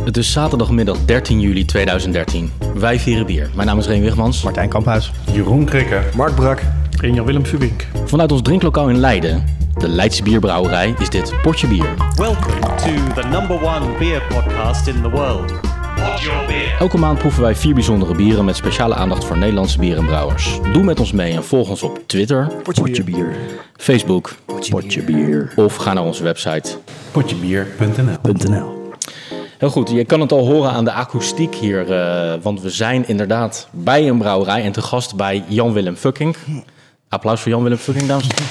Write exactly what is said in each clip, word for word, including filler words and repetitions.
Het is zaterdagmiddag dertien juli tweeduizend dertien. Wij vieren bier. Mijn naam is Reen Wigmans. Martijn Kamphuis. Jeroen Krikke. Mark Brak. En Jan-Willem Verwink. Vanuit ons drinklokaal in Leiden, de Leidse Bierbrouwerij, is dit Potje Bier. Welcome to the number one beer podcast in the world. Pot your beer. Elke maand proeven wij vier bijzondere bieren met speciale aandacht voor Nederlandse bier en brouwers. Doe met ons mee en volg ons op Twitter, Potje, Potje Bier. bier, Facebook, Potje, Potje bier. bier. Of ga naar onze website potjebier punt n l. Heel goed, je kan het al horen aan de akoestiek hier, uh, want we zijn inderdaad bij een brouwerij en te gast bij Jan-Willem Fucking. Applaus voor Jan-Willem Fucking, dames en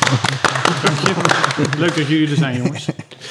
heren. Leuk dat jullie er zijn, jongens.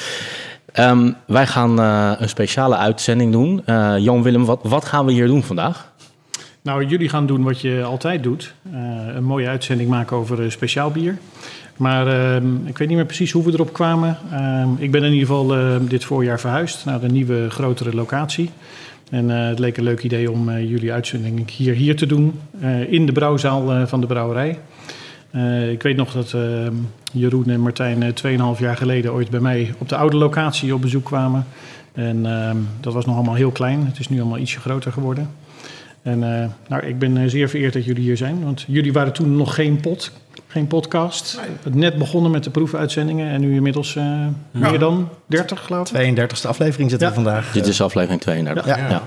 Um, wij gaan uh, een speciale uitzending doen. Uh, Jan-Willem, wat, wat gaan we hier doen vandaag? Nou, jullie gaan doen wat je altijd doet. Uh, een mooie uitzending maken over uh, speciaal bier. Maar uh, ik weet niet meer precies hoe we erop kwamen. Uh, ik ben in ieder geval uh, dit voorjaar verhuisd naar een nieuwe, grotere locatie. En uh, het leek een leuk idee om uh, jullie uitzending hier, hier te doen. Uh, in de brouwzaal uh, van de brouwerij. Uh, ik weet nog dat uh, Jeroen en Martijn uh, tweeënhalf jaar geleden ooit bij mij op de oude locatie op bezoek kwamen. En uh, dat was nog allemaal heel klein. Het is nu allemaal ietsje groter geworden. En uh, nou, ik ben uh, zeer vereerd dat jullie hier zijn. Want jullie waren toen nog geen pod, geen podcast. Nee. Net begonnen met de proefuitzendingen. En nu inmiddels uh, ja. meer dan dertig, geloof ik. tweeëndertigste aflevering zitten ja. we vandaag. Dit is aflevering tweeëndertig. Ja. Ja. Ja.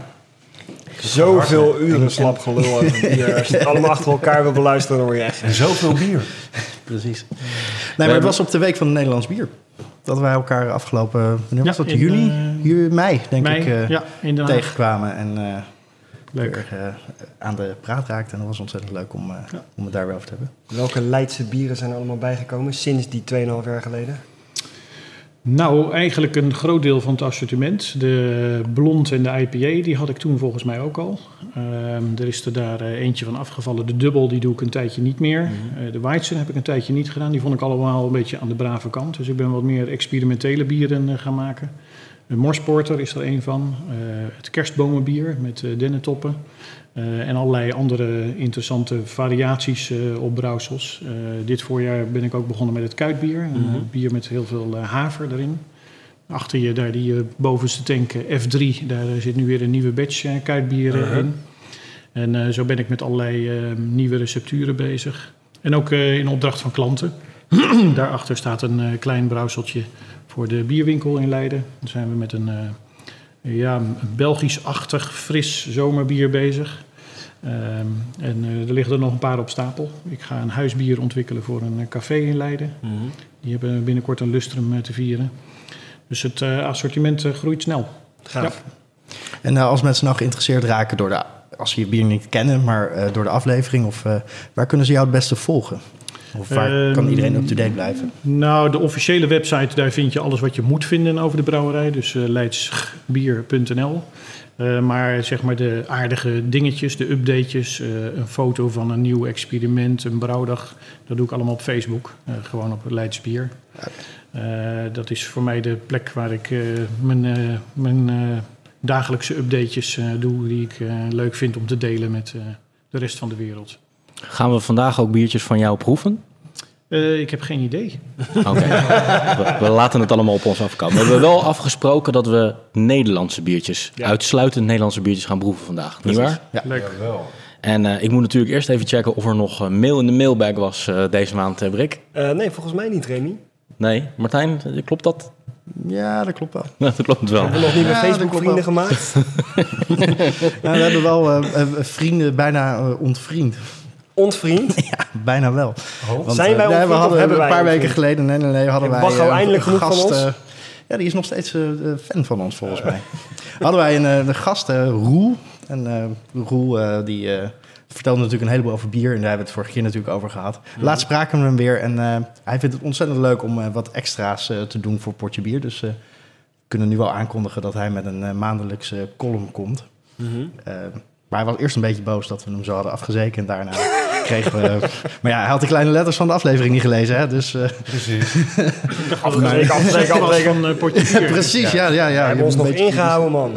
Zoveel uren slap gelul uit het bier. Als je het allemaal achter elkaar wil beluisteren, dan word je echt... En zoveel bier. Precies. Nee, maar het was op de week van het Nederlands bier. Dat wij elkaar afgelopen, wanneer was ja, dat? In, Juli? uh, Juli, mei, denk mei, ik, uh, ja, tegenkwamen. En uh, leuk. weer, uh, aan de praat raakten. En dat was ontzettend leuk om, uh, ja. om het daar weer over te hebben. Welke Leidse bieren zijn er allemaal bijgekomen sinds die tweeënhalf jaar geleden? Nou, eigenlijk een groot deel van het assortiment. De blond en de I P A, die had ik toen volgens mij ook al. Um, er is er daar uh, eentje van afgevallen. De dubbel, die doe ik een tijdje niet meer. Mm-hmm. Uh, de Weizen heb ik een tijdje niet gedaan. Die vond ik allemaal een beetje aan de brave kant. Dus ik ben wat meer experimentele bieren uh, gaan maken. De Morsporter is er een van. Uh, het kerstbomenbier met uh, dennentoppen. Uh, en allerlei andere interessante variaties uh, op brouwsels. Uh, dit voorjaar ben ik ook begonnen met het kuitbier. Een mm-hmm. bier met heel veel uh, haver erin. Achter je, daar die uh, bovenste tank uh, F drie, daar uh, zit nu weer een nieuwe batch uh, kuitbieren uh-huh. in. En uh, zo ben ik met allerlei uh, nieuwe recepturen bezig. En ook uh, in opdracht van klanten. Daarachter staat een uh, klein brouwseltje voor de bierwinkel in Leiden. Dan zijn we met een... Uh, Ja, een Belgisch-achtig fris zomerbier bezig. Um, en uh, er liggen er nog een paar op stapel. Ik ga een huisbier ontwikkelen voor een uh, café in Leiden. Mm-hmm. Die hebben binnenkort een lustrum uh, te vieren. Dus het uh, assortiment uh, groeit snel. Gaaf. Ja. En uh, als mensen nou geïnteresseerd raken, door de, als ze je bier niet kennen, maar uh, door de aflevering, of uh, waar kunnen ze jou het beste volgen? Of waar uh, kan iedereen up-to-date blijven? Nou, de officiële website, daar vind je alles wat je moet vinden over de brouwerij. Dus uh, leidsbier punt n l. Uh, maar zeg maar de aardige dingetjes, de updatejes, uh, een foto van een nieuw experiment, een brouwdag. Dat doe ik allemaal op Facebook, uh, gewoon op Leidsbier. Uh, dat is voor mij de plek waar ik uh, mijn, uh, mijn uh, dagelijkse updatejes uh, doe, die ik uh, leuk vind om te delen met uh, de rest van de wereld. Gaan we vandaag ook biertjes van jou proeven? Uh, ik heb geen idee. Oké, okay. we, we laten het allemaal op ons afkomen. We hebben wel afgesproken dat we Nederlandse biertjes, ja. uitsluitend Nederlandse biertjes gaan proeven vandaag. Niet waar? Ja, leuk. Ja, wel. En uh, ik moet natuurlijk eerst even checken of er nog uh, mail in de mailbag was uh, deze maand, uh, Brik. Uh, nee, volgens mij niet, Remy. Nee, Martijn, klopt dat? Ja, dat klopt wel. Ja, dat klopt wel. Hebben we nog niet meer ja, Facebook-vrienden gemaakt? nou, we hebben wel uh, uh, vrienden bijna uh, ontvriend. Ontvriend? Ja, bijna wel. Oh. Want, Zijn wij uh, ontvriend we hadden hebben een paar wij weken geleden, nee, nee, nee, hadden wij Wacht, uh, eindelijk genoeg gast, van ons? Uh, ja, die is nog steeds uh, fan van ons, volgens uh. mij. Hadden wij een, uh, een gast, uh, Roel. En uh, Roel, uh, die uh, vertelde natuurlijk een heleboel over bier. En daar hebben we het vorige keer natuurlijk over gehad. Mm. Laatst spraken we hem weer. En uh, hij vindt het ontzettend leuk om uh, wat extra's uh, te doen voor Potje Bier. Dus uh, we kunnen nu wel aankondigen dat hij met een uh, maandelijkse column komt. Mm-hmm. Uh, maar hij was eerst een beetje boos dat we hem zo hadden afgezeken. En daarna kregen we... Maar ja, hij had de kleine letters van de aflevering niet gelezen, hè? Dus, uh... Precies. Afgezeken, afgezeken, afgezeken. Van uh, Potje Bier. Precies, ja. ja, ja, ja. We hebben ons nog ingehouden, man.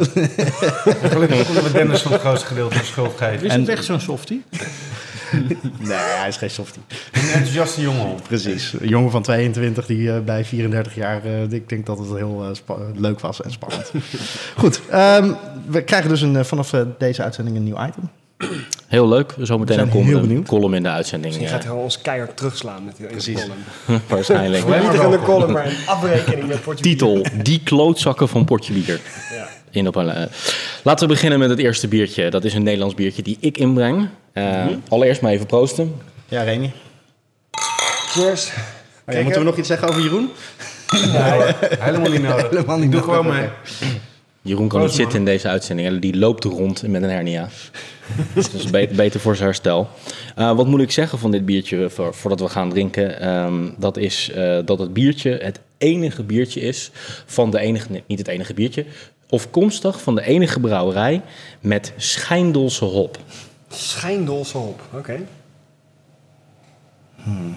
Gelukkig konden we Dennis van het grootste gedeelte van schuld geven. Is het echt zo'n softie? Nee, hij is geen softie. Een enthousiaste jongen. Precies. Een jongen van tweeëntwintig die uh, bij vierendertig jaar... Uh, ik denk dat het heel uh, spa- leuk was en spannend. Goed, um, we krijgen dus een, vanaf uh, deze uitzending een nieuw item. Heel leuk. Zometeen een column, column in de uitzending. Misschien gaat hij wel ons keihard terugslaan met die column. Waarschijnlijk. Niet in de column, maar een afrekening met Potje Bier. Titel, die klootzakken van Potje Bier. Ja. In op een, uh, laten we beginnen met het eerste biertje. Dat is een Nederlands biertje die ik inbreng. Uh, mm-hmm. Allereerst maar even proosten. Ja, Remy. Cheers. Oh, ja, moeten we nog iets zeggen over Jeroen? Nee, helemaal niet nodig. Helemaal niet Doe gewoon mee. Jeroen kan niet zitten in deze uitzending. Die loopt rond met een hernia. Dus beter, beter voor zijn herstel. Uh, wat moet ik zeggen van dit biertje voor, voordat we gaan drinken? Um, dat is uh, dat het biertje het enige biertje is van de enige... Nee, niet het enige biertje. Afkomstig van de enige brouwerij met Schijndelse hop. Schijndelse hop, oké. Okay. Hmm.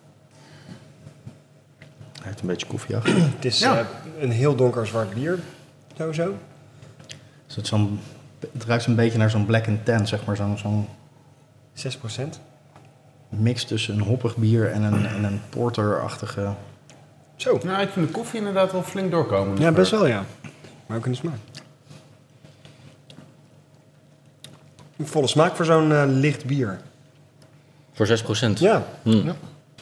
Hij heeft een beetje koffie achter. Het is ja. uh, een heel donker zwart bier, sowieso. Is het, zo'n, het ruikt een beetje naar zo'n black and tan, zeg maar. Zo'n, zo'n zes procent. Mix tussen een hoppig bier en een, en een porterachtige... Zo. Nou, ik vind de koffie inderdaad wel flink doorkomen. Ja, best wel, ja. Maar ook in de smaak. Een volle smaak voor zo'n uh, licht bier. Voor zes procent? Ja. Mm. ja.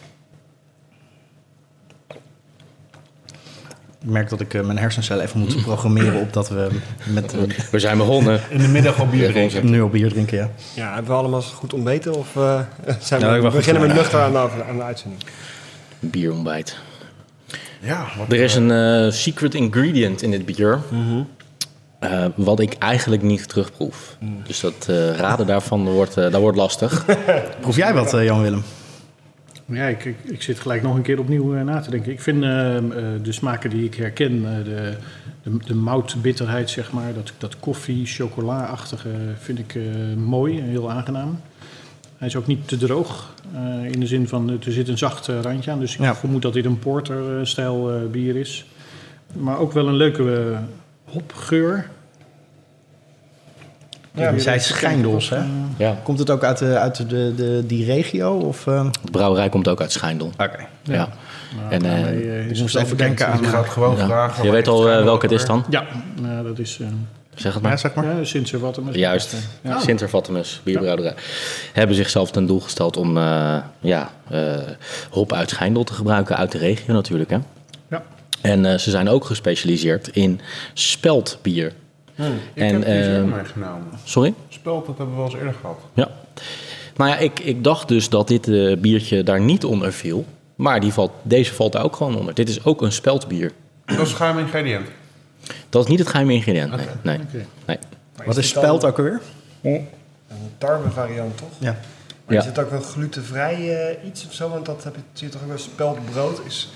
Ik merk dat ik uh, mijn hersencellen even moet programmeren op dat we met... Uh, we zijn begonnen. In de middag al bier drinken. Nu al bier drinken, ja. Ja, hebben we allemaal goed ontbeten of uh, zijn we, ja, we beginnen we nuchter aan de, aan de uitzending? Bierontbijt. Ja, wat, er is een uh, secret ingredient in dit bier. Mm-hmm. Uh, wat ik eigenlijk niet terugproef. Mm. Dus dat uh, raden daarvan wordt, uh, dat wordt lastig. Proef jij wat, uh, Jan-Willem? Ja, ik, ik, ik zit gelijk nog een keer opnieuw uh, na te denken. Ik vind uh, uh, de smaken die ik herken, uh, de, de, de moutbitterheid, zeg maar, dat, dat koffie, chocola-achtige, vind ik uh, mooi en heel aangenaam. Hij is ook niet te droog, uh, in de zin van uh, er zit een zacht uh, randje aan. Dus ik ja. vermoed dat dit een porter-stijl uh, bier is. Maar ook wel een leuke uh, hopgeur. Ja, je zei Schijndels, hè? Ja. Komt het ook uit, de, uit de, de, die regio? Of, uh... De brouwerij komt ook uit Schijndel. Oké. Okay. Ja. ja. Nou, en uh, uh, ik moest even denken aan... Je gaat gewoon ja. vragen... Je weet al uh, welke het is dan? Ja, nou, dat is... Uh... Zeg het maar. Ja, zeg maar. Ja, Sint-Servattemus. Juist, ja. Sint-Servattemus, bierbrouwerij. Ja. Hebben zichzelf ten doel gesteld om uh, ja, uh, hop uit Schijndel te gebruiken, uit de regio natuurlijk. Hè? Ja. En uh, ze zijn ook gespecialiseerd in speldbier. Hmm. Ik en, heb die uh, eerder meegenomen. Sorry? Speld, dat hebben we wel eens eerder gehad. Ja. Nou ja, ik, ik dacht dus dat dit uh, biertje daar niet onder viel. Maar die valt, deze valt daar ook gewoon onder. Dit is ook een speldbier. Dat is geheim ingrediënt? Dat is niet het geheime ingrediënt, nee. Okay. nee. Okay. nee. Wat is speld ook weer? Een tarwe variant, toch? Ja. Maar ja. is het ook wel glutenvrij uh, iets of zo? Want dat heb je, zie je toch ook wel speldbrood is...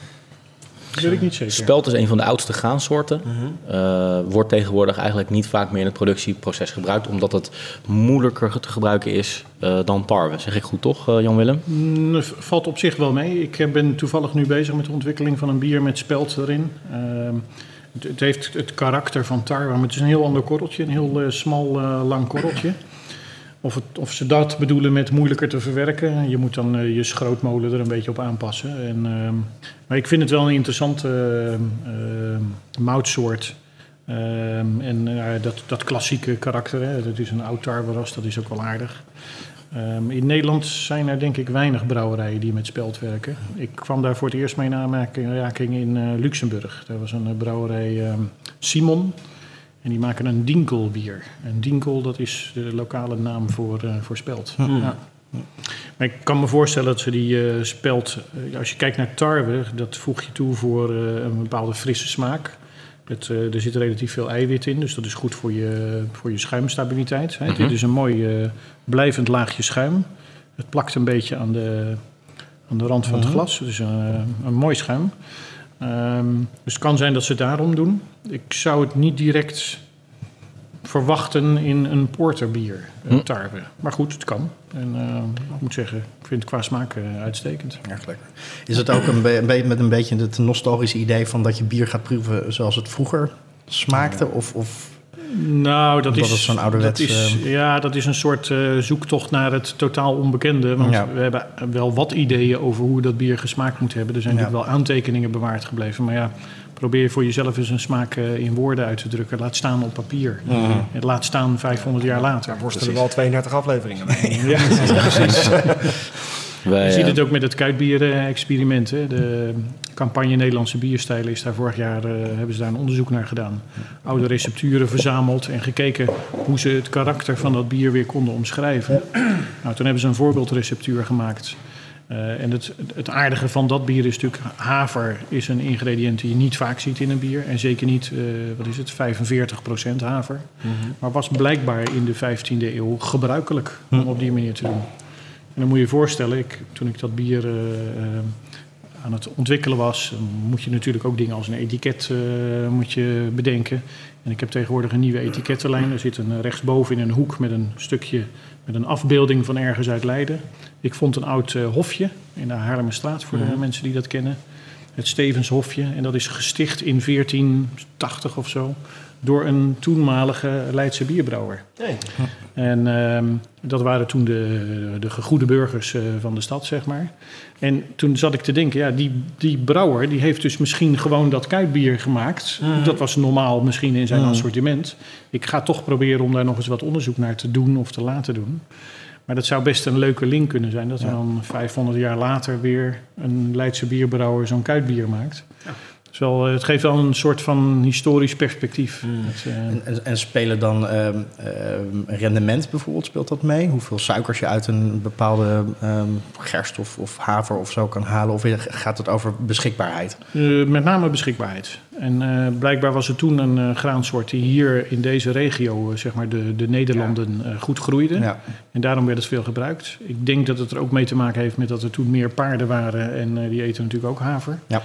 Dat weet ik niet zeker. Spelt is een van de oudste graansoorten. Mm-hmm. Uh, wordt tegenwoordig eigenlijk niet vaak meer in het productieproces gebruikt, omdat het moeilijker te gebruiken is uh, dan tarwe. Zeg ik goed toch, uh, Jan-Willem? Mm, valt op zich wel mee. Ik ben toevallig nu bezig met de ontwikkeling van een bier met spelt erin. Uh, het, het heeft het karakter van tarwe, maar het is een heel ander korreltje. Een heel uh, smal, uh, lang korreltje. Of, het, of ze dat bedoelen met moeilijker te verwerken. Je moet dan uh, je schrootmolen er een beetje op aanpassen. En, uh, maar ik vind het wel een interessante uh, uh, moutsoort. Uh, en uh, dat, dat klassieke karakter, hè, dat is een oud tarweras, dat is ook wel aardig. Um, in Nederland zijn er denk ik weinig brouwerijen die met spelt werken. Ik kwam daar voor het eerst mee in aanraking in uh, Luxemburg. Daar was een uh, brouwerij um, Simon. En die maken een dinkelbier. En dinkel, dat is de lokale naam voor, uh, voor spelt. Hmm. Ja. Maar ik kan me voorstellen dat ze die uh, spelt... Uh, als je kijkt naar tarwe, dat voeg je toe voor uh, een bepaalde frisse smaak. Het, uh, er zit relatief veel eiwit in, dus dat is goed voor je, voor je schuimstabiliteit. Hè. Mm-hmm. Dit is een mooi uh, blijvend laagje schuim. Het plakt een beetje aan de, aan de rand van mm-hmm. het glas. Dus uh, een mooi schuim. Um, dus het kan zijn dat ze het daarom doen. Ik zou het niet direct verwachten in een porterbier, een tarwe. Maar goed, het kan. En uh, ik moet zeggen, ik vind het qua smaak uh, uitstekend. Erg lekker. Is het ook een be- be- met een beetje het nostalgische idee van dat je bier gaat proeven zoals het vroeger smaakte? Of, of nou, dat is, het zo'n ouderwets... dat is, ja, dat is een soort uh, zoektocht naar het totaal onbekende. Want ja. we hebben wel wat ideeën over hoe dat bier gesmaakt moet hebben. Er zijn ja. natuurlijk wel aantekeningen bewaard gebleven. Maar ja, probeer voor jezelf eens een smaak uh, in woorden uit te drukken. Laat staan op papier. Mm-hmm. En laat staan vijfhonderd jaar later. Daar worstelen we al tweeëndertig afleveringen mee. Ja, precies. Wij, je ziet het ook met het kuitbier-experiment. Hè. De campagne Nederlandse bierstijlen is daar vorig jaar, uh, hebben ze daar een onderzoek naar gedaan. Oude recepturen verzameld en gekeken hoe ze het karakter van dat bier weer konden omschrijven. Nou, toen hebben ze een voorbeeldreceptuur gemaakt. Uh, en het, het aardige van dat bier is natuurlijk, haver is een ingrediënt die je niet vaak ziet in een bier. En zeker niet, uh, wat is het, vijfenveertig procent haver. Mm-hmm. Maar was blijkbaar in de vijftiende eeuw gebruikelijk om op die manier te doen. En dan moet je je voorstellen, ik, toen ik dat bier uh, uh, aan het ontwikkelen was, moet je natuurlijk ook dingen als een etiket uh, moet je bedenken. En ik heb tegenwoordig een nieuwe etikettenlijn. Er zit een rechtsboven in een hoek met een stukje met een afbeelding van ergens uit Leiden. Ik vond een oud uh, hofje in de Haarlemmerstraat, voor de mm-hmm. mensen die dat kennen. Het Stevenshofje. En dat is gesticht in veertien tachtig of zo door een toenmalige Leidse bierbrouwer. Hey. En uh, dat waren toen de, de gegoede burgers uh, van de stad, zeg maar. En toen zat ik te denken, ja, die, die brouwer die heeft dus misschien gewoon dat kuitbier gemaakt. Mm. Dat was normaal misschien in zijn mm. assortiment. Ik ga toch proberen om daar nog eens wat onderzoek naar te doen of te laten doen. Maar dat zou best een leuke link kunnen zijn. Dat ja. er dan vijfhonderd jaar later weer een Leidse bierbrouwer zo'n kuitbier maakt. Ja. Dus wel, het geeft wel een soort van historisch perspectief. Mm. Dat, uh... en, en, en spelen dan uh, uh, rendement bijvoorbeeld, speelt dat mee? Hoeveel suikers je uit een bepaalde um, gerst of, of haver of zo kan halen? Of gaat het over beschikbaarheid? Uh, met name beschikbaarheid. En uh, blijkbaar was er toen een uh, graansoort die hier in deze regio, uh, zeg maar de, de Nederlanden, uh, goed groeide. Ja. En daarom werd het veel gebruikt. Ik denk dat het er ook mee te maken heeft met dat er toen meer paarden waren. En uh, die eten natuurlijk ook haver. Ja.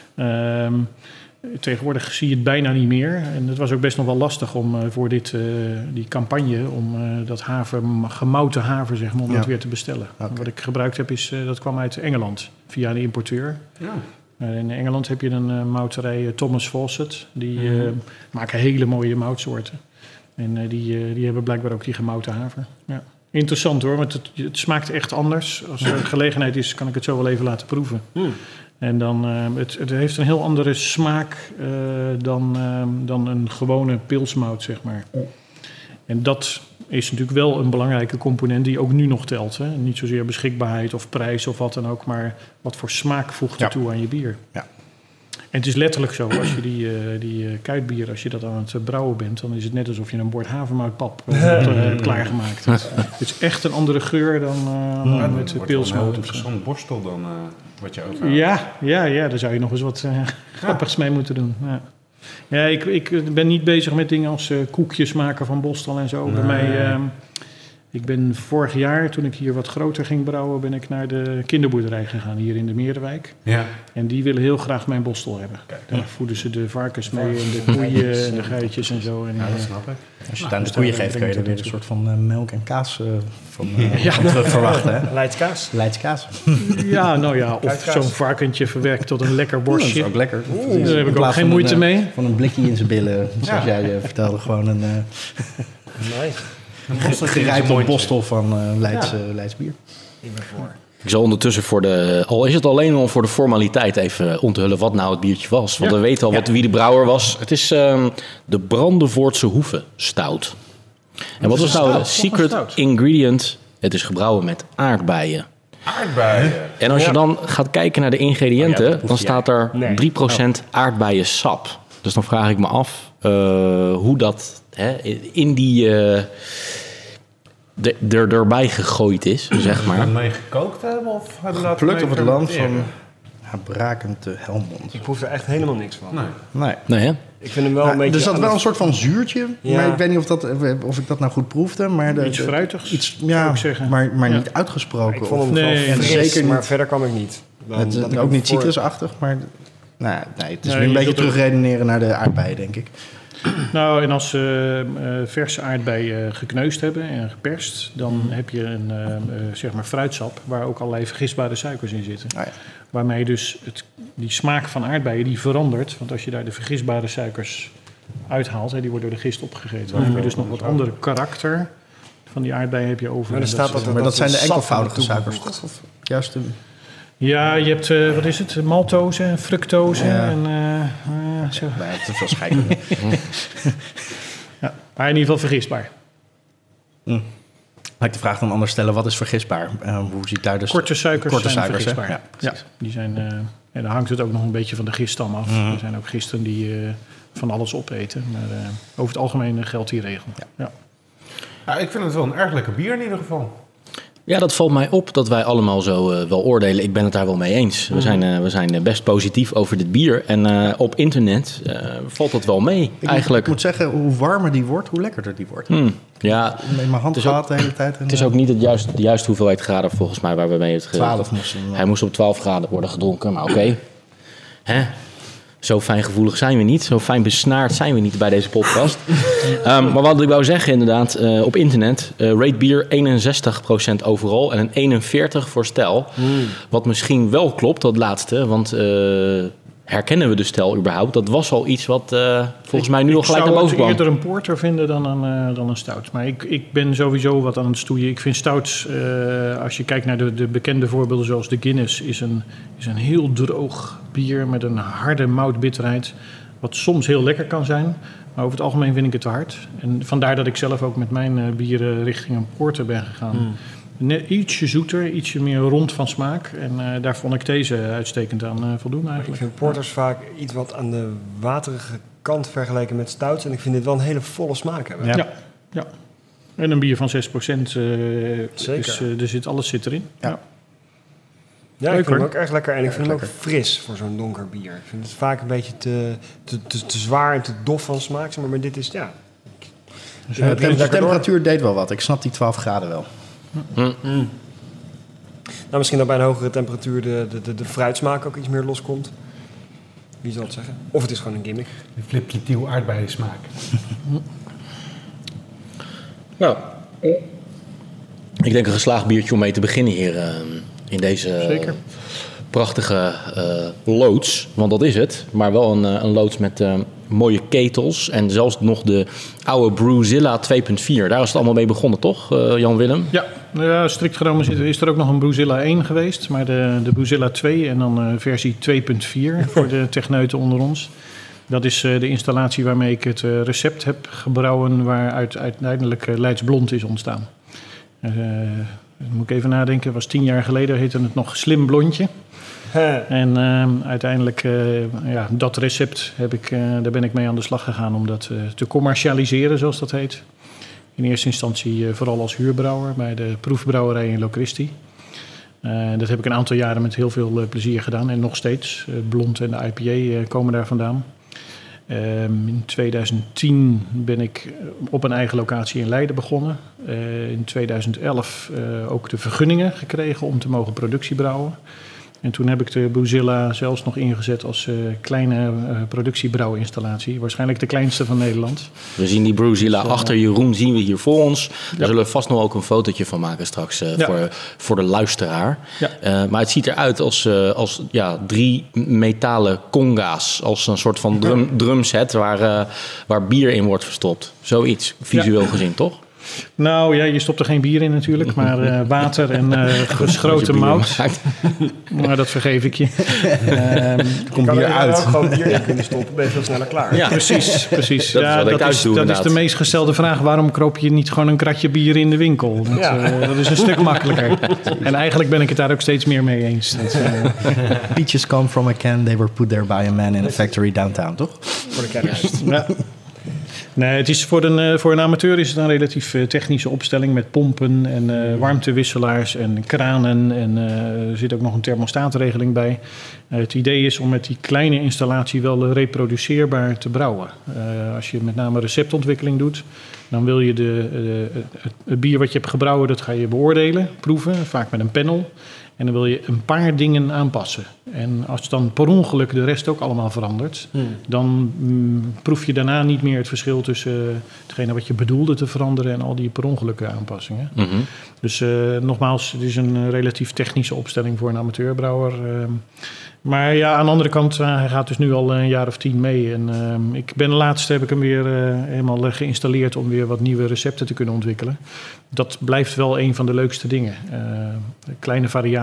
Um, tegenwoordig zie je het bijna niet meer. En het was ook best nog wel lastig om uh, voor dit, uh, die campagne... om uh, dat haver, gemouten haver, zeg maar, om ja. dat weer te bestellen. Okay. Wat ik gebruikt heb, is uh, dat kwam uit Engeland via een importeur. Ja. Uh, in Engeland heb je een uh, mouterij, uh, Thomas Fawcett. Die uh, mm-hmm. maken hele mooie moutsoorten. En uh, die, uh, die hebben blijkbaar ook die gemouten haver. Ja. Interessant hoor, want het, het smaakt echt anders. Als er gelegenheid is, kan ik het zo wel even laten proeven. Mm. En dan, uh, het, het heeft een heel andere smaak uh, dan, uh, dan een gewone pilsmout, zeg maar. En dat is natuurlijk wel een belangrijke component die ook nu nog telt. Hè? Niet zozeer beschikbaarheid of prijs of wat dan ook, maar wat voor smaak voegt je ja. toe aan je bier. Ja. En het is letterlijk zo, als je die, uh, die uh, kuitbier, als je dat aan het brouwen bent, dan is het net alsof je een bord havermoutpap uh, hebt klaargemaakt. Het is echt een andere geur dan uh, ja, met pilsmout. Het is zo'n borstel dan uh, wat je over ja, ja, ja, daar zou je nog eens wat uh, grappigs mee moeten doen. Ja, ja ik, ik ben niet bezig met dingen als uh, koekjes maken van borstel en zo. Nee. Bij mij... Uh, Ik ben vorig jaar, toen ik hier wat groter ging brouwen, ben ik naar de kinderboerderij gegaan hier in de Meerderwijk. Ja. En die willen heel graag mijn borstel hebben. Kijk, daar ja. voeden ze de varkens mee en de koeien en de geitjes en zo. En, ja, dat snap ik. Als je het aan de koeien geeft, kun je er weer een soort van uh, melk en kaas uh, van uh, ja. verwachten. Hè? Leids kaas. Leids kaas. Ja, nou ja, of zo'n varkentje verwerkt tot een lekker borstje. Ja, dat is ook lekker. Oeh, daar heb ik ook geen moeite een, mee. Van een blikje in zijn billen, zoals ja. jij uh, vertelde. Gewoon een... Uh, nice. Een gerijpte borstel van uh, Leids, ja. uh, Leids bier. Ik zal ondertussen voor de, al is het alleen al voor de formaliteit even onthullen wat nou het biertje was. Want ja. we weten al wat, wie de brouwer was. Het is um, de Brandevoortse Hoeve Stout. En wat was nou de secret ingredient? Het is gebrouwen met aardbeien. Aardbeien? En als ja. je dan gaat kijken naar de ingrediënten, oh ja, dan staat er nee. drie procent oh. aardbeiensap. Dus dan vraag ik me af uh, hoe dat hè, in die... Uh, de, er erbij gegooid is, zeg maar. Mee gekookt hebben of geplukt op het land van ja, Braken te Helmond. Ik proef er echt helemaal niks van. Nee. Nee. nee hè? Ik vind hem wel ja, een beetje... Er zat wel een soort van zuurtje, ja. maar ik weet niet of, dat, of ik dat nou goed proefde. Maar de, iets fruitigs, iets, ja, ik zeggen. Maar, maar ja. niet uitgesproken. Ik vond hem nee, wel fris, zeker maar niet. Verder kan ik niet. Dan, het, dat ook niet voor... citrusachtig, maar nou, nee, het is nee, weer een beetje terugredeneren naar de aardbeien, denk ik. Nou, en als ze uh, verse aardbeien uh, gekneusd hebben en geperst, dan mm. heb je een uh, uh, zeg maar fruitsap waar ook allerlei vergisbare suikers in zitten. Oh ja. Waarmee dus het, die smaak van aardbeien die verandert. Want als je daar de vergisbare suikers uithaalt, hè, die worden door de gist opgegeten, dan mm. heb je dus nog wat andere karakter van die aardbeien heb je over. Maar, dat, staat dat, dat, maar dat, dat zijn de enkelvoudige suikers, toch? Of juist de... Ja, je hebt, uh, wat is het, maltose, fructose ja. en uh, uh, Ja, zo. Nee, te veel scheikunde. Ja, maar in ieder geval vergistbaar. Hm. Laat ik de vraag dan anders stellen. Wat is vergistbaar? Uh, hoe ziet daar dus... Korte suikers Korte zijn suikers, vergistbaar. Ja, ja, die zijn, uh, en dan hangt het ook nog een beetje van de giststam af. Mm. Er zijn ook gisten die uh, van alles opeten. Maar uh, over het algemeen uh, geldt die regel. Ja. Ja. Ja, ik vind het wel een erg lekker bier in ieder geval. Ja, dat valt mij op dat wij allemaal zo uh, wel oordelen. Ik ben het daar wel mee eens. We zijn, uh, we zijn best positief over dit bier. En uh, op internet uh, valt dat wel mee, ik eigenlijk. Moet, ik moet zeggen, hoe warmer die wordt, hoe lekkerder die wordt. Hmm, ja, Met mijn hand gehad de hele tijd. En, het is ook niet het juiste, de juiste hoeveelheid graden volgens mij waar we mee het gedaan. twaalf moest hem. Hij moest op twaalf graden worden gedronken, maar oké. Okay. Hè? Zo fijngevoelig zijn we niet. Zo fijn besnaard zijn we niet bij deze podcast. um, maar wat ik wou zeggen inderdaad, uh, op internet... Uh, rate bier eenenzestig procent overal en een eenenveertig voor stijl. Mm. Wat misschien wel klopt, dat laatste. Want uh, herkennen we de stijl überhaupt? Dat was al iets wat uh, volgens ik, mij nu al gelijk naar boven kwam. Ik zou het eerder een porter vinden dan een, uh, dan een stout. Maar ik, ik ben sowieso wat aan het stoeien. Ik vind stouts, uh, als je kijkt naar de, de bekende voorbeelden zoals de Guinness... is een, is een heel droog bier met een harde moutbitterheid... wat soms heel lekker kan zijn... Maar over het algemeen vind ik het te hard. En vandaar dat ik zelf ook met mijn uh, bieren richting een porter ben gegaan... Mm. Net ietsje zoeter, ietsje meer rond van smaak. En uh, daar vond ik deze uitstekend aan uh, voldoen eigenlijk. Ik vind porters vaak iets wat aan de waterige kant vergeleken met stouts. En ik vind dit wel een hele volle smaak hebben. Ja, ja. ja. En een bier van zes procent. Uh, Zeker. Dus uh, er zit, alles zit erin. Ja, ja. ja ik vind hem ook erg lekker. En ik vind hem ook fris voor zo'n donker bier. Ik vind het vaak een beetje te, te, te, te zwaar en te dof van smaak. Maar dit is, ja... Dus ja, de, de temperatuur deed wel wat. Ik snap die twaalf graden wel. Mm. Mm. Nou, misschien dat bij een hogere temperatuur de, de, de, de fruitsmaak ook iets meer loskomt. Wie zal het zeggen? Of het is gewoon een gimmick. Die flipje tiel aardbeien smaak. Nou, ik denk een geslaagd biertje om mee te beginnen hier uh, in deze Zeker. prachtige uh, loods. Want dat is het. Maar wel een, een loods met uh, mooie ketels. En zelfs nog de oude Brewzilla twee punt vier. Daar is het allemaal mee begonnen, toch, uh, Jan-Willem? Ja, ja, strikt genomen is er ook nog een Brewzilla één geweest. Maar de, de Brewzilla twee en dan uh, versie twee punt vier voor de techneuten onder ons. Dat is uh, de installatie waarmee ik het uh, recept heb gebrouwen... waaruit uiteindelijk uh, Leids Blond is ontstaan. Uh, moet ik even nadenken, was tien jaar geleden, heette het nog Slim Blondje. Huh. En uh, uiteindelijk, uh, ja, dat recept heb ik, uh, daar ben ik mee aan de slag gegaan om dat uh, te commercialiseren, zoals dat heet. In eerste instantie uh, vooral als huurbrouwer bij de proefbrouwerij in Locristi. Uh, dat heb ik een aantal jaren met heel veel uh, plezier gedaan en nog steeds. Uh, Blond en de I P A uh, komen daar vandaan. Uh, in tweeduizend tien ben ik op een eigen locatie in Leiden begonnen. Uh, in tweeduizend elf uh, ook de vergunningen gekregen om te mogen productie brouwen. En toen heb ik de Brewzilla zelfs nog ingezet als uh, kleine uh, productiebrouwinstallatie. Waarschijnlijk de kleinste van Nederland. We zien die Brewzilla dus, uh, achter Jeroen, zien we hier voor ons. Daar ja. zullen we vast nog ook een fotootje van maken straks uh, ja. voor, voor de luisteraar. Ja. Uh, maar het ziet eruit als, uh, als ja, drie metalen conga's. Als een soort van drum, drumset waar, uh, waar bier in wordt verstopt. Zoiets, visueel ja. gezien, toch? Nou ja, je stopt er geen bier in natuurlijk, maar uh, water en uh, geschoten mout. Maar dat vergeef ik je. Um, komt bier uit. Ook gewoon bier in kunnen stoppen, ben je veel sneller klaar. Ja, precies, precies. Dat, ja, is, dat, is, doe, dat is de meest gestelde vraag. Waarom koop je niet gewoon een kratje bier in de winkel? Dat, ja. uh, dat is een stuk makkelijker. En eigenlijk ben ik het daar ook steeds meer mee eens. Dat, uh, Peaches come from a can, they were put there by a man in a factory downtown, toch? Voor de kenners. Ja. Nee, het is voor, een, voor een amateur is het een relatief uh, technische opstelling met pompen en uh, warmtewisselaars en kranen. En uh, er zit ook nog een thermostaatregeling bij. Uh, het idee is om met die kleine installatie wel uh, reproduceerbaar te brouwen. Uh, als je met name receptontwikkeling doet, dan wil je de, uh, het, het bier wat je hebt gebrouwen, dat ga je beoordelen, proeven, vaak met een panel. En dan wil je een paar dingen aanpassen. En als dan per ongeluk de rest ook allemaal verandert... Hmm. dan mm, proef je daarna niet meer het verschil tussen uh, hetgene wat je bedoelde te veranderen... en al die per ongelukken aanpassingen. Mm-hmm. Dus uh, nogmaals, het is een relatief technische opstelling voor een amateurbrouwer. Uh, maar ja, aan de andere kant, uh, hij gaat dus nu al een jaar of tien mee. En uh, ik ben laatst heb ik hem weer uh, helemaal uh, geïnstalleerd... om weer wat nieuwe recepten te kunnen ontwikkelen. Dat blijft wel een van de leukste dingen. Uh, kleine variaties.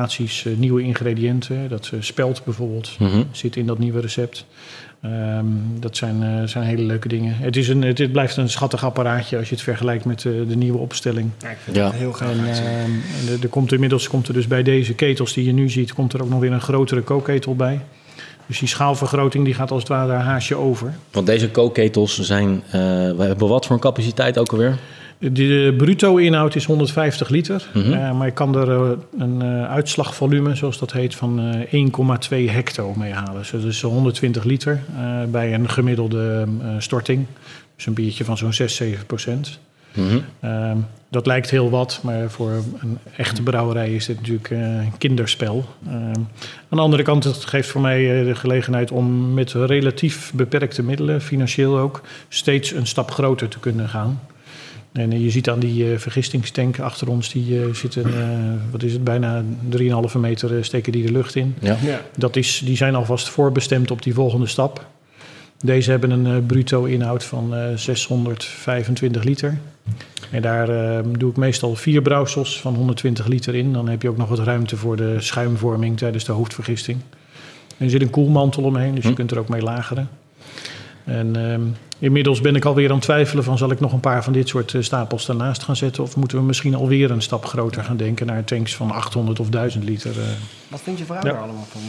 variaties, uh, nieuwe ingrediënten. Dat uh, spelt bijvoorbeeld Mm-hmm. zit in dat nieuwe recept. Um, dat zijn, uh, zijn hele leuke dingen. Het, is een, het, het blijft een schattig apparaatje als je het vergelijkt met uh, de nieuwe opstelling. Ja, ik vind Ja. het heel graag En, uitzien. uh, en er, er komt inmiddels komt er dus bij deze ketels die je nu ziet, komt er ook nog weer een grotere kookketel bij. Dus die schaalvergroting die gaat als het ware een haasje over. Want deze kookketels zijn... Uh, we hebben wat voor een capaciteit ook alweer? De bruto-inhoud is honderdvijftig liter. Mhm. Uh, maar je kan er uh, een uh, uitslagvolume, zoals dat heet, van uh, één komma twee hecto mee halen. Dus dat is honderdtwintig liter uh, bij een gemiddelde uh, storting. Dus een biertje van zo'n zes, zeven procent. Mm-hmm. Uh, dat lijkt heel wat, maar voor een echte brouwerij is dit natuurlijk uh, een kinderspel. Uh, aan de andere kant, het geeft voor mij uh, de gelegenheid om met relatief beperkte middelen, financieel ook, steeds een stap groter te kunnen gaan. En uh, je ziet aan die uh, vergistingstank achter ons, die uh, zitten, uh, wat is het, bijna drieënhalve meter uh, steken die de lucht in. Ja. Ja. Dat is, die zijn alvast voorbestemd op die volgende stap. Deze hebben een uh, bruto inhoud van uh, zeshonderdvijfentwintig liter. En daar uh, doe ik meestal vier brouwsels van honderdtwintig liter in. Dan heb je ook nog wat ruimte voor de schuimvorming tijdens de hoofdvergisting. En er zit een koelmantel omheen, dus je Hm. kunt er ook mee lageren. En uh, inmiddels ben ik alweer aan het twijfelen van... zal ik nog een paar van dit soort uh, stapels daarnaast gaan zetten... of moeten we misschien alweer een stap groter gaan denken... naar tanks van achthonderd of duizend liter. Uh. Wat vind je vrouw Ja. er allemaal van?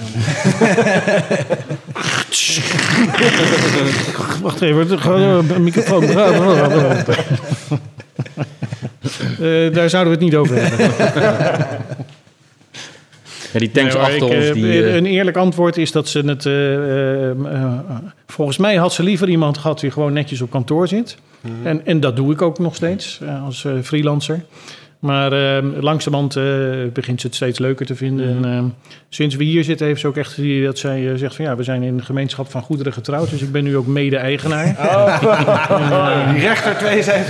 Wacht even, een microfoon. Uh, daar zouden we het niet over hebben. Ja, die tanks Nee, hoor, achter ik, ons, uh, die... uh, Een eerlijk antwoord is dat ze het... Uh, uh, uh, volgens mij had ze liever iemand gehad die gewoon netjes op kantoor zit. Mm-hmm. En, en dat doe ik ook nog steeds uh, als uh, freelancer. Maar uh, langzamerhand uh, begint ze het steeds leuker te vinden. Mm-hmm. En, uh, sinds we hier zitten heeft ze ook echt die, dat zij uh, zegt van... ja, we zijn in een gemeenschap van goederen getrouwd. Dus ik ben nu ook mede-eigenaar. Oh. en, uh, die rechter twee zijn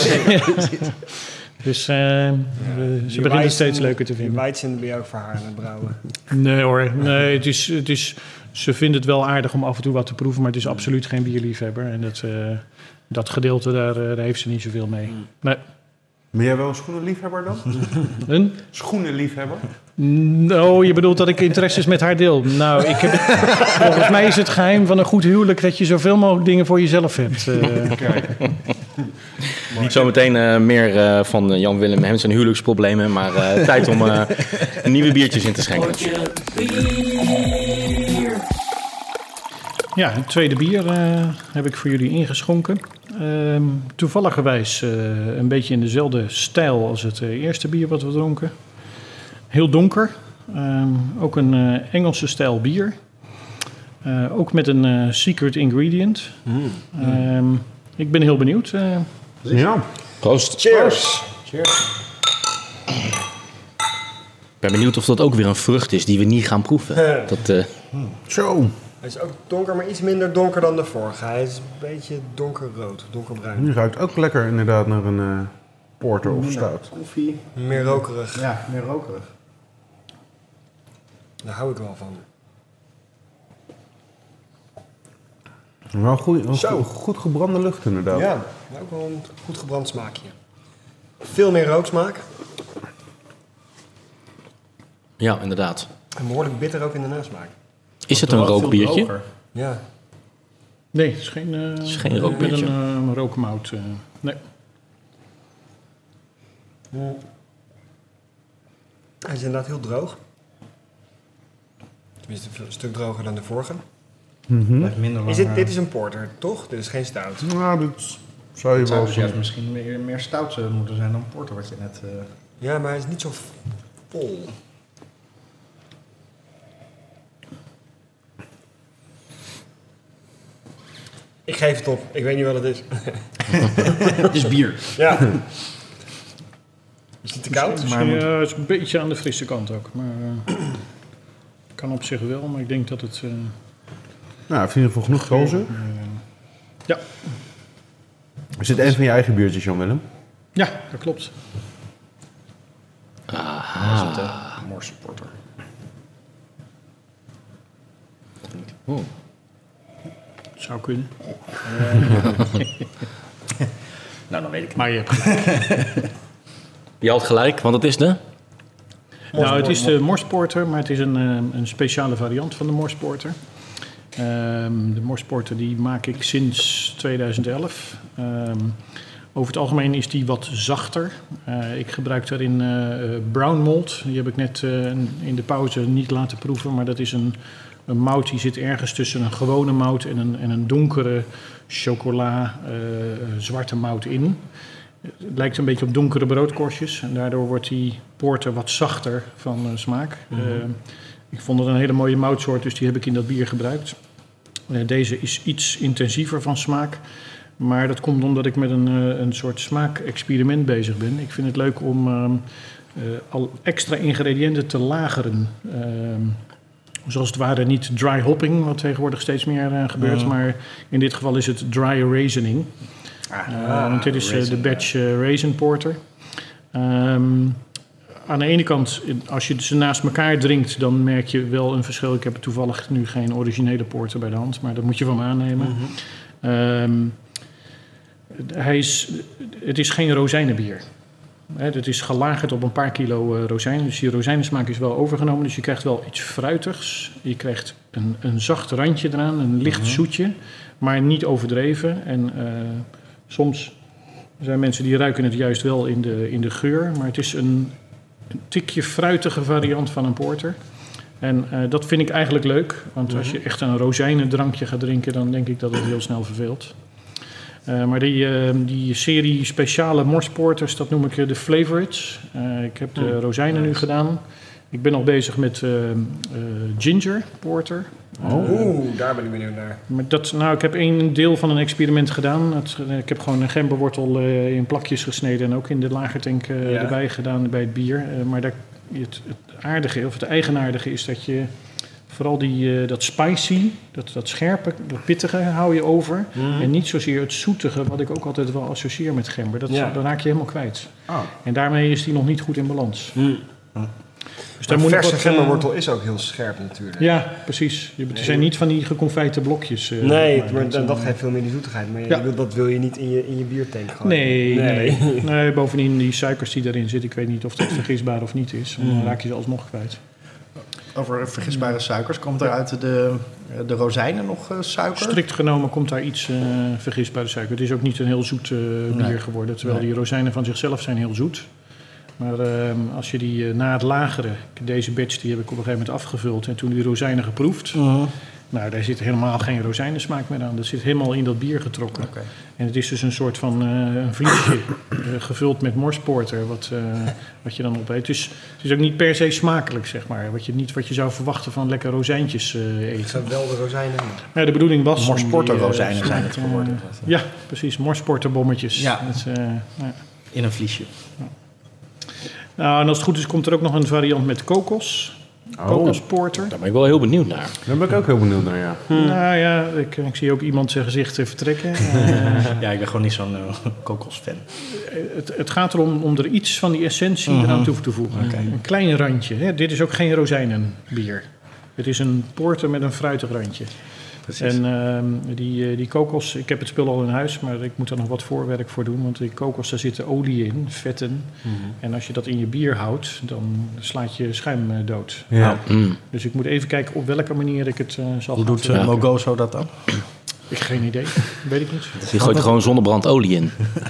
Dus uh, ja, we, ze begint het steeds leuker te vinden. Die Weizen ben je ook voor haar aan het brouwen. Nee hoor, nee, het is, het is, ze vindt het wel aardig om af en toe wat te proeven, maar het is absoluut geen bierliefhebber. En dat, uh, dat gedeelte, daar, uh, daar heeft ze niet zoveel mee. Nee. Ben jij wel een schoenenliefhebber dan? Een? Schoenenliefhebber? Nou, je bedoelt dat ik interesses met haar deel. Nou, ik heb het, volgens mij is het geheim van een goed huwelijk dat je zoveel mogelijk dingen voor jezelf hebt. Uh, Kijk. Zometeen uh, meer uh, van Jan Willem en zijn huwelijksproblemen. Maar uh, tijd om uh, nieuwe biertjes in te schenken. Ja, het tweede bier uh, heb ik voor jullie ingeschonken. Uh, toevalligerwijs uh, een beetje in dezelfde stijl als het uh, eerste bier wat we dronken. Heel donker. Uh, ook een uh, Engelse stijl bier. Uh, ook met een uh, secret ingredient. Mm. Uh, ik ben heel benieuwd. Uh, Ja. Proost. Cheers! Ik ben benieuwd of dat ook weer een vrucht is die we niet gaan proeven. Dat, uh... Zo. Hij is ook donker, maar iets minder donker dan de vorige. Hij is een beetje donkerrood, donkerbruin. Nu ruikt ook lekker inderdaad naar een uh, porter of stout. Koffie. Meer rokerig. Ja, meer rokerig. Daar hou ik wel van. Wel goed, een Zo. goed, goed gebrande lucht inderdaad. Ja, ook wel een goed gebrand smaakje. Veel meer rooksmaak. Ja, inderdaad. En behoorlijk bitter ook in de nasmaak. Is het een rookbiertje? Ja. nee, het is geen, uh, Het is geen rookbiertje. Met een uh, rookmout. Uh, nee. Hij is inderdaad heel droog. Tenminste, een stuk droger dan de vorige. Mm-hmm. Blijft minder lang. Is dit, uh, dit is een porter, toch? Dit is geen stout. Nou, dit zou je het zou wel dus zo... juist misschien meer, meer stout uh, moeten zijn dan porter wat je net... Uh, Ja, maar hij is niet zo v- vol. Ik geef het op. Ik weet niet wat het is. het is bier. Ja. Is het te koud? Misschien, uh, het is een beetje aan de frisse kant ook. Maar uh, kan op zich wel, maar ik denk dat het... Uh, Nou, heeft in ieder geval genoeg kozen. uh, ja. Is dit een van je eigen biertjes, Jan-Willem? ja, dat klopt. Ah. Is het uh, Morse porter. Oh. Zou kunnen. Nou, dan weet ik het. Maar je hebt gelijk. Je had gelijk, want het is de... Nou, het is de Morsporter, maar het is een, uh, een speciale variant van de Morsporter. Um, de Morsporter die maak ik sinds tweeduizend elf. Um, over het algemeen is die wat zachter. Uh, ik gebruik daarin uh, brown malt. Die heb ik net uh, in de pauze niet laten proeven, maar dat is een, een mout die zit ergens tussen een gewone mout en een, en een donkere chocola uh, zwarte mout in. Het lijkt een beetje op donkere broodkorstjes en daardoor wordt die porter wat zachter van uh, smaak. Mm-hmm. Uh, ik vond het een hele mooie moutsoort, dus die heb ik in dat bier gebruikt. Uh, deze is iets intensiever van smaak, maar dat komt omdat ik met een, uh, een soort smaakexperiment bezig ben. Ik vind het leuk om uh, uh, al extra ingrediënten te lageren. Uh, zoals het ware niet dry hopping, wat tegenwoordig steeds meer uh, gebeurt, mm. maar in dit geval is het dry raisioning. Ah, uh, want dit is uh, de batch uh, raisin porter. Um, aan de ene kant, als je ze naast elkaar drinkt, dan merk je wel een verschil. Ik heb toevallig nu geen originele porter bij de hand, maar dat moet je van me aannemen. Mm-hmm. Um, hij is, het is geen rozijnenbier. Het is gelagerd op een paar kilo uh, rozijnen. Dus die rozijnensmaak is wel overgenomen. Dus je krijgt wel iets fruitigs. Je krijgt een, een zacht randje eraan, een licht mm-hmm. zoetje, maar niet overdreven. En uh, soms zijn mensen die ruiken het juist wel in de, in de geur. Maar het is een, een tikje fruitige variant van een porter. En uh, dat vind ik eigenlijk leuk. Want mm-hmm. als je echt een rozijnendrankje gaat drinken, dan denk ik dat het heel snel verveelt. Uh, maar die, uh, die serie speciale morsporters, dat noem ik de favorites. Uh, ik heb de mm. rozijnen nu gedaan. Ik ben al bezig met uh, uh, ginger porter. Oh. Oeh, daar ben ik benieuwd naar. Maar dat, nou, ik heb één deel van een experiment gedaan. Het, ik heb gewoon een gemberwortel uh, in plakjes gesneden en ook in de lagertank uh, ja. erbij gedaan bij het bier. Uh, maar daar, het, het aardige, of het eigenaardige is dat je vooral die, uh, dat spicy, dat, dat scherpe, dat pittige hou je over. Mm. En niet zozeer het zoetige, wat ik ook altijd wel associeer met gember. Dat, ja. dat raak je helemaal kwijt. Oh. En daarmee is die nog niet goed in balans. Mm. Mm. Dus daar moet verse gemberwortel is ook heel scherp natuurlijk. Ja, precies. Het nee. zijn niet van die geconfijte blokjes. Uh, nee, maar, maar dat, dat geeft veel meer die zoetigheid. Maar ja. je, dat wil je niet in je, in je biertank gooien. Nee, nee. nee. nee, bovendien die suikers die daarin zitten, ik weet niet of dat vergisbaar of niet is. Dan raak je ze alsnog kwijt. Over vergisbare suikers, komt er uit de, de rozijnen nog uh, suiker? Strikt genomen komt daar iets uh, vergisbare suiker. Het is ook niet een heel zoet uh, bier nee. geworden, terwijl nee. die rozijnen van zichzelf zijn heel zoet. Maar uh, als je die uh, na het lageren, deze batch die heb ik op een gegeven moment afgevuld en toen die rozijnen geproefd. Uh-huh. Nou, daar zit helemaal geen rozijnensmaak meer aan. Dat zit helemaal in dat bier getrokken. Okay. En het is dus een soort van uh, een vliesje uh, gevuld met morsporter, wat, uh, wat je dan opeet. Het is, het is ook niet per se smakelijk, zeg maar. Wat je, niet wat je zou verwachten van lekker rozijntjes uh, eten. Het zijn wel de rozijnen. Ja, de bedoeling was... Morsporter-rozijnen uh, zijn het geworden. Uh, ja, precies. Morsporterbommetjes. Ja. Het, uh, ja. In een vliesje. Ja. Nou, en als het goed is, komt er ook nog een variant met kokos. Oh, kokosporter. Daar ben ik wel heel benieuwd naar. Daar ben ik ook heel benieuwd naar, ja. Hmm. Nou ja, ik, ik zie ook iemand zijn gezicht vertrekken. uh, ja, ik ben gewoon niet zo'n uh, kokosfan. Het, het gaat erom om er iets van die essentie uh-huh. eraan toe te voegen. Okay. Een klein randje. Hè. Dit is ook geen rozijnenbier. Het is een porter met een fruitig randje. Precies. En uh, die, die kokos, ik heb het spul al in huis, maar ik moet er nog wat voorwerk voor doen. Want die kokos, daar zitten olie in, vetten. Mm-hmm. En als je dat in je bier houdt, dan slaat je schuim uh, dood. Ja. Mm. Dus ik moet even kijken op welke manier ik het uh, zal Hoe doet uh, ja. Mogozo dat dan? Ik heb geen idee, weet ik niet. Die gooit er gewoon zonnebrandolie in.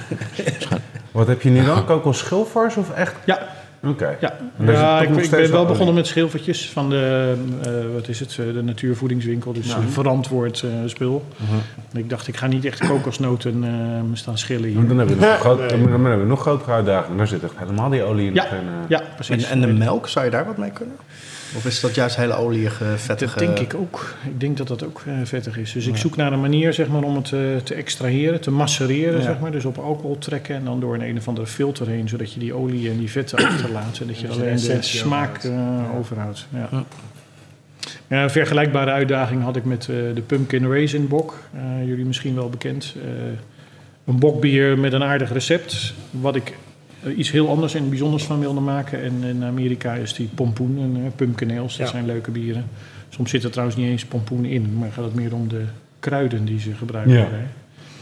Wat heb je nu dan? Kokosschilfers of echt? Ja. Oké. Okay. Ja, ja ik, ik ben wel begonnen met schilfertjes van de, uh, wat is het, de natuurvoedingswinkel. Dus nou. verantwoord uh, spul. Uh-huh. Ik dacht, ik ga niet echt kokosnoten uh, staan schillen hier. Dan hebben we nog, groot, dan hebben we nog grotere uitdagingen. Daar zit echt helemaal die olie in. Ja, en, uh, ja precies. En, en de melk, zou je daar wat mee kunnen? Of is dat juist hele olieige, vettige... Dat denk ik ook. Ik denk dat dat ook uh, vettig is. Dus ja. ik zoek naar een manier zeg maar, om het uh, te extraheren, te macereren. Ja. Zeg maar. Dus op alcohol trekken en dan door een, een of andere filter heen. Zodat je die olie en die vetten achterlaat. En dat je alleen de, de smaak uh, ja. overhoudt. Ja. Ja. Ja, een vergelijkbare uitdaging had ik met uh, de Pumpkin Raisin Bok. Uh, jullie misschien wel bekend. Uh, een bokbier met een aardig recept. Wat ik... iets heel anders en bijzonders van wilde maken. En in Amerika is die pompoen en uh, pumpkin ales. Dat ja. zijn leuke bieren. Soms zit er trouwens niet eens pompoen in, maar gaat het meer om de kruiden die ze gebruiken. Ja.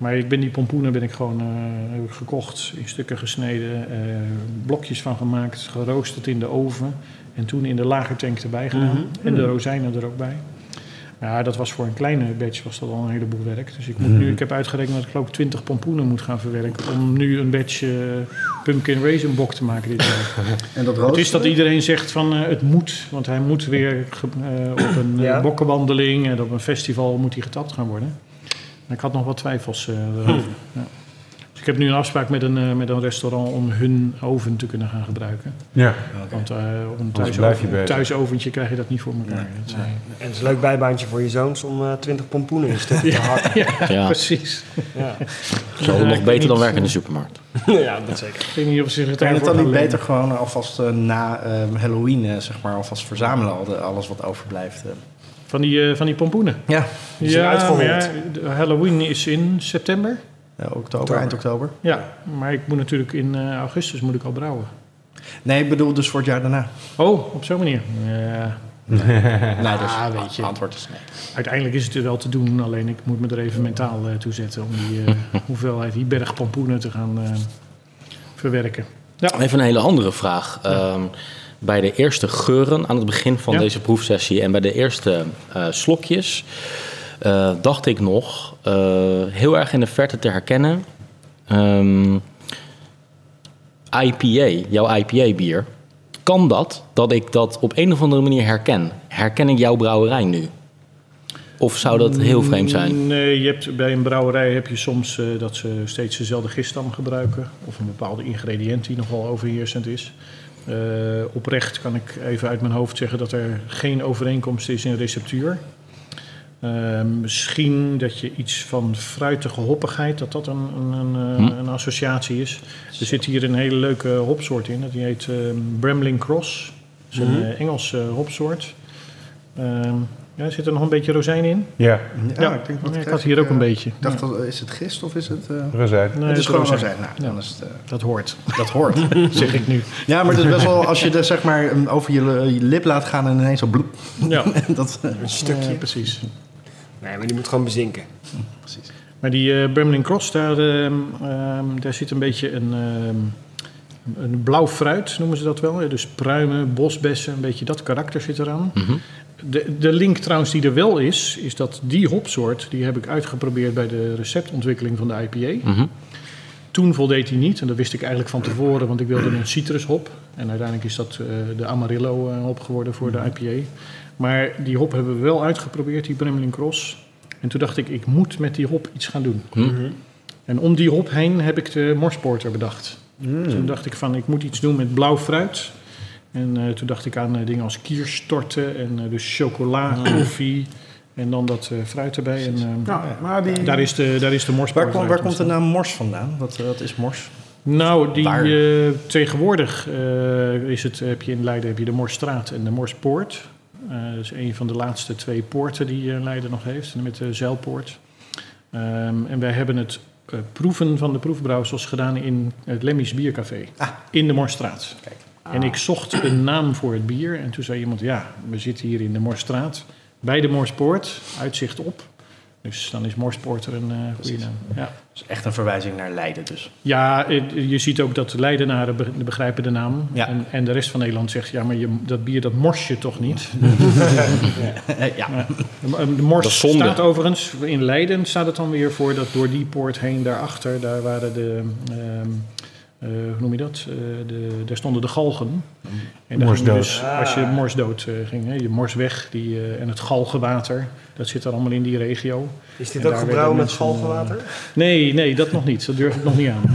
Maar ik ben die pompoenen ben ik gewoon uh, heb ik gekocht, in stukken gesneden, uh, blokjes van gemaakt, geroosterd in de oven en toen in de lagertank erbij gedaan Mm-hmm. en de rozijnen er ook bij. Ja, dat was voor een kleine batch was dat al een heleboel werk. Dus ik moet nu, ik heb uitgerekend dat ik geloof twintig pompoenen moet gaan verwerken om nu een batch uh, pumpkin raisin bok te maken dit jaar. En dat Het is dat iedereen zegt van uh, het moet, want hij moet weer ge- uh, op een uh, Ja. bokkenwandeling en op een festival moet hij getapt gaan worden. Maar ik had nog wat twijfels uh, erover. Ja. Dus ik heb nu een afspraak met een, uh, met een restaurant om hun oven te kunnen gaan gebruiken. Ja. Want uh, op een Anders blijf je thuisoven, bezig. thuisoventje krijg je dat niet voor elkaar. Dat, uh, En het is een leuk bijbaantje voor je zoons om uh, twintig pompoenen in stukken te hakken. Ja, Precies. Ja. zo Ja, nog ik beter weet dan niet. werken in de supermarkt. ja, dat zeker. Ik weet niet of ze zich Kan je het daarvoor dan niet gaan beter lenen. gewoon alvast uh, na uh, Halloween, uh, zeg maar, alvast verzamelen, al de, alles wat overblijft? Uh. Van die, uh, van die pompoenen? Ja, Die zijn Ja, uitgerold. maar ja, de Halloween is in september. uh, oktober, eind oktober. Ja, maar ik moet natuurlijk in uh, augustus moet ik al brouwen. Nee, ik bedoel dus voor het jaar daarna. Oh, op zo'n manier. Ja, Nee, dus Ah, weet je. antwoord is nee. uiteindelijk is het er wel te doen, alleen ik moet me er even mentaal uh, toe zetten om die uh, hoeveelheid, die berg pompoenen te gaan uh, verwerken. Ja. Even een hele andere vraag. Um, bij de eerste geuren aan het begin van Ja. deze proefsessie en bij de eerste uh, slokjes uh, dacht ik nog uh, heel erg in de verte te herkennen. Um, I P A, jouw I P A-bier. Kan dat, dat ik dat op een of andere manier herken? Herken ik jouw brouwerij nu? Of zou dat heel vreemd zijn? Nee, je hebt, bij een brouwerij heb je soms uh, dat ze steeds dezelfde giststam gebruiken. Of een bepaalde ingrediënt die nogal overheersend is. Uh, oprecht kan ik even uit mijn hoofd zeggen dat er geen overeenkomst is in receptuur. Uh, misschien dat je iets van fruitige hoppigheid, dat dat een, een, een, Hm. een associatie is. Er zit hier een hele leuke hopsoort in. Die heet uh, Bramling Cross. Dat is een uh, Engelse hopsoort. Uh, ja, zit er nog een beetje rozijn in? Ja, Ja, ik, denk dat ik had hier ook een beetje. Ik dacht, dat, is het gist of is het... Uh... rozijn. Nee, het is dat gewoon rozijn. rozijn. Nou, dan is het, uh, Dat hoort, dat hoort. zeg ik nu. Ja, maar het is best wel, als je er zeg maar um, over je, je lip laat gaan en ineens zo bloep. Ja, dat, uh, Een stukje. ja, precies. Nee, maar die moet gewoon bezinken. precies. Maar die uh, Bramling Cross, daar, uh, um, daar zit een beetje een, um, een blauw fruit, noemen ze dat wel. Hè? Dus pruimen, bosbessen, een beetje dat karakter zit eraan. Mhm. De, de link trouwens die er wel is, is dat die hopsoort, die heb ik uitgeprobeerd bij de receptontwikkeling van de I P A. Mhm. Toen voldeed hij niet, en dat wist ik eigenlijk van tevoren, want ik wilde een citrushop. En uiteindelijk is dat uh, de Amarillo uh, hop geworden voor de I P A. Maar die hop hebben we wel uitgeprobeerd, die Bramling Cross. En toen dacht ik, ik moet met die hop iets gaan doen. Hm. En om die hop heen heb ik de morsporter bedacht. Dus toen dacht ik van, ik moet iets doen met blauw fruit. En uh, toen dacht ik aan uh, dingen als kierstorten en uh, dus chocola, koffie en dan dat uh, fruit erbij. En, uh, Nou, maar die... daar is de, daar is de morsporter Waar, kom, waar uit komt de ontstaan. naam mors vandaan? Wat, uh, wat is mors? Nou, die, Waar? uh, tegenwoordig uh, is het, heb je in Leiden heb je de Morsstraat en de Morspoort. Uh, dat is een van de laatste twee poorten die uh, Leiden nog heeft, met de Zeilpoort. Um, en wij hebben het uh, proeven van de proefbrouwsels gedaan in het Lemmy's Biercafé. Ah. In de Morsstraat. Kijk. En ik zocht een naam voor het bier. En toen zei iemand, ja, we zitten hier in de Morsstraat. Bij de Morspoort, uitzicht op. Dus dan is Morsporter een uh, goede naam. Ja. Dat is echt een verwijzing naar Leiden dus. Ja, eh, je ziet ook dat de Leidenaren be- begrijpen de naam. Ja. En, en de rest van Nederland zegt, ja, maar je, dat bier dat mors je toch niet? Eh, ja. Ja. De, de mors Dat is zonde. staat overigens, in Leiden staat het dan weer voor dat door die poort heen daarachter, daar waren de, ehm, eh, hoe noem je dat? Eh, de, daar stonden de galgen. En daar ging je Morsdood. dus, als je morsdood eh, ging, hè, je mors weg die, eh, en het galgenwater, dat zit dan allemaal in die regio. Is dit En ook daar gebrouwen met werden mensen, schalgewater? Nee, nee, dat nog niet. Dat durf ik nog niet aan.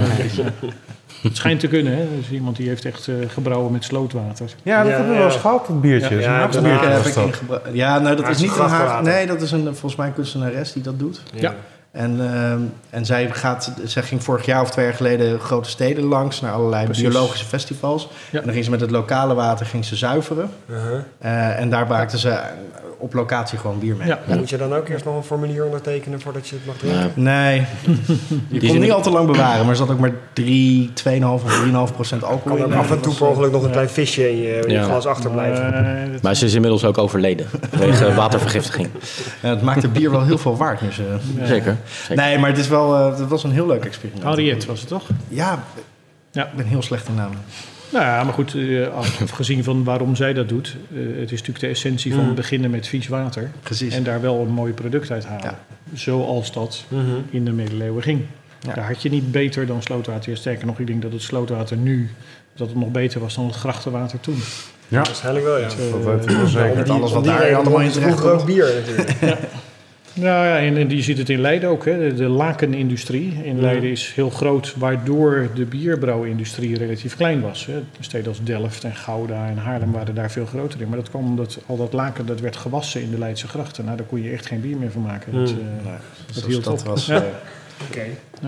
Het schijnt te kunnen, hè? Dus iemand die heeft echt uh, gebrouwen met slootwater. Ja, dat Ja, hebben we ja. wel eens gehad, dat biertje. Ja, Dat is een ja, Haagse daarna Ik, biertje heb was ik dat. ingebra- ja, nou, dat Maar is het niet is een Haag. grachtwater. Nee, dat is een, volgens mij een kunstenares die dat doet. Ja. En, ehm, en zij, gaat, zij ging vorig jaar of twee jaar geleden grote steden langs naar allerlei Precies. biologische festivals. Ja. En dan ging ze met het lokale water ging ze zuiveren. Uh-huh. Uh, en daar maakten ze op locatie gewoon bier mee. Ja. Moet je dan ook eerst nog een formulier ondertekenen voordat je het mag drinken? Nee. Nee, je kon zin- niet al te lang bewaren, maar er zat ook maar drie, twee komma vijf of drie komma vijf procent alcohol Kan in. er af en toe per ongeluk nog een klein visje in je, in je Ja. glas achterblijven? Eh, dat- Maar ze is inmiddels ook overleden vanwege watervergiftiging. Ja, het maakt het bier wel heel veel waard. Dus, uh, ja. Zeker. zeker. Nee, maar het, is wel, uh, het was een heel leuk experiment. Henriette was het toch? Ja, Ja. ik ben heel slecht in namen. Nou ja, maar goed, uh, afgezien van waarom zij dat doet. Uh, het is natuurlijk de essentie van Mm. beginnen met vies water. Precies. En daar wel een mooi product uit halen. Ja. Zoals dat Mm-hmm. in de middeleeuwen ging. Ja. Daar had je niet beter dan slootwater. Sterker nog, ik denk dat het slootwater nu dat het nog beter was dan het grachtenwater toen. Ja, Waarschijnlijk wel, ja. dat weten we wel zeker. Met alles wat Die daar reden allemaal in dronken ze terecht vroeger ook komt. bier natuurlijk. Nou ja, en, en je ziet het in Leiden ook. Hè. De, de lakenindustrie in Leiden is heel groot, waardoor de bierbrouwindustrie relatief klein was. Hè. Steden als Delft en Gouda en Haarlem waren daar veel groter in. Maar dat kwam omdat al dat laken dat werd gewassen in de Leidse grachten. Nou, daar kon je echt geen bier meer van maken. Dat, Mm. eh, Nee, dat dus hield dat op. was... Ja. Uh, Oké.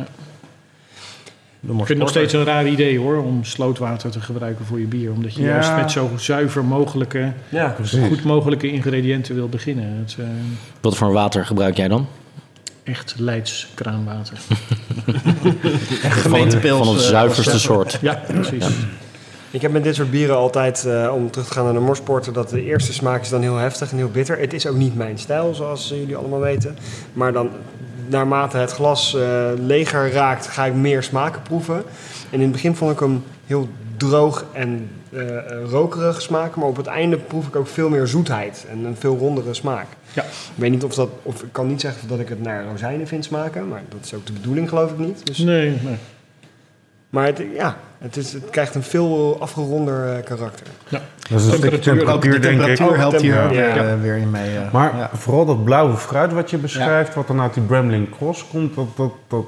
de Ik vind het nog steeds een raar idee hoor, om slootwater te gebruiken voor je bier. Omdat je Ja. juist met zo zuiver mogelijke, Ja. Precies. goed mogelijke ingrediënten wil beginnen. Het, eh, Wat voor water gebruik jij dan? echt Leids kraanwater. gemeentepils. Van het uh, zuiverste was- soort. Ja, precies. Ik heb met dit soort bieren altijd, uh, om terug te gaan naar de morsporten, dat de eerste smaak is dan heel heftig en heel bitter. Het is ook niet mijn stijl, zoals uh, jullie allemaal weten. Maar dan, naarmate het glas uh, leger raakt, ga ik meer smaken proeven. En in het begin vond ik hem heel droog en uh, uh, rokerig smaken. Maar op het einde proef ik ook veel meer zoetheid en een veel rondere smaak. Ja. Ik weet niet of dat, of ik kan niet zeggen dat ik het naar rozijnen vind smaken. Maar dat is ook de bedoeling, geloof ik niet. Dus, Nee, nee. maar het, ja, het, is, het krijgt een veel afgeronder uh, karakter. Dat is een stukje Ook de temperatuur, denk ik. temperatuur helpt hier ook Ja. weer, uh, weer in mee. uh, Maar ja. vooral dat blauwe fruit wat je beschrijft, wat dan uit die Bramling Cross komt, dat, dat, dat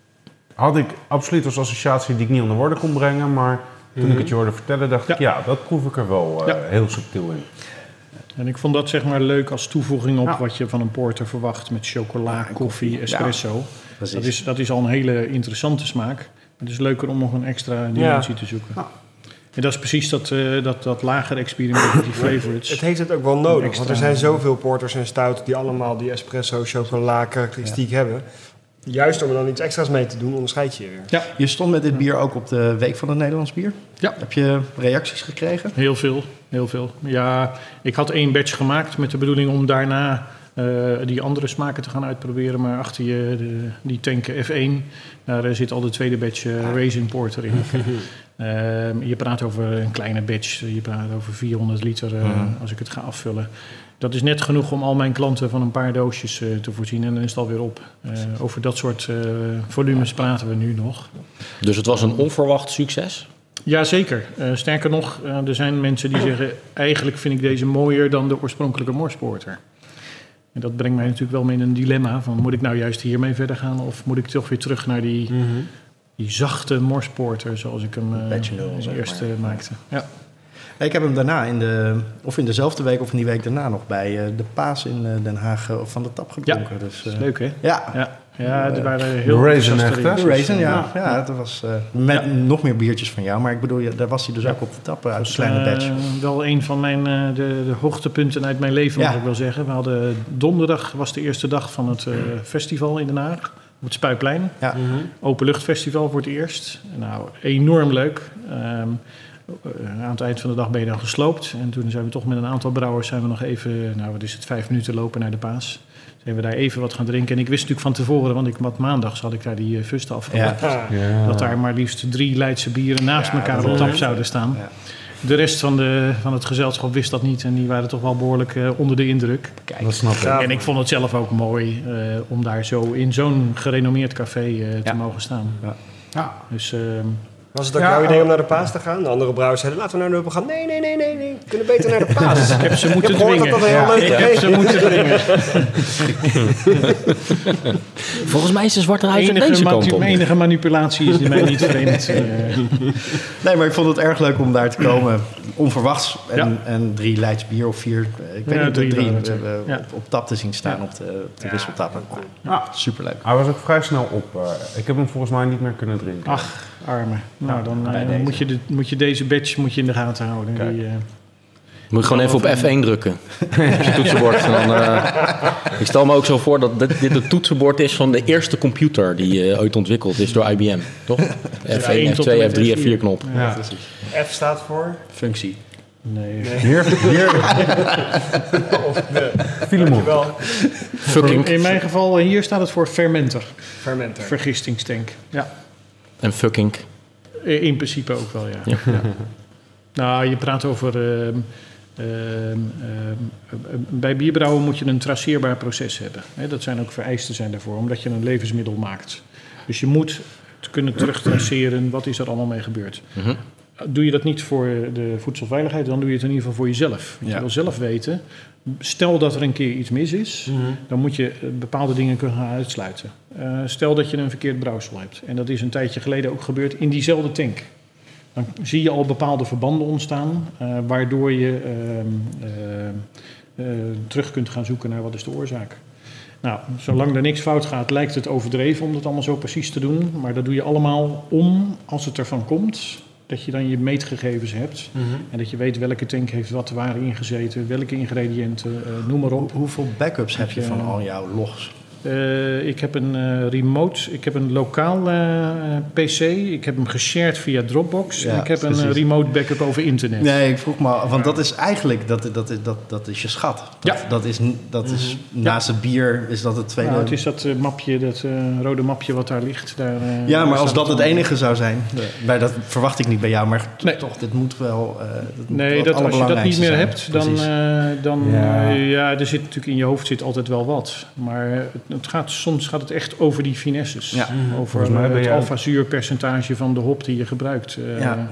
had ik absoluut als associatie die ik niet onder woorden kon brengen. Maar toen ik het je hoorde vertellen, dacht ik, ja, dat proef ik er wel uh, Ja. heel subtiel in. En ik vond dat zeg maar leuk als toevoeging op Ja. wat je van een porter verwacht met chocola, koffie, espresso. Precies. Dat is, dat is al een hele interessante smaak. Het is leuker om nog een extra dimensie te zoeken. Ja. En dat is precies dat, uh, dat, dat lagere experiment met die favorites. Het heeft het ook wel nodig, Extra. want er zijn zoveel porters en stout die allemaal die espresso, chocola karakteristiek hebben. Juist om er dan iets extra's mee te doen, onderscheid je je weer. Ja, Je stond met dit bier ook op de Week van het Nederlands Bier. Ja. Heb je reacties gekregen? heel veel. Heel veel. Ja, ik had één batch gemaakt met de bedoeling om daarna uh, die andere smaken te gaan uitproberen. Maar achter je, de, die tank F één, daar uh, zit al de tweede batch uh, Raisin Porter in. Uh, je praat over een kleine batch, je praat over vierhonderd liter uh, mm. als ik het ga afvullen. Dat is net genoeg om al mijn klanten van een paar doosjes uh, te voorzien en dan is het alweer op. Uh, over dat soort uh, volumes praten we nu nog. Dus het was een onverwacht succes? Jazeker. Uh, sterker nog, uh, er zijn mensen die zeggen, eigenlijk vind ik deze mooier dan de oorspronkelijke morsporter. En dat brengt mij natuurlijk wel mee in een dilemma van, moet ik nou juist hiermee verder gaan of moet ik toch weer terug naar die, Mm-hmm. die zachte morsporter zoals ik hem uh, Batch nul, zeg eerst maar. uh, maakte. Ja. Ik heb hem daarna, in de, of in dezelfde week of in die week daarna nog bij uh, de Paas in uh, Den Haag uh, van de tap gedronken. Dus, Dat uh, is leuk hè? Ja, Ja, ja er waren heel De Raisin enthousiaste echt, hè? de reacties. Raisin, ja. ja. dat was uh, met Ja. nog meer biertjes van jou. Maar ik bedoel, ja, daar was hij dus ook op de tap uit een kleine batch. Uh, wel een van mijn, uh, de, de hoogtepunten uit mijn leven, Ja. mag ik wel zeggen. We hadden donderdag, was de eerste dag van het uh, festival in Den Haag. Op het Spuiplein. Ja. Mm-hmm. Openluchtfestival voor het eerst. Nou, enorm leuk. Um, aan het eind van de dag ben je dan gesloopt. En toen zijn we toch met een aantal brouwers zijn we nog even, nou wat is het, vijf minuten lopen naar de Paas. Zijn we daar even wat gaan drinken. En ik wist natuurlijk van tevoren, want ik wat maandags had ik daar die uh, fusten afgemaakt. Ja. Ja. Dat daar maar liefst drie Leidse bieren naast Ja, elkaar dat op is tap leuk. zouden staan. Ja. De rest van, de, van het gezelschap wist dat niet. En die waren toch wel behoorlijk uh, onder de indruk. Dat snap ik. Ja. En ik vond het zelf ook mooi uh, om daar zo in zo'n gerenommeerd café uh, te Ja. mogen staan. Ja. Dus uh, Was het ook Ja, jouw idee uh, om naar de Paas te gaan? De andere brouwers zeiden, laten we naar de Huppel gaan. Nee, nee, nee, nee, nee. We kunnen beter naar de Paas. ik heb ze moeten Ik heb gehoord dwingen. dat dat een heel Ja. leuk Ik café heb is. ze moeten dwingen. Volgens mij is de Zwarte Huis uit Enige, deze kant manu- op. enige manipulatie is die mij niet vreemd. Uh, Nee, maar ik vond het erg leuk om daar te komen. Onverwachts. En, Ja. en drie Leids bier of vier. Ik weet Ja, niet, drie drie, drie waren het, uh, ja. op, op tap te zien staan op de, op de wisseltappen. Ja. Superleuk. Hij was ook vrij snel op. Uh, ik heb hem volgens mij niet meer kunnen drinken. ach, arme. Nou, dan uh, bij deze. moet, je de, moet je deze batch moet je in de gaten houden. Kijk. Die, uh, Moet je gewoon even op F één drukken. Op je toetsenbord. En dan, uh, ik stel me ook zo voor dat dit, dit het toetsenbord is van de eerste computer die uh, ooit ontwikkeld is door I B M. Toch? F één, één F tot twee, en F drie, met F vier knop. Ja. F staat voor... Functie. Nee. Nee. Meer, meer Of de... Filemon. Wel, Fucking In mijn geval, hier staat het voor fermenter. fermenter. Vergistingstank. Ja. en fucking. In principe ook wel, ja. Ja. Ja. Nou, je praat over... ehm, ehm, ehm, bij bierbrouwen moet je een traceerbaar proces hebben. Hè, dat zijn ook vereisten zijn daarvoor, omdat je een levensmiddel maakt. Dus je moet het kunnen terugtraceren, wat is er allemaal mee gebeurd. Mhm. Doe je dat niet voor de voedselveiligheid, dan doe je het in ieder geval voor jezelf. Want Ja. je wil zelf weten, stel dat er een keer iets mis is, Mm-hmm. dan moet je eh, bepaalde dingen kunnen gaan uitsluiten. Uh, stel dat je een verkeerd brouwsel hebt. En dat is een tijdje geleden ook gebeurd in diezelfde tank. Dan zie je al bepaalde verbanden ontstaan, uh, waardoor je uh, uh, uh, terug kunt gaan zoeken naar wat is de oorzaak. Nou, zolang er niks fout gaat, lijkt het overdreven om dat allemaal zo precies te doen. Maar dat doe je allemaal om, als het ervan komt, dat je dan je meetgegevens hebt. Mm-hmm. En dat je weet welke tank heeft wat waar ingezeten, welke ingrediënten, uh, noem maar op. Hoe- hoeveel backups heb je Ja. van al jouw logs? Uh, ik heb een uh, remote, ik heb een lokaal uh, P C, ik heb hem geshared via Dropbox Ja, en ik heb een uh, precies. remote backup over internet. Nee, ik vroeg me af, want dat is eigenlijk, dat, dat, dat, dat is je schat. Dat, Ja. dat is, dat is naast het bier, is dat het tweede. Nou, het is dat uh, mapje, dat uh, rode mapje wat daar ligt. Daar, uh, Ja, maar daar als staat dat het dan- enige zou zijn, bij dat verwacht ik niet bij jou, maar t- Nee. toch, dit moet wel. Uh, dit moet wel Nee, het dat, als je dat niet allerbelangrijkste meer zijn. hebt, dan, Precies. uh, dan Ja. ja. ja, er zit natuurlijk in je hoofd zit altijd wel wat. Maar het, het gaat, soms gaat het echt over die finesses. Ja. Over Volgens mij uh, ben het jij- alfazuurpercentage van de hop die je gebruikt. Uh, Ja.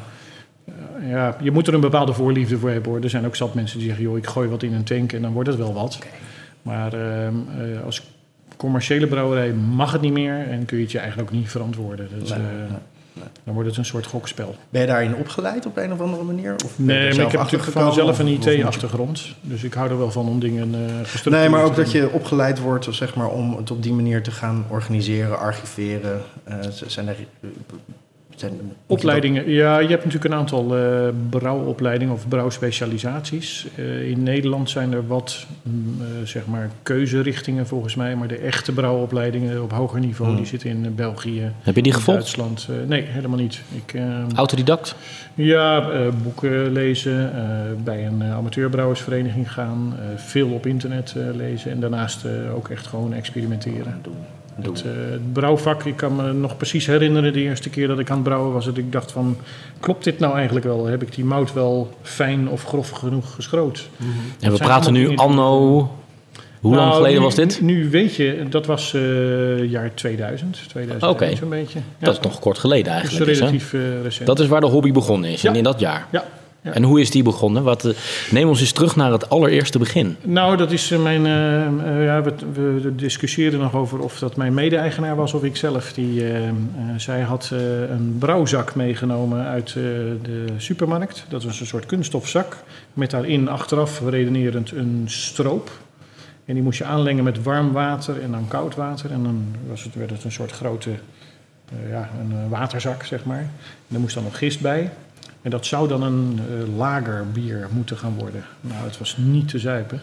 uh, ja, je moet er een bepaalde voorliefde voor hebben hoor. Er zijn ook zat mensen die zeggen, joh, ik gooi wat in een tank en dan wordt het wel wat. Maar uh, uh, als commerciële brouwerij mag het niet meer en kun je het je eigenlijk ook niet verantwoorden. Dat, Nee, uh, nee, nee. Dan wordt het een soort gokspel. Ben je daarin opgeleid op een of andere manier? Of ben je Nee, er maar ik zelf heb natuurlijk van achtergekomen, mezelf een of- of moet je- I T-achtergrond. Dus ik hou er wel van om dingen uh, gestructureerd Nee, maar ook te dat doen. je opgeleid wordt zeg maar, om het op die manier te gaan organiseren, archiveren. Uh, zijn er, uh, zijn, moet je dat- Opleidingen, ja, je hebt natuurlijk een aantal uh, brouwopleidingen of brouwspecialisaties. Uh, in Nederland zijn er wat, mm, uh, zeg maar, keuzerichtingen volgens mij. Maar de echte brouwopleidingen op hoger niveau, Hmm. die zitten in uh, België, Heb je die in gevolgd? Duitsland. Uh, nee, helemaal niet. Ik, uh, Autodidact? ja, uh, boeken lezen, uh, bij een uh, amateurbrouwersvereniging gaan, uh, veel op internet uh, lezen en daarnaast uh, ook echt gewoon experimenteren. Het, uh, het brouwvak, ik kan me nog precies herinneren de eerste keer dat ik aan het brouwen was, dat ik dacht van, klopt dit nou eigenlijk wel? Heb ik die mout wel fijn of grof genoeg geschroot? En we zijn praten allemaal nu dingen- anno... Hoe lang Nou, geleden nu- was dit? Nu weet je, dat was uh, jaar tweeduizend, tweeduizend Oké. zo'n beetje. Ja, Dat is nog kort geleden dat is eigenlijk. is, hè? relatief uh, recent. Dat is waar de hobby begonnen is, Ja. en in dat jaar. Ja. Ja. En hoe is die begonnen? Wat, uh, neem ons eens terug naar het allereerste begin. Nou, dat is uh, mijn. Uh, uh, ja, we, we discussieerden nog over of dat mijn mede-eigenaar was of ik zelf. Die, uh, uh, zij had uh, een brouwzak meegenomen uit uh, de supermarkt. Dat was een soort kunststofzak. Met daarin achteraf redenerend een stroop. En die moest je aanlengen met warm water en dan koud water. En dan was het, werd het een soort grote uh, ja, een uh, waterzak, zeg maar. En er moest dan nog gist bij. En dat zou dan een uh, lagerbier moeten gaan worden. Nou, het was niet te zuipen.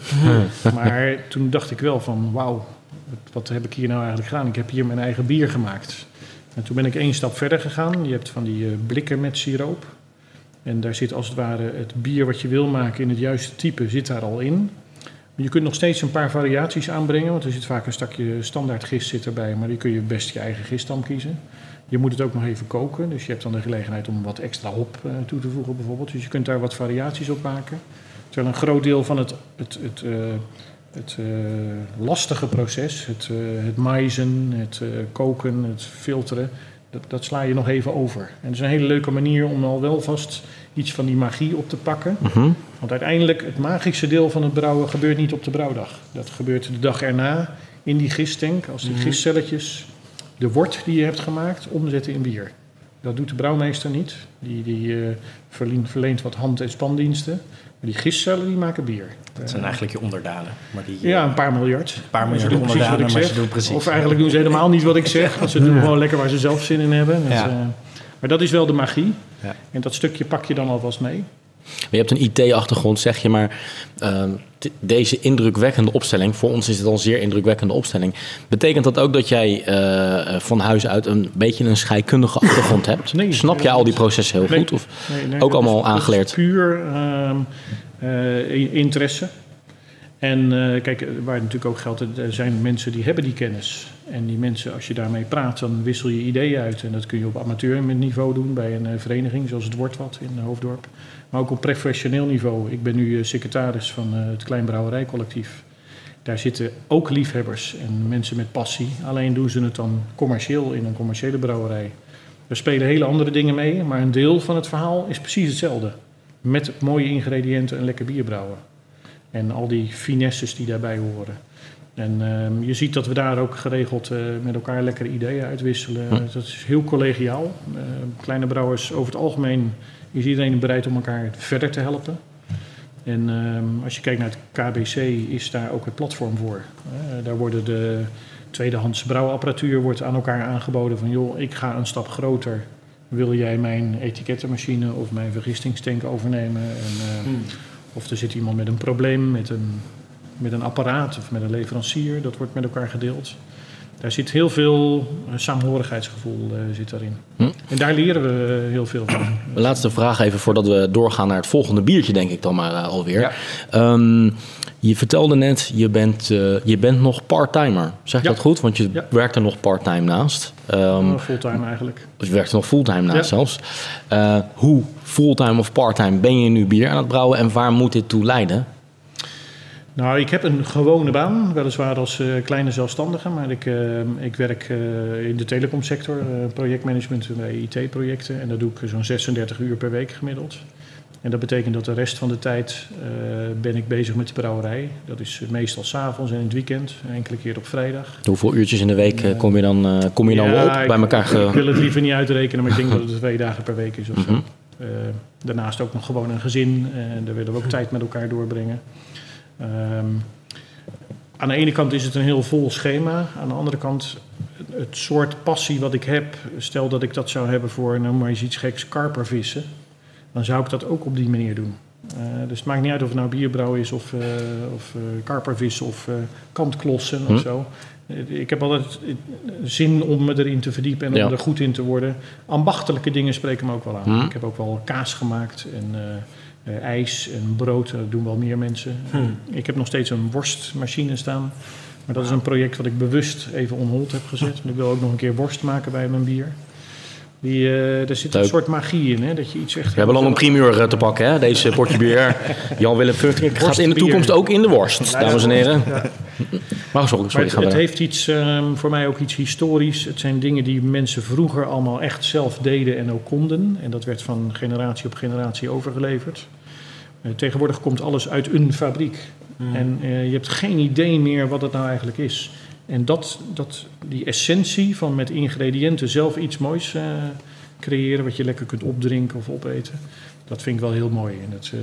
Maar toen dacht ik wel van, wauw, wat heb ik hier nou eigenlijk gedaan? Ik heb hier mijn eigen bier gemaakt. En toen ben ik één stap verder gegaan. Je hebt van die uh, blikken met siroop. En daar zit als het ware het bier wat je wil maken in het juiste type zit daar al in. Je kunt nog steeds een paar variaties aanbrengen, want er zit vaak een stakje standaard gist zit erbij, maar die kun je best je eigen giststam kiezen. Je moet het ook nog even koken, dus je hebt dan de gelegenheid om wat extra hop uh, toe te voegen bijvoorbeeld. Dus je kunt daar wat variaties op maken. Terwijl een groot deel van het, het, het, uh, het uh, lastige proces, het, uh, het maizen, het uh, koken, het filteren, dat, dat sla je nog even over. En het is een hele leuke manier om al wel vast iets van die magie op te pakken. Mm-hmm. Want uiteindelijk, het magische deel van het brouwen gebeurt niet op de brouwdag. Dat gebeurt de dag erna in die gisttank, als die gistcelletjes de wort die je hebt gemaakt omzetten in bier. Dat doet de brouwmeester niet. Die, die uh, verleent, verleent wat hand- en spandiensten. Maar die gistcellen die maken bier. Dat zijn eigenlijk je onderdanen. Maar die, Ja, een paar miljard. een paar Ze miljard doen precies wat onderdanen, ik maar zeg. ze doen precies. Of eigenlijk doen ze helemaal niet wat ik zeg. Want ze doen gewoon lekker waar ze zelf zin in hebben. Dat, Ja. uh, maar dat is wel de magie. Ja. En dat stukje pak je dan alvast mee. Maar je hebt een I T-achtergrond, zeg je, maar uh, t- deze indrukwekkende opstelling, voor ons is het al een zeer indrukwekkende opstelling. Betekent dat ook dat jij uh, van huis uit een beetje een scheikundige achtergrond hebt? Nee, Snap jij al die processen heel nee, goed? Of nee, nee, ook dat allemaal is, dat aangeleerd? is puur uh, uh, interesse. En uh, kijk, waar het natuurlijk ook geldt, er zijn mensen die hebben die kennis. En die mensen, als je daarmee praat, dan wissel je ideeën uit. En dat kun je op amateurniveau doen bij een uh, vereniging, zoals het Wordt Wat in Hoofddorp. Maar ook op professioneel niveau. Ik ben nu uh, secretaris van uh, het Kleinbrouwerijcollectief. Daar zitten ook liefhebbers en mensen met passie. Alleen doen ze het dan commercieel in een commerciële brouwerij. Er spelen hele andere dingen mee, maar een deel van het verhaal is precies hetzelfde. Met mooie ingrediënten en lekker bier brouwen. En al die finesses die daarbij horen. En uh, je ziet dat we daar ook geregeld uh, met elkaar lekkere ideeën uitwisselen. Hm. Dat is heel collegiaal. Uh, kleine brouwers, over het algemeen is iedereen bereid om elkaar verder te helpen. En uh, als je kijkt naar het K B C, is daar ook het platform voor. Uh, daar worden de tweedehands brouwapparatuur wordt aan elkaar aangeboden van joh, ik ga een stap groter. Wil jij mijn etikettenmachine of mijn vergistingstank overnemen? En, uh, hm. Of er zit iemand met een probleem, met een, met een apparaat of met een leverancier. Dat wordt met elkaar gedeeld. Daar zit heel veel uh, samenhorigheidsgevoel uh, zit daarin. Hm. En daar leren we uh, heel veel van. Laatste vraag even voordat we doorgaan naar het volgende biertje, denk ik dan maar uh, alweer. Ja. Um, je vertelde net, je bent, uh, je bent nog part-timer. Zeg je ja. dat goed? Want je ja. werkt er nog part-time naast. Um, uh, fulltime eigenlijk. Dus je werkt er nog fulltime naast ja. zelfs. Uh, hoe fulltime of part-time ben je nu bier aan het brouwen en waar moet dit toe leiden? Nou, ik heb een gewone baan, weliswaar als uh, kleine zelfstandige, maar ik, uh, ik werk uh, in de telecomsector, uh, projectmanagement bij I T-projecten en dat doe ik zo'n zesendertig uur per week gemiddeld. En dat betekent dat de rest van de tijd uh, ben ik bezig met de brouwerij. Dat is meestal 's avonds en in het weekend, enkele keer op vrijdag. Hoeveel uurtjes in de week uh, kom je dan, uh, kom je dan ja, op ik, bij elkaar? Ge... Ik wil het liever niet uitrekenen, maar ik denk dat het twee dagen per week is of mm-hmm. zo. Uh, daarnaast ook nog gewoon een gezin en daar willen we ook tijd met elkaar doorbrengen. Um, aan de ene kant is het een heel vol schema. Aan de andere kant, het soort passie wat ik heb, stel dat ik dat zou hebben voor, nou maar eens iets geks, karpervissen, dan zou ik dat ook op die manier doen. Uh, dus het maakt niet uit of het nou bierbrouw is of, uh, of uh, karpervissen of uh, kantklossen hm. of zo. Ik heb altijd zin om me erin te verdiepen en om ja. er goed in te worden. Ambachtelijke dingen spreken me ook wel aan. Hm. Ik heb ook wel kaas gemaakt en uh, uh, ijs en brood. Dat doen wel meer mensen. Hm. Ik heb nog steeds een worstmachine staan. Maar dat is een project wat ik bewust even on hold heb gezet. Want ik wil ook nog een keer worst maken bij mijn bier. Die, uh, er zit een soort magie in, hè? Dat je iets echt... We hebben al een primeur te pakken, hè? Deze potje bier. Jan Willem Fucking gaat in de toekomst ook in de worst, dames en heren. Ja. Maar sorry, sorry. Maar het, het heeft iets, um, voor mij ook iets historisch. Het zijn dingen die mensen vroeger allemaal echt zelf deden en ook konden. En dat werd van generatie op generatie overgeleverd. Uh, tegenwoordig komt alles uit een fabriek. Mm. En uh, je hebt geen idee meer wat het nou eigenlijk is. En dat, dat, die essentie van met ingrediënten zelf iets moois uh, creëren, wat je lekker kunt opdrinken of opeten, dat vind ik wel heel mooi. En dat, uh,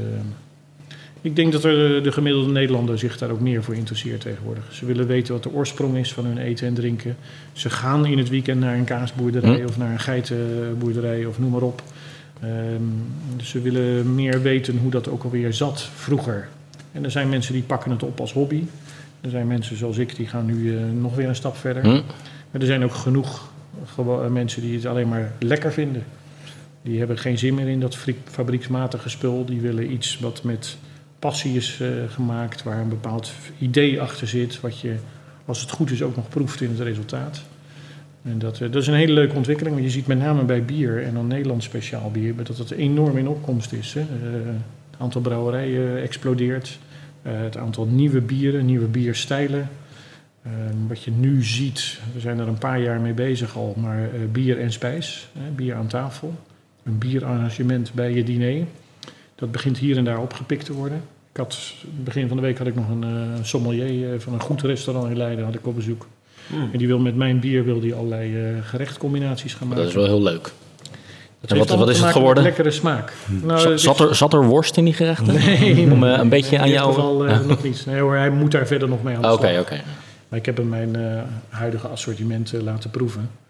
ik denk dat er de gemiddelde Nederlander zich daar ook meer voor interesseert tegenwoordig. Ze willen weten wat de oorsprong is van hun eten en drinken. Ze gaan in het weekend naar een kaasboerderij hm. of naar een geitenboerderij of noem maar op. Um, dus ze willen meer weten hoe dat ook alweer zat vroeger. En er zijn mensen die pakken het op als hobby. Er zijn mensen zoals ik, die gaan nu uh, nog weer een stap verder. Hm. Maar er zijn ook genoeg gewo- mensen die het alleen maar lekker vinden. Die hebben geen zin meer in dat fabrieksmatige spul. Die willen iets wat met passie is uh, gemaakt, waar een bepaald idee achter zit, wat je, als het goed is, ook nog proeft in het resultaat. En dat, uh, dat is een hele leuke ontwikkeling, want je ziet met name bij bier en dan Nederlands speciaal bier, dat het enorm in opkomst is. Hè. Uh, het aantal brouwerijen uh, explodeert. Uh, het aantal nieuwe bieren, nieuwe bierstijlen. Uh, wat je nu ziet, we zijn er een paar jaar mee bezig al, maar uh, bier en spijs, hè, bier aan tafel. Een bierarrangement bij je diner. Dat begint hier en daar opgepikt te worden. Ik had, begin van de week had ik nog een uh, sommelier uh, van een goed restaurant in Leiden had ik op bezoek. Mm. En die wil met mijn bier wil die allerlei uh, gerechtcombinaties gaan maken. Dat is wel heel leuk. Dat en wat, wat is het geworden? Lekkere smaak. Hmm. Nou, zat, er, zat er worst in die gerechten? Nee. Om uh, een beetje nee, aan jou... Geval, uh, ja. Nog niet. Nee hoor, hij moet daar verder nog mee aan de slag. Oké, okay, oké. Okay. Maar ik heb hem mijn uh, huidige assortiment uh, laten proeven.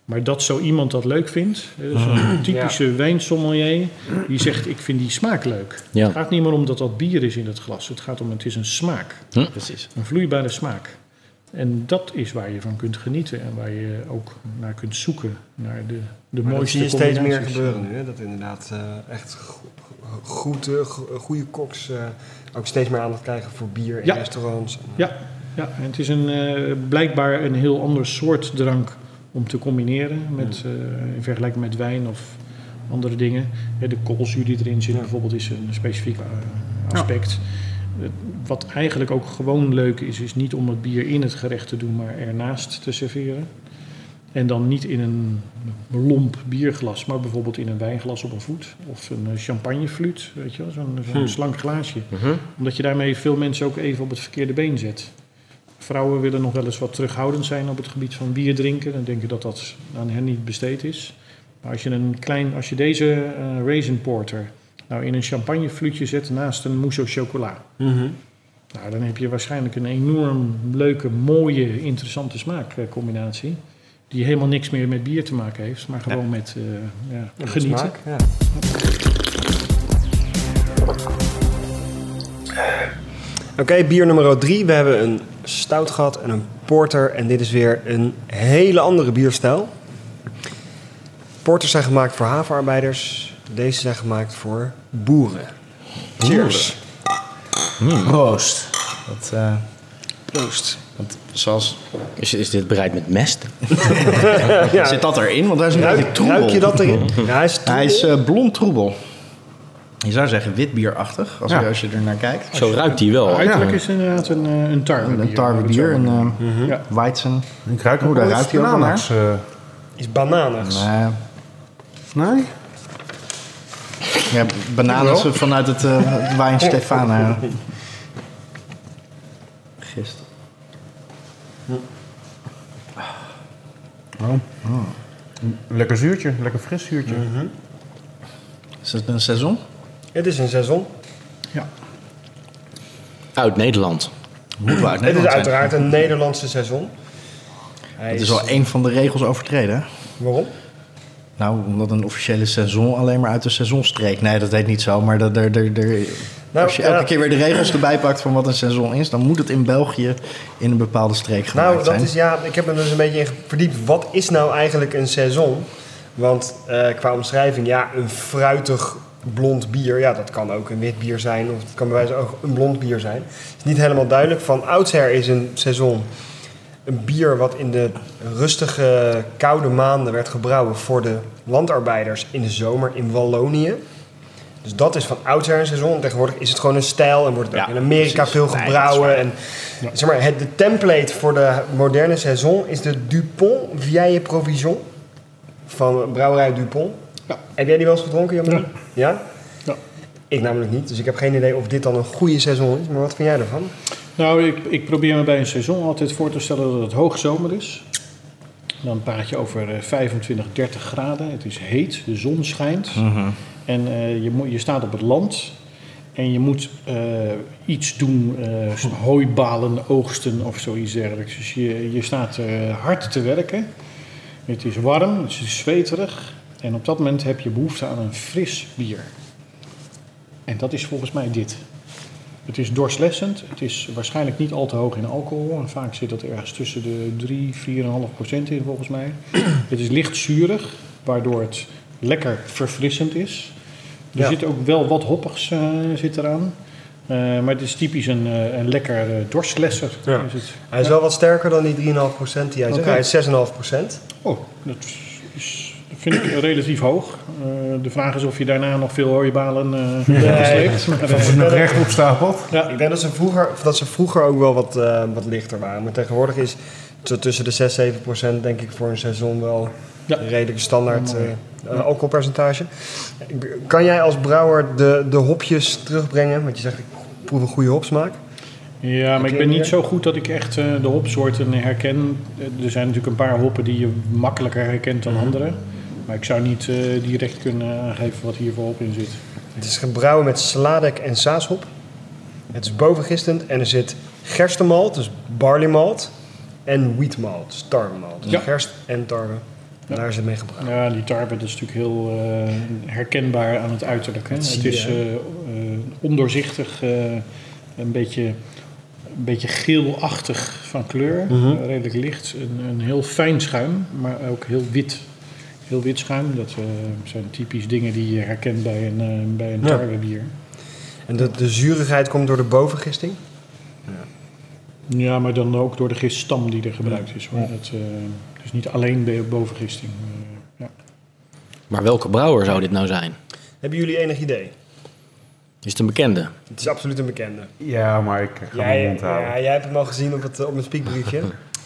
Maar dat zo iemand dat leuk vindt, hè, dus een typische ja. wijnsommelier, die zegt ik vind die smaak leuk. Ja. Het gaat niet meer om dat dat bier is in het glas. Het gaat om het is een smaak. Hm? Precies. Een vloeibare smaak. En dat is waar je van kunt genieten en waar je ook naar kunt zoeken. Naar de, de maar mooiste dat zie je steeds meer combinaties. gebeuren nu. Hè? Dat inderdaad uh, echt go- goed, uh, go- goede koks uh, ook steeds meer aandacht krijgen voor bier in Ja. restaurants. Ja, ja, en het is een, uh, blijkbaar een heel ander soort drank om te combineren met, uh, in vergelijking met wijn of andere dingen. Ja, de koolzuur die erin zit Ja. bijvoorbeeld is een specifiek uh, aspect. Uh, wat eigenlijk ook gewoon leuk is, is niet om het bier in het gerecht te doen, maar ernaast te serveren. En dan niet in een lomp bierglas, maar bijvoorbeeld in een wijnglas op een voet. Of een champagnefluit, weet je wel, zo'n, zo'n Hmm. slank glaasje. Mm-hmm. Omdat je daarmee veel mensen ook even op het verkeerde been zet. Vrouwen willen nog wel eens wat terughoudend zijn op het gebied van bier drinken. Dan denken dat dat aan hen niet besteed is. Maar als je, een klein, als je deze uh, raisin porter nou in een champagnefluitje zet naast een mousse au chocolat. Mm-hmm. Nou, dan heb je waarschijnlijk een enorm leuke, mooie, interessante smaakcombinatie. Die helemaal niks meer met bier te maken heeft, maar gewoon ja. met uh, ja, Ja, genieten. smaak, ja. Oké, okay, bier nummer drie. We hebben een stout gehad en een porter. En dit is weer een hele andere bierstijl. Porters zijn gemaakt voor havenarbeiders. Deze zijn gemaakt voor boeren. Cheers. Mm. Proost. Dat, uh, Proost. dat, zoals... Is, is dit bereid met mest? Ja. Zit dat erin? Want daar is een Ruik, beetje troebel. ruik je dat erin? Ja, hij is troebel. Hij is uh, blond troebel. Je zou zeggen witbierachtig, als, Ja. je, als je er naar kijkt. Zo ruikt hij wel. Uiterlijk is inderdaad een, uh, een tarwebier. Een tarwebier, een uh, Mm-hmm. Ja. Weizen. Ik ruik Oh, ook daar wel ruikt iets hij ook wel naar. bananigs, uh, Is bananigs. Nee, Nee? ja, bananen vanuit het, uh, het Wijn Stefana. Gist. Oh. Lekker zuurtje, lekker fris zuurtje. Mm-hmm. Is het een seizoen? Het is een seizoen. Ja. Uit Nederland. Moet wel uit Het is Nederland zijn. uiteraard een Nederlandse seizoen. Hij Het is wel een van de regels overtreden. Hè? Waarom? Nou, omdat een officiële seizoen alleen maar uit de seizoenstreek. Nee, dat heet niet zo. Maar dat, er, er, er, Nou, als je elke ja. keer weer de regels erbij pakt van wat een seizoen is, dan moet het in België in een bepaalde streek gemaakt Nou, dat zijn. is ja. Ik heb me dus een beetje in verdiept. Wat is nou eigenlijk een seizoen? Want uh, qua omschrijving, ja, een fruitig blond bier. Ja, dat kan ook een wit bier zijn. Of het kan bij wijze van ook een blond bier zijn. Het is niet helemaal duidelijk. Van oudsher is een seizoen een bier wat in de rustige, koude maanden werd gebrouwen voor de landarbeiders in de zomer in Wallonië. Dus dat is van oudsher een seizoen. Tegenwoordig is het gewoon een stijl en wordt het Ja, ook in Amerika precies. veel Nee, gebrouwen. dat is en, zeg maar, het, de template voor de moderne seizoen is de Dupont Vieille Provision van brouwerij Dupont. Ja. Heb jij die wel eens gedronken, Jan? Ja. Ja? Ja. Ik namelijk niet, dus ik heb geen idee of dit dan een goede seizoen is. Maar wat vind jij ervan? Nou, ik, ik probeer me bij een seizoen altijd voor te stellen dat het hoogzomer is. Dan praat je over uh, vijfentwintig, dertig graden. Het is heet, de zon schijnt. Mhm. En uh, je, moet, je staat op het land en je moet uh, iets doen, uh, hooibalen oogsten of zoiets dergelijks. Dus je, je staat uh, hard te werken. Het is warm, het is zweterig. En op dat moment heb je behoefte aan een fris bier. En dat is volgens mij dit. Het is doorslessend, het is waarschijnlijk niet al te hoog in alcohol. En vaak zit dat ergens tussen de drie, vier komma vijf procent in volgens mij. Het is licht zuurig, waardoor het lekker verfrissend is. Er Ja. zit ook wel wat hoppigs uh, zit eraan. Uh, maar het is typisch een, uh, een lekker uh, dorstlesser. Ja. Is het. Hij is wel wat sterker dan die drie komma vijf procent die jij zegt. Oké. Hij is zes komma vijf procent. Oh, dat is, vind ik relatief hoog. Uh, de vraag is of je daarna nog veel hooibalen uh, Nee. sleept. Maar, Of uh, het nog recht opstapelt. ja. Ik denk dat ze vroeger, dat ze vroeger ook wel wat, uh, wat lichter waren. Maar tegenwoordig is het tussen de zes en zeven procent denk ik voor een seizoen wel Ja. een redelijk standaard uh, uh, alcoholpercentage. Kan jij als brouwer de, de hopjes terugbrengen? Want je zegt ik proef een goede hopsmaak. Ja, maar Heb ik je ben meer? niet zo goed dat ik echt uh, de hopsoorten herken. Er zijn natuurlijk een paar hoppen die je makkelijker herkent dan andere. Maar ik zou niet uh, direct kunnen aangeven wat hier voor hop in zit. Het is gebrouwen met sladek en saashop. Het is bovengistend en er zit gerstenmalt, dus barley malt, en wheat malt, dus tarwemalt. Dus Ja. gerst en tarwe. Ja. Daar is het mee gebruikt. Ja, die tarwe dat is natuurlijk heel uh, herkenbaar aan het uiterlijk. Hè? Het is uh, uh, ondoorzichtig, uh, een beetje, een beetje geelachtig van kleur, mm-hmm. uh, redelijk licht. Een, een heel fijn schuim, maar ook heel wit. Heel wit schuim, dat uh, zijn typisch dingen die je herkent bij een, uh, bij een ja. tarwebier. En de, de zurigheid komt door de bovengisting? Ja. Ja, maar dan ook door de giststam die er gebruikt is. Hoor. Dat, uh, dus niet alleen de bovengisting. Uh, ja. Maar welke brouwer zou dit nou zijn? Hebben jullie enig idee? Is het een bekende? Het is absoluut een bekende. Ja, maar ik ga jij, mijn mond houden. Ja, jij hebt hem al gezien op, het, op mijn speakbriefje.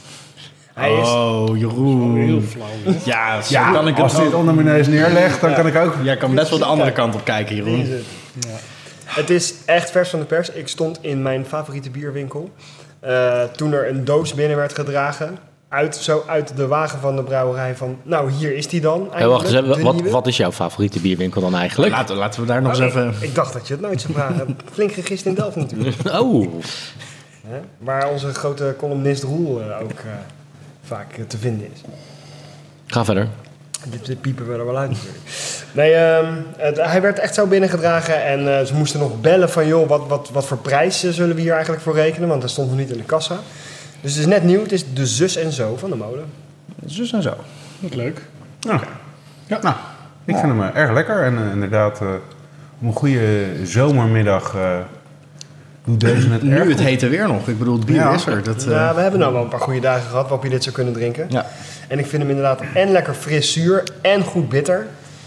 Hij is... Oh, Jeroen. Heel flauw. Ja, zo ja kan ik als hij het onder mijn neus neerlegt, dan ja. kan ik ook... Jij kan best wel de andere kant op kijken, Jeroen. Het. Ja. Het is echt vers van de pers. Ik stond in mijn favoriete bierwinkel. Uh, toen er een doos binnen werd gedragen. Uit, zo uit de wagen van de brouwerij van... Nou, hier is die dan. Hey, wacht eens, wat, wat is jouw favoriete bierwinkel dan eigenlijk? Laten, laten we daar nog oh, eens even... Ik, ik dacht dat je het nooit zou vragen. Flink gegist in Delft natuurlijk. Oh. Huh? Waar onze grote columnist Roel uh, ook uh, vaak uh, te vinden is. Ga verder. Dit, dit piepen we er wel uit natuurlijk. Nee, um, het, hij werd echt zo binnengedragen en uh, ze moesten nog bellen van... joh, wat, wat, wat voor prijs zullen we hier eigenlijk voor rekenen? Want dat stond nog niet in de kassa. Dus het is net nieuw. Het is de zus en zo van de molen. Zus en zo. Wat leuk. Ja. Ja. Nou, ik vind hem uh, erg lekker. En uh, inderdaad, uh, op een goede zomermiddag uh, doet deze net nu erg het goed. hete weer nog. Ik bedoel, het bier Ja. is er. Dat, uh... Ja, we hebben nou wel een paar goede dagen gehad waarop je dit zou kunnen drinken. Ja. En ik vind hem inderdaad en lekker fris zuur en goed bitter.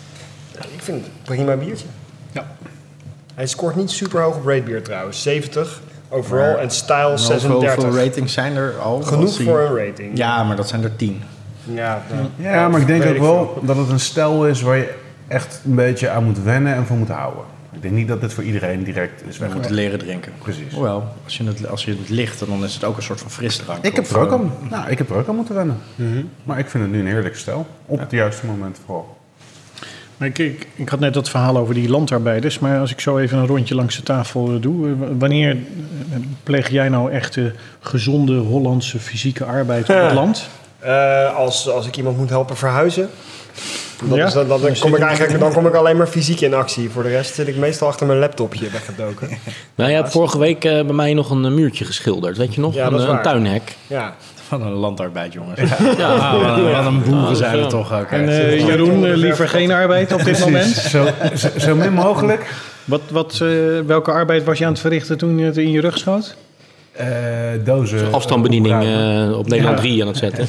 Ik vind het een prima biertje. Ja. Hij scoort niet super hoog op rate beer trouwens. zeventig overall en style zesendertig. Hoeveel ratings zijn er al? Genoeg voor een rating. Ja, maar dat zijn er tien. Ja, nou, Ja, maar ik denk weet ook ik wel veel. dat het een stijl is waar je echt een beetje aan moet wennen en van moet houden. Ik denk niet dat dit voor iedereen direct is We weg. moeten leren drinken. Precies. Hoewel, als je het, als je het licht, dan is het ook een soort van frisdrank. Ik heb, Of, er ook uh, aan, nou, ik heb er ook aan moeten wennen. Mm-hmm. Maar ik vind het nu een heerlijke stijl. Op het juiste moment vooral. Maar ik, ik, ik had net dat verhaal over die landarbeiders. Maar als ik zo even een rondje langs de tafel doe. Wanneer pleeg jij nou echt de gezonde Hollandse fysieke arbeid op het land? Uh, als, als ik iemand moet helpen verhuizen. Dat Ja? is, dan, dan, Dan kom zit ik je- eigenlijk, dan kom ik alleen maar fysiek in actie. Voor de rest zit ik meestal achter mijn laptopje weggedoken. Nou, je hebt vorige week uh, bij mij nog een uh, muurtje geschilderd, weet je nog? Ja, een, dat is uh, een waar. tuinhek. Ja. Van een landarbeid, jongens. Ja, ah, wat, een, wat een boeren Ja, zijn we ja. toch ook. En hè. uh, Jeroen, uh, liever geen arbeid op dit moment? Zo, zo, zo min mogelijk. Wat, wat, uh, welke arbeid was je aan het verrichten toen je het in je rug schoot? Uh, dozen. Afstandsbediening opruimen. uh, op Nederland Ja. drie aan het zetten.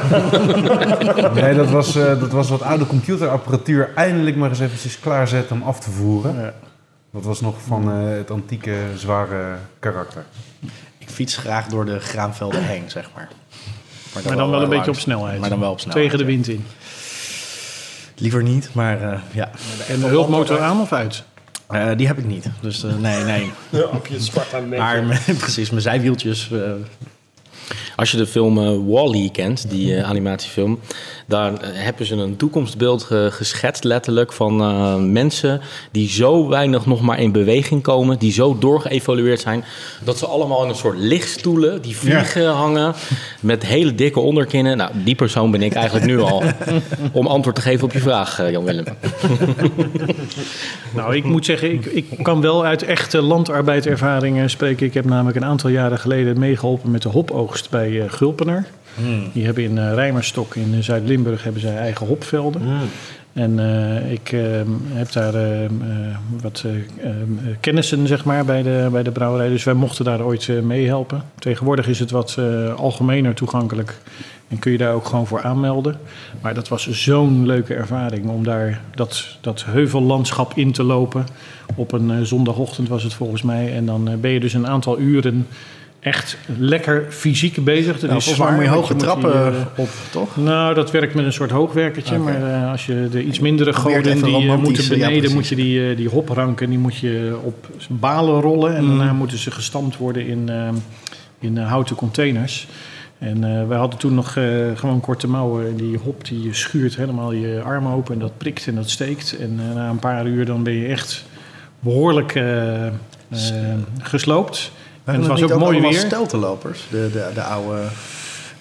Nee, dat was, uh, dat was wat oude computerapparatuur eindelijk maar eens eventjes klaarzetten om af te voeren. Ja. Dat was nog van uh, het antieke, zware karakter. Ik fiets graag door de graanvelden heen, zeg maar. Maar Maar dan wel een uh, beetje langs. op snelheid. Maar dan wel op snelheid. Tegen de wind in. Liever niet, maar uh, ja. En de hulpmotor aan of uit? Uh, die heb ik niet. Dus uh, nee, nee. Ja, op je Sparta een beetje. Maar mijn- precies, mijn zijwieltjes... Uh, Als je de film uh, Wall-E kent, die uh, animatiefilm, daar uh, hebben ze een toekomstbeeld ge- geschetst letterlijk van uh, mensen die zo weinig nog maar in beweging komen, die zo doorgeëvolueerd zijn, dat ze allemaal in een soort lichtstoelen die vliegen hangen met hele dikke onderkinnen. Nou, die persoon ben ik eigenlijk nu al, om antwoord te geven op je vraag, uh, Jan Willem. Nou, ik moet zeggen, ik, ik kan wel uit echte landarbeidervaringen spreken. Ik heb namelijk een aantal jaren geleden meegeholpen met de hopoogst bij uh, Gulpener. hmm. Die hebben in uh, Rijmerstok in uh, Zuid-Limburg hebben zij eigen hopvelden. Hmm. En uh, ik uh, heb daar uh, uh, wat uh, uh, kennissen zeg maar, bij, de, bij de brouwerij. Dus wij mochten daar ooit uh, meehelpen. Tegenwoordig is het wat uh, algemener toegankelijk. En kun je daar ook gewoon voor aanmelden. Maar dat was zo'n leuke ervaring om daar dat, dat heuvellandschap in te lopen. Op een uh, zondagochtend was het volgens mij. En dan uh, ben je dus een aantal uren echt lekker fysiek bezig. Dat Nou, is volgens mij zwaar, moet je want hoge moet trappen die, uh, op, toch? Nou, dat werkt met een soort hoogwerkertje. Oké. Maar uh, als je de iets mindere Probeer het goden even die uh, romantisch, moeten ja, beneden, precies. moet je die, uh, die hopranken die moet je op balen rollen. En Mm. daarna moeten ze gestampt worden in, uh, in uh, houten containers. En uh, wij hadden toen nog uh, gewoon korte mouwen. En die hop die schuurt helemaal je arm open. En dat prikt en dat steekt. En uh, na een paar uur dan ben je echt behoorlijk uh, uh, gesloopt. En het was ook mooi weer. steltenlopers, de, de, de oude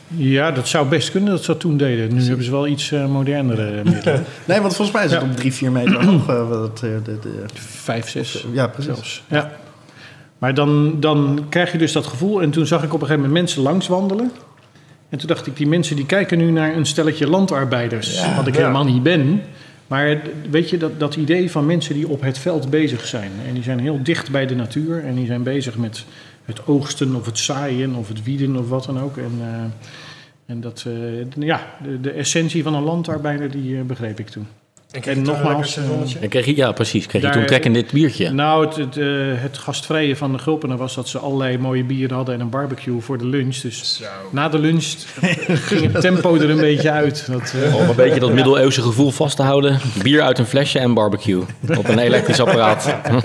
Ja, dat zou best kunnen dat ze dat toen deden. Nu hebben ze wel iets uh, modernere middelen. Nee, want volgens mij is het Ja. op drie, vier meter hoog. Uh, wat, uh, de, de, Vijf, zes. ja, precies. Zelfs. Ja. Maar dan, dan krijg je dus dat gevoel. En toen zag ik op een gegeven moment mensen langs wandelen. En toen dacht ik, die mensen die kijken nu naar een stelletje landarbeiders. Ja, wat ik ja. helemaal niet ben. Maar weet je, dat, dat idee van mensen die op het veld bezig zijn. En die zijn heel dicht bij de natuur. En die zijn bezig met het oogsten of het zaaien of het wieden of wat dan ook. En, uh, en dat, uh, ja, de, de essentie van een landarbeider, die uh, begreep ik toen. En, kreeg En je toch een nogmaals, lekker seizoenetje? En kreeg je, ja, precies. Kreeg je Daar- toen trek in dit biertje? Nou, het, het, uh, het gastvrije van de Gulpener was dat ze allerlei mooie bieren hadden en een barbecue voor de lunch. Dus Zo. na de lunch ging het tempo er een beetje uit. Dat, uh, Om een beetje dat middeleeuwse gevoel vast te houden. Bier uit een flesje en barbecue. Op een elektrisch apparaat.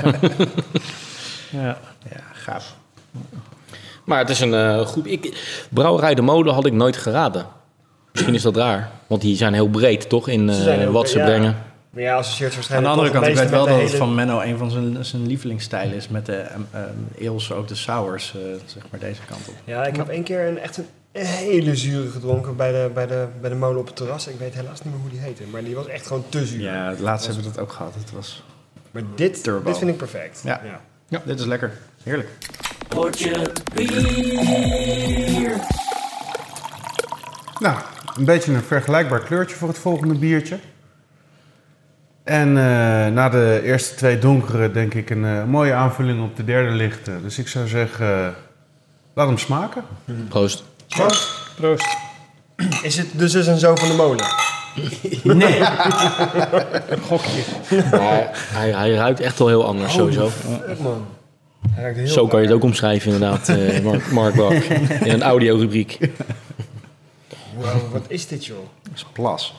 ja. Ja, gaaf. Maar het is een uh, goed... Ik, Brouwerij de Molen had ik nooit geraden. Misschien is dat raar. Want die zijn heel breed, toch? In uh, Ze zijn heel wat breed, ze ja. brengen. Maar ja, associeert Aan waarschijnlijk de andere toch kant, ik het weet wel meeste dat met het de van hele- Menno een van zijn, zijn lievelingsstijlen is. Met de um, um, ales, ook de sours, uh, zeg maar deze kant op. Ja, ik heb één keer een, echt een, een hele zure gedronken bij de, bij, de, bij de molen op het terras. Ik weet helaas niet meer hoe die heette, maar die was echt gewoon te zuur. Ja, het laatste hebben we dat ook gehad. Het was, Maar dit, Turbo. dit vind ik perfect. Ja. Ja. dit is lekker. Heerlijk. Nou, een beetje een vergelijkbaar kleurtje voor het volgende biertje. En uh, na de eerste twee donkere denk ik een uh, mooie aanvulling op de derde lichte. Dus ik zou zeggen, uh, laat hem smaken. Proost. Proost. Is het dus dus een zo van de molen? Gokje. Maar hij, hij ruikt echt wel heel anders, sowieso. Fuck, man. Hij ruikt heel Zo kan je het raar. ook omschrijven, inderdaad, uh, Mark, Mark Bak. In een audiorubriek. Wow, wat is dit, joh? Dat is plas.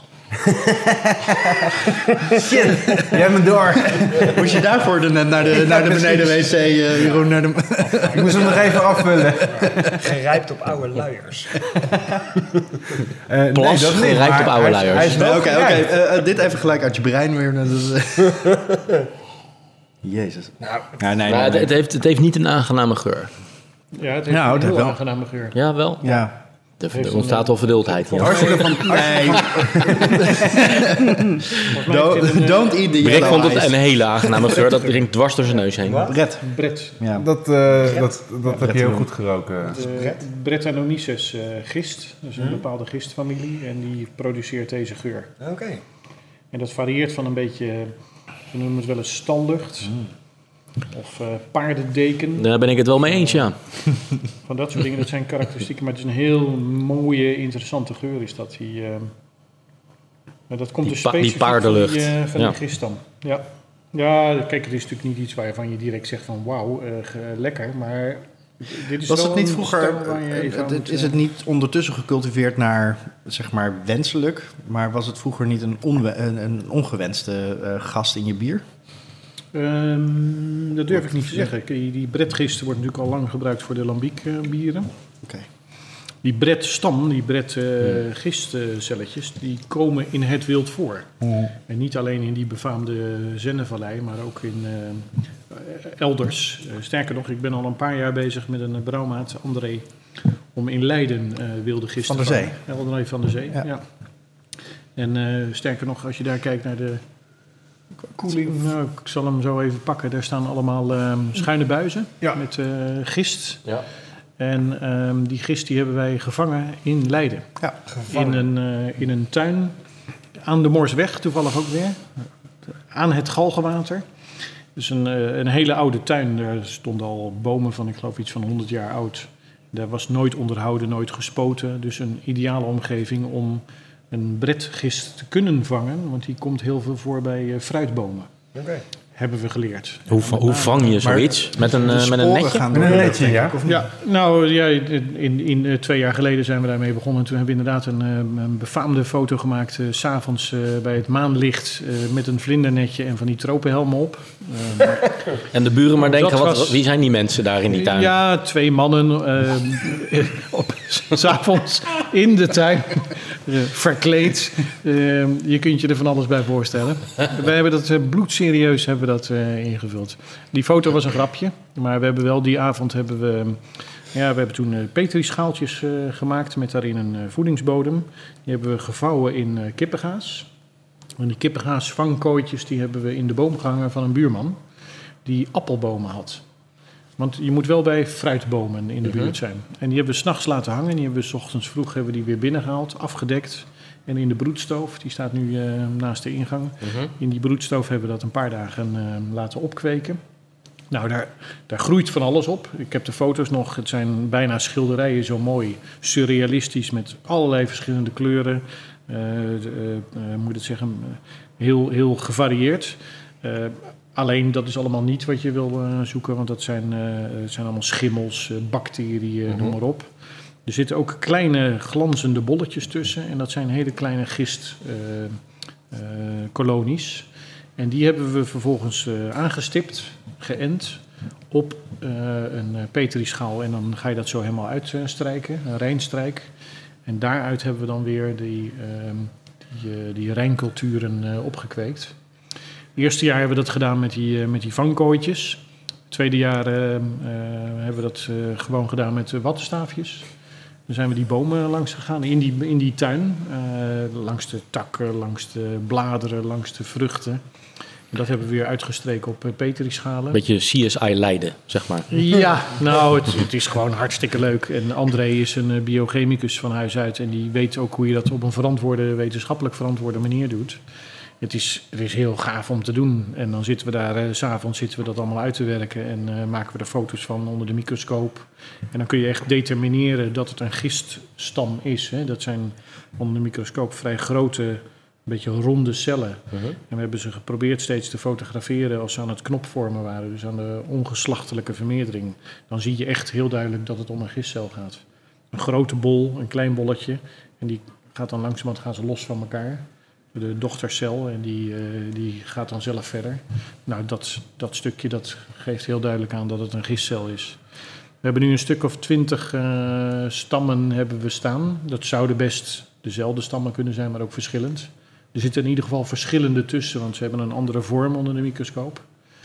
Jij bent door. Moest je daarvoor de, naar de, naar de beneden wc, uh, Jeroen? Naar de... Ik moest hem nog even afvullen. Gerijpt op oude luiers. Uh, nee, Plas dat niet, gerijpt maar op oude hij is- luiers. Hij is Nee, wel Oké, oké. gerijpt. uh, uh, dit even gelijk uit je brein weer. Dat is, uh... Jezus. Nou, Ja, nee, Maar nee, het, nee. het, heeft, het heeft niet een aangename geur. Ja, het heeft Nou, een dat heel wel. aangename geur. Ja, wel. Ja. Er, Heeft er een, ontstaat wel verdeeldheid hier. Als je ervan, Nee, Volgens mij heeft het don't, een, don't eat the Rick yellow vond het eyes. een hele aangename geur. Dat drinkt dwars door zijn neus heen. Wat? Brett. uh, Brett. Ja. dat uh, dat, dat heb je heel doen. goed geroken. De Brettanomyces uh, gist. Dat is een bepaalde gistfamilie. En die produceert deze geur. oké. En dat varieert van een beetje, we noemen het wel eens stallucht. Of uh, paardendeken. Daar ben ik het wel mee eens, ja. Van dat soort dingen, dat zijn karakteristieken. Maar het is een heel mooie, interessante geur is dat. Die, uh, maar dat komt Die dus pa- die specifiek paardenlucht. van die, uh, van Ja. die gist dan. Ja. Ja, kijk, het is natuurlijk niet iets waarvan je direct zegt van wauw, uh, ge- lekker. Maar dit is Was wel het niet een vroeger, stijl waar je even uh, aan dit- moet, is uh, het niet ondertussen gecultiveerd naar, zeg maar, wenselijk, maar was het vroeger niet een, onwe- een, een ongewenste uh, gast in je bier? Um, dat durf ik niet te zeggen. Die, die bretgist wordt natuurlijk al lang gebruikt voor de lambiek uh, bieren. Oké. Die bret-stam, die bret-gistcelletjes, die komen in het wild voor. En niet alleen in die befaamde Zennevallei, maar ook in uh, elders. Uh, sterker nog, ik ben al een paar jaar bezig met een brouwmaat, André, om in Leiden uh, wilde gist Van te der vangen. André van der Zee, Ja. ja. En uh, sterker nog, als je daar kijkt naar de koeling, nou, ik zal hem zo even pakken. Daar staan allemaal uh, schuine buizen Ja. met uh, gist. Ja. En um, die gist die hebben wij gevangen in Leiden. Ja. In een, uh, in een tuin aan de Moorsweg, toevallig ook weer. Aan het Galgenwater. Dus een, uh, een hele oude tuin. Daar stonden al bomen van, ik geloof iets van honderd jaar oud. Daar was nooit onderhouden, nooit gespoten. Dus een ideale omgeving om een bretgist te kunnen vangen. Want die komt heel veel voor bij uh, fruitbomen. Oké. Hebben we geleerd. Hoe, va- hoe vang je zoiets? Met een, De eh, met een sporen netje? gaan Met door een de netje, lucht, ja. denk ik, of niet? Ja, nou ja, in, in uh, twee jaar geleden zijn we daarmee begonnen. En toen hebben we inderdaad een, uh, een befaamde foto gemaakt. Uh, 's avonds uh, bij het maanlicht uh, met een vlindernetje en van die tropenhelmen op. Uh, En de buren maar denken, Dat wat, was- wie zijn die mensen daar in die tuin? Ja, twee mannen uh, op 's avonds in de tuin. Uh, verkleed. Uh, je kunt je er van alles bij voorstellen. We hebben dat uh, bloedserieus hebben we dat, uh, ingevuld. Die foto was een grapje. Maar we hebben wel die avond hebben we Ja, we hebben toen uh, petrischaaltjes uh, gemaakt met daarin een uh, voedingsbodem. Die hebben we gevouwen in uh, kippengaas. En die kippengaas vangkooitjes die hebben we in de boom gehangen van een buurman die appelbomen had. Want je moet wel bij fruitbomen in de uh-huh. buurt zijn. En die hebben we 's nachts laten hangen. Die hebben we 's ochtends vroeg hebben we die weer binnengehaald, afgedekt. En in de broedstoof, die staat nu uh, naast de ingang. Uh-huh. In die broedstoof hebben we dat een paar dagen uh, laten opkweken. Nou, daar, daar groeit van alles op. Ik heb de foto's nog. Het zijn bijna schilderijen zo mooi. Surrealistisch met allerlei verschillende kleuren. Uh, uh, uh, moet ik het zeggen? Uh, heel, heel gevarieerd. Uh, alleen dat is allemaal niet wat je wil uh, zoeken. Want dat zijn, uh, zijn allemaal schimmels, uh, bacteriën, uh-huh. noem maar op. Er zitten ook kleine glanzende bolletjes tussen. En dat zijn hele kleine gistkoloниes. Uh, uh, en die hebben we vervolgens uh, aangestipt, geënt op uh, een petrischaal. En dan ga je dat zo helemaal uitstrijken, een rijnstrijk. En daaruit hebben we dan weer die, uh, die, uh, die rijnculturen uh, opgekweekt. Het eerste jaar hebben we dat gedaan met die, uh, met die vangkooitjes. Het tweede jaar uh, uh, hebben we dat uh, gewoon gedaan met uh, wattenstaafjes. Dan zijn we die bomen langs gegaan, in die, in die tuin. Uh, langs de takken, langs de bladeren, langs de vruchten. En dat hebben we weer uitgestreken op uh, petrischalen. Beetje C S I Leiden, zeg maar. Ja, nou, het, het is gewoon hartstikke leuk. En André is een uh, biochemicus van huis uit. En die weet ook hoe je dat op een verantwoorde, wetenschappelijk verantwoorde manier doet. Het is, het is heel gaaf om te doen. En dan zitten we daar, uh, 's avonds zitten we dat allemaal uit te werken. En uh, maken we er foto's van onder de microscoop. En dan kun je echt determineren dat het een giststam is. Hè. Dat zijn onder de microscoop vrij grote, een beetje ronde cellen. Uh-huh. En we hebben ze geprobeerd steeds te fotograferen als ze aan het knopvormen waren. Dus aan de ongeslachtelijke vermeerdering. Dan zie je echt heel duidelijk dat het om een gistcel gaat. Een grote bol, een klein bolletje. En die gaat dan langzamerhand gaan ze los van elkaar. De dochtercel en die, uh, die gaat dan zelf verder. Nou, dat, dat stukje dat geeft heel duidelijk aan dat het een gistcel is. We hebben nu een stuk of twintig uh, stammen hebben we staan. Dat zouden best dezelfde stammen kunnen zijn, maar ook verschillend. Er zitten in ieder geval verschillende tussen, want ze hebben een andere vorm onder de microscoop.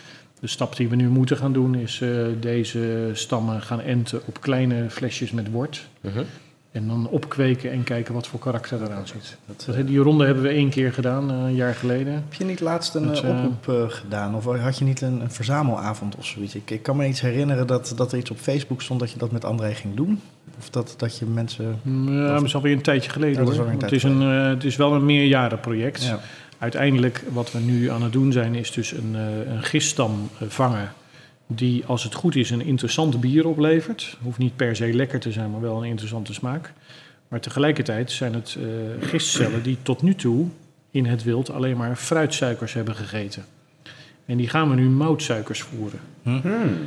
De stap die we nu moeten gaan doen is uh, deze stammen gaan enten op kleine flesjes met wort. Uh-huh. En dan opkweken en kijken wat voor karakter eraan zit. Dat, uh, die ronde hebben we één keer gedaan, uh, een jaar geleden. Heb je niet laatst een dat, uh, oproep uh, gedaan? Of had je niet een, een verzamelavond of zoiets? Ik, ik kan me iets herinneren dat, dat er iets op Facebook stond dat je dat met André ging doen. Of dat, dat je mensen... Ja, dat is alweer een tijdje geleden. Ja, hoor. Een het, is een, uh, het is wel een meerjarenproject. Ja. Uiteindelijk wat we nu aan het doen zijn is dus een, uh, een giststam uh, vangen. Die als het goed is een interessant bier oplevert. Hoeft niet per se lekker te zijn, maar wel een interessante smaak. Maar tegelijkertijd zijn het uh, gistcellen die tot nu toe in het wild alleen maar fruitsuikers hebben gegeten. En die gaan we nu moutsuikers voeren. Hmm.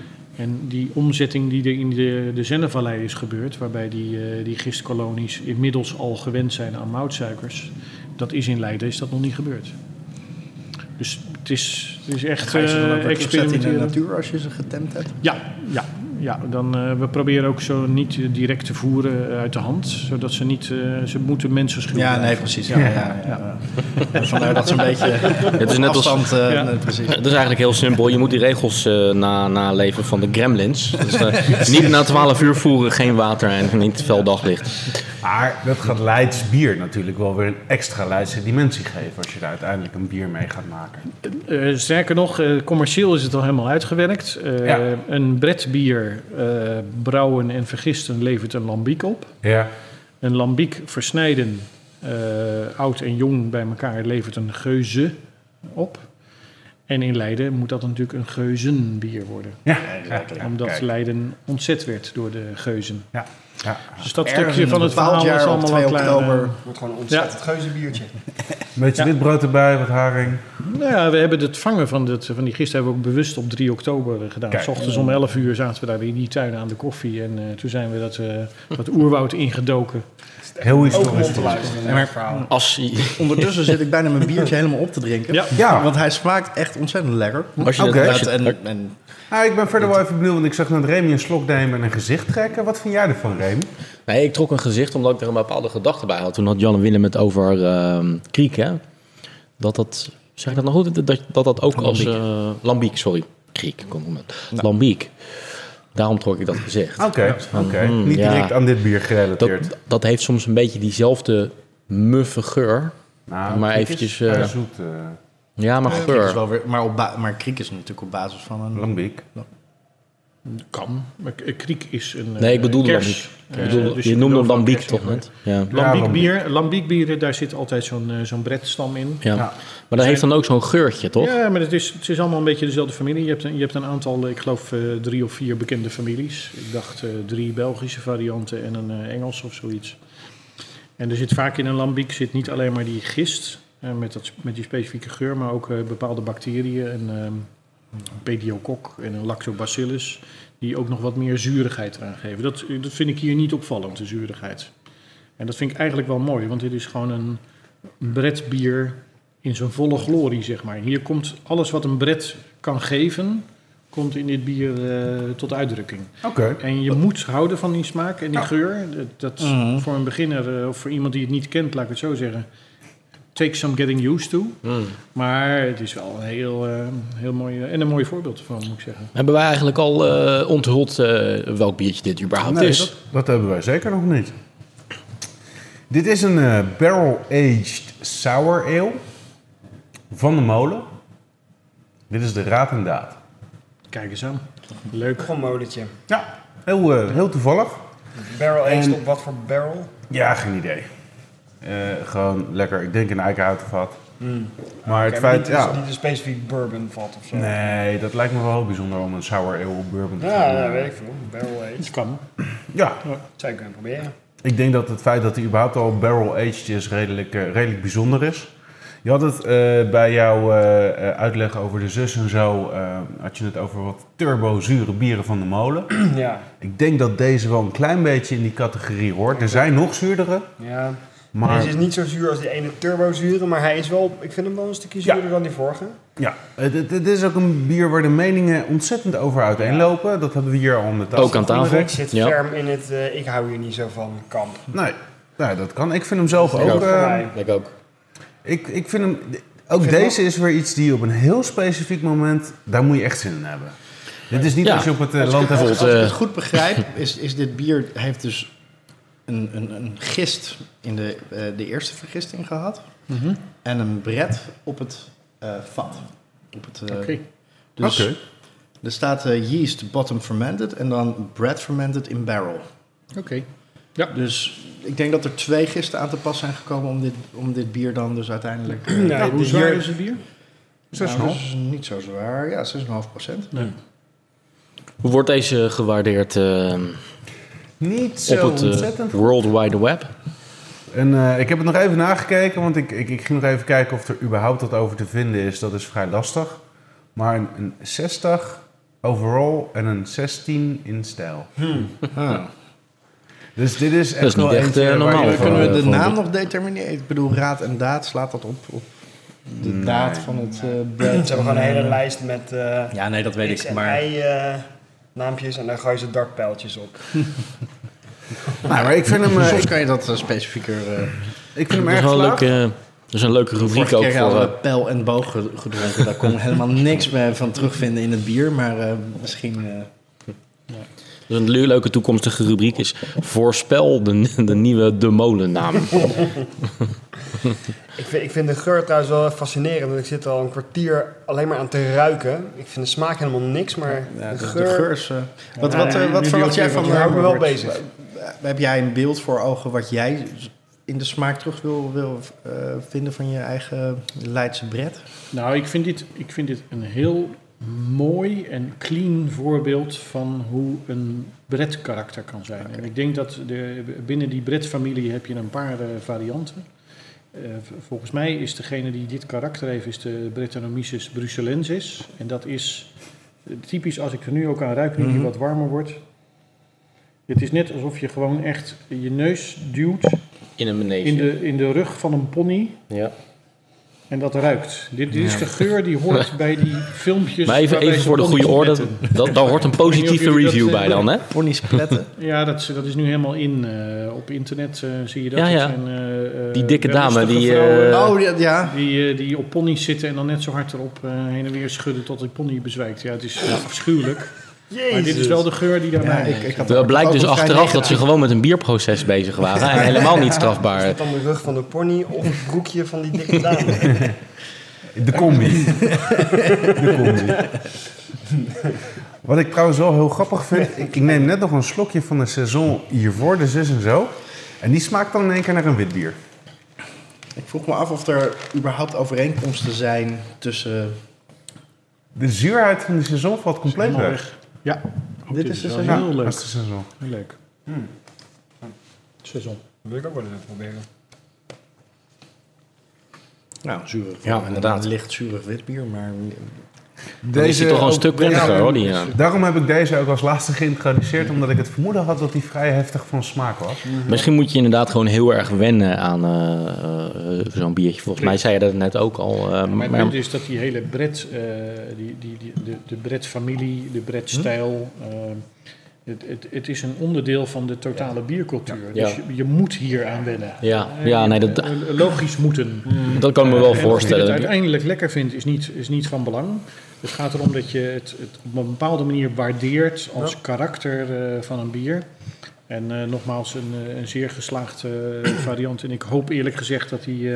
En die omzetting die er in de, de Zennevallei is gebeurd, waarbij die, uh, die gistkoloниes inmiddels al gewend zijn aan moutsuikers, dat is in Leiden is dat nog niet gebeurd. Dus het is, het is echt uh, experimenteren. In de natuur als je ze getemd hebt? Ja, ja. Ja, dan, uh, we proberen ook zo niet uh, direct te voeren uh, uit de hand, zodat ze niet, uh, ze moeten mensen schilderen. Ja, nee, precies. Ja, ja, ja, ja. Ja. Vandaar dat ze een beetje het is net afstand... Als, uh, ja. nee, precies. Het is eigenlijk heel simpel. Je moet die regels uh, na, naleven van de Gremlins. Dus, uh, niet na twaalf uur voeren, geen water en niet fel daglicht. Maar dat gaat Leids bier natuurlijk wel weer een extra Leidse dimensie geven als je daar uiteindelijk een bier mee gaat maken. Uh, sterker nog, uh, commercieel is het al helemaal uitgewerkt. Uh, ja. Een bretbier uh, brouwen en vergisten levert een lambiek op. Ja. Een lambiek versnijden, uh, oud en jong bij elkaar, levert een geuze op. En in Leiden moet dat natuurlijk een geuzenbier worden. Ja, ja, ja, omdat kijk. Leiden ontzet werd door de geuzen. Ja. Ja. Dus dat Ergens stukje van het verhaal is allemaal wel klaar. oktober. Wordt gewoon een ontzettend ja. geuzenbiertje. Een beetje Ja. witbrood erbij, wat haring. Nou ja, we hebben het vangen van, dit, van die gist hebben we ook bewust op drie oktober gedaan. Kijk. 's Ochtends om elf uur zaten we daar in die tuin aan de koffie. En uh, toen zijn we dat, uh, dat oerwoud ingedoken. Heel historisch Ook om te te luisteren. luisteren. Maar Als, ondertussen zit ik bijna mijn biertje helemaal op te drinken. Ja. Ja. Want hij smaakt echt ontzettend lekker. als je, Oké. als je, En, en, Ah, ik ben verder wel even benieuwd, want ik zag net Remy een slok nemen en een gezicht trekken. Wat vind jij ervan, Remy? nee, ik trok een gezicht omdat ik er een bepaalde gedachte bij had. Toen had Jan en Willem het over uh, kriek, hè? Dat dat, zeg ik dat nog goed? Dat dat, dat ook als... Uh, lambiek, sorry. Kriek, kom op. Nou. Lambiek. Daarom trok ik dat gezicht. Oké, Van, oké. hmm, Niet ja. direct aan dit bier gerelateerd. Dat, dat heeft soms een beetje diezelfde muffe geur. nou, maar Kriek is eventjes, vrij eh, zoet. Uh, Ja, maar Kriek is geur. wel weer, maar, op ba- maar Kriek is natuurlijk op basis van een... Lambiek. Kan. Maar k- Kriek is een Nee, ik eh, bedoelde kers. Lambiek. Ik Eh, bedoelde- dus je kunt noemde hem overal Lambiek kers toch in net? Ja. gooien. Ja, Lambiekbier, Lambiekbieren, daar zit altijd zo'n eh, zo'n brettstam in. Ja. Ja. Maar dat heeft dan ook zo'n geurtje, toch? Ja, maar het is, het is allemaal een beetje dezelfde familie. Je hebt een, je hebt een aantal, ik geloof eh, drie of vier bekende families. Ik dacht eh, drie Belgische varianten en een eh, Engels of zoiets. En er zit vaak in een lambiek zit niet alleen maar die gist eh, met, dat, met die specifieke geur, maar ook eh, bepaalde bacteriën, een ehm pediococ en een lactobacillus, die ook nog wat meer zuurigheid eraan geven. Dat, dat vind ik hier niet opvallend, de zuurigheid. En dat vind ik eigenlijk wel mooi, want dit is gewoon een bretbier in zijn volle glorie, zeg maar. Hier komt alles wat een bret kan geven, komt in dit bier eh, tot uitdrukking. Oké. En je moet houden van die smaak en die geur. Dat, dat Mhm. voor een beginner eh, of voor iemand die het niet kent, laat ik het zo zeggen, take some getting used to. Mm. Maar het is wel een heel, eh, heel mooi eh, en een mooi voorbeeld van, moet ik zeggen. Hebben wij eigenlijk al eh, onthuld eh, welk biertje dit überhaupt Nee, is? dat, dat hebben wij zeker nog niet. Dit is een eh, barrel-aged sour ale van de molen. Dit is de Raad en Daad. Kijk eens aan. Leuk. Gewoon een molentje. Ja, heel, eh, heel toevallig. Barrel aged En- op wat voor barrel? Ja, geen idee. Eh, gewoon lekker, ik denk een eikenhouten vat. Mm. Maar het Oké, feit, niet, dus ja... niet een specifiek bourbon vat of zo. Nee, dat lijkt me wel heel bijzonder om een sour ale op bourbon te Ja, gaan. ja, weet ik veel. Barrel aged. Het kan. Ja, Zou je kunnen proberen. ik denk dat het feit dat hij überhaupt al barrel-aged is redelijk, eh, redelijk bijzonder is. Je had het eh, bij jouw eh, eh, uitleg over de zus en zo, eh, had je het over wat turbo-zure bieren van de molen. Ja. Ik denk dat deze wel een klein beetje in die categorie hoort. Er zijn nog zuurdere, Ja. maar Deze is niet zo zuur als die ene turbo-zure, maar hij is wel, ik vind hem wel een stukje Ja. zuurder dan die vorige. ja, het, het, het is ook een bier waar de meningen ontzettend over uiteenlopen. Dat hebben we hier al aan de tafel. Ook aan tafel. Ik zit Ja. ferm in het, eh, ik hou hier niet zo van kamp. Nee, nee, dat kan. Ik vind hem zelf Ik ook. ook. eh, mij. Ik ook. ik, ik vind hem. Ook vind deze is weer iets die op een heel specifiek moment. Daar moet je echt zin in hebben. Dit is niet Ja. als je op het eh, Als ik, land als, hebt. als ik eh, het goed begrijp, is, is dit bier heeft dus een, een, een gist in de, eh, de eerste vergisting gehad. En een bret op het eh, vat. Op het, eh, Oké. Dus Oké. er staat eh, yeast bottom fermented en dan bread fermented in barrel. Oké. Dus ik denk dat er twee gisten aan te pas zijn gekomen om dit, om dit bier dan dus uiteindelijk... eh, Nee, Hoe de zwaar hier- is het bier? zes nou, komma dat is niet zo zwaar. Ja, zes komma vijf procent. Nee. Hoe wordt deze gewaardeerd eh, Niet zo op het eh, ontzettend. World Wide Web? En eh, ik heb het nog even nagekeken, want ik, ik, ik ging nog even kijken of er überhaupt wat over te vinden is. Dat is vrij lastig. Maar een, een zestig overall en een zestien in stijl. Ah. Dus dit is echt is niet wel echt, eentje eh, waar normaal je- voor- Kunnen we de voor- naam nog determineren? Ik bedoel, raad en daad, slaat dat op, op de Nee. daad van het uh, Ze bread? hebben gewoon een hele lijst met eh Ja, nee, dat weet X ik, en maar... Y eh, naampjes en daar gooi je ze dartpijltjes op. Nou, maar ik vind hem, eh, Soms ik, kan je dat eh, specifieker... uh, ik vind hem Dat is erg wel een geslaagd. leuke, dat is een leuke rubriek vorige ook keer voor... hadden eh, we pijl en boog ge- gedronken. Daar kon helemaal niks meer van terugvinden in het bier, maar uh, misschien... Uh, dus een le- leuke toekomstige rubriek is... Voorspel de, de nieuwe De Molen naam. Ik vind, ik vind de geur trouwens wel fascinerend, want ik zit al een kwartier alleen maar aan te ruiken. Ik vind de smaak helemaal niks, maar ja, de, de, geur... de geur is... Uh, wat Ja, wat, uh, nu wat die verwacht ook jij weer van... wat uh, houdt me wel Robert? bezig. Heb jij een beeld voor ogen wat jij in de smaak terug wil, wil uh, vinden van je eigen Leidse bret? Nou, ik vind, dit, ik vind dit een heel mooi en clean voorbeeld van hoe een bretkarakter kan zijn. En ik denk dat de, binnen die bretfamilie heb je een paar uh, varianten. Uh, v- volgens mij is degene die dit karakter heeft, is de Brettanomyces bruxellensis. En dat is uh, typisch, als ik er nu ook aan ruik, nu die Mhm. wat warmer wordt. Het is net alsof je gewoon echt je neus duwt In een manege. in de, in de rug van een pony. Ja. En dat ruikt. Dit, dit is de geur die hoort bij die filmpjes. Maar even, waarbij even ze voor de goede ponies orde. pletten. Dat, daar hoort een Ik weet positieve niet of jullie review dat, bij eh, dan, hè? Ponies pletten. Ja, dat, is- dat is nu helemaal in. eh, op internet eh, zie je dat. Ja, Dat ja. zijn, eh, eh, Die dikke dame wellustige die, vrouwen eh, Oh, ja, ja. die, eh, die op ponies zitten en dan net zo hard erop eh, heen en weer schudden tot die pony bezwijkt. Ja, het is afschuwelijk. Jezus. Maar dit is wel de geur die daarbij Ja, ik, ik had Het blijkt ook dus een vrij achteraf dat ze negatief- gewoon met een bierproces bezig waren. En helemaal niet Is strafbaar. het dan de rug van de pony of het broekje van die dikke dame? De combi. De combi. Wat ik trouwens wel heel grappig vind, ik, ik neem net nog een slokje van de saison hiervoor, de zus en zo. En die smaakt dan in één keer naar een wit bier. Ik vroeg me af of er überhaupt overeenkomsten zijn tussen... De zuurheid van de saison valt compleet Helemaal weg. weg. Ja, ook Dit dit is is de wel seizoen. heel leuk. Dat is de saison. Heel leuk. Hmm. Seizoen. Dat wil ik ook wel even proberen. Nou, zuurig. Ja, inderdaad. Licht zuurig wit bier, maar... Dan is hij toch al een stuk kondiger, hoor. Die, ja. Daarom heb ik deze ook als laatste geïntroduceerd, omdat ik het vermoeden had dat die vrij heftig van smaak was. Misschien moet je inderdaad gewoon heel erg wennen aan uh, uh, zo'n biertje. Volgens mij zei je dat net ook al. Uh, Mijn maar, punt is dat die hele Brett, uh, die, die, die, de, de Brett-familie, de Brett-stijl... Uh, het, het, het is een onderdeel van de totale biercultuur. Ja. Dus je, je moet hier aan wennen. ja, Uh, ja, nee, dat, uh, logisch moeten. dat kan ik me wel En of je het voorstellen. uiteindelijk lekker vindt, is niet, is niet van belang. Het gaat erom dat je het, het op een bepaalde manier waardeert als Ja. karakter uh, van een bier. En uh, nogmaals, een, uh, een zeer geslaagde uh, variant. En ik hoop eerlijk gezegd dat die, uh,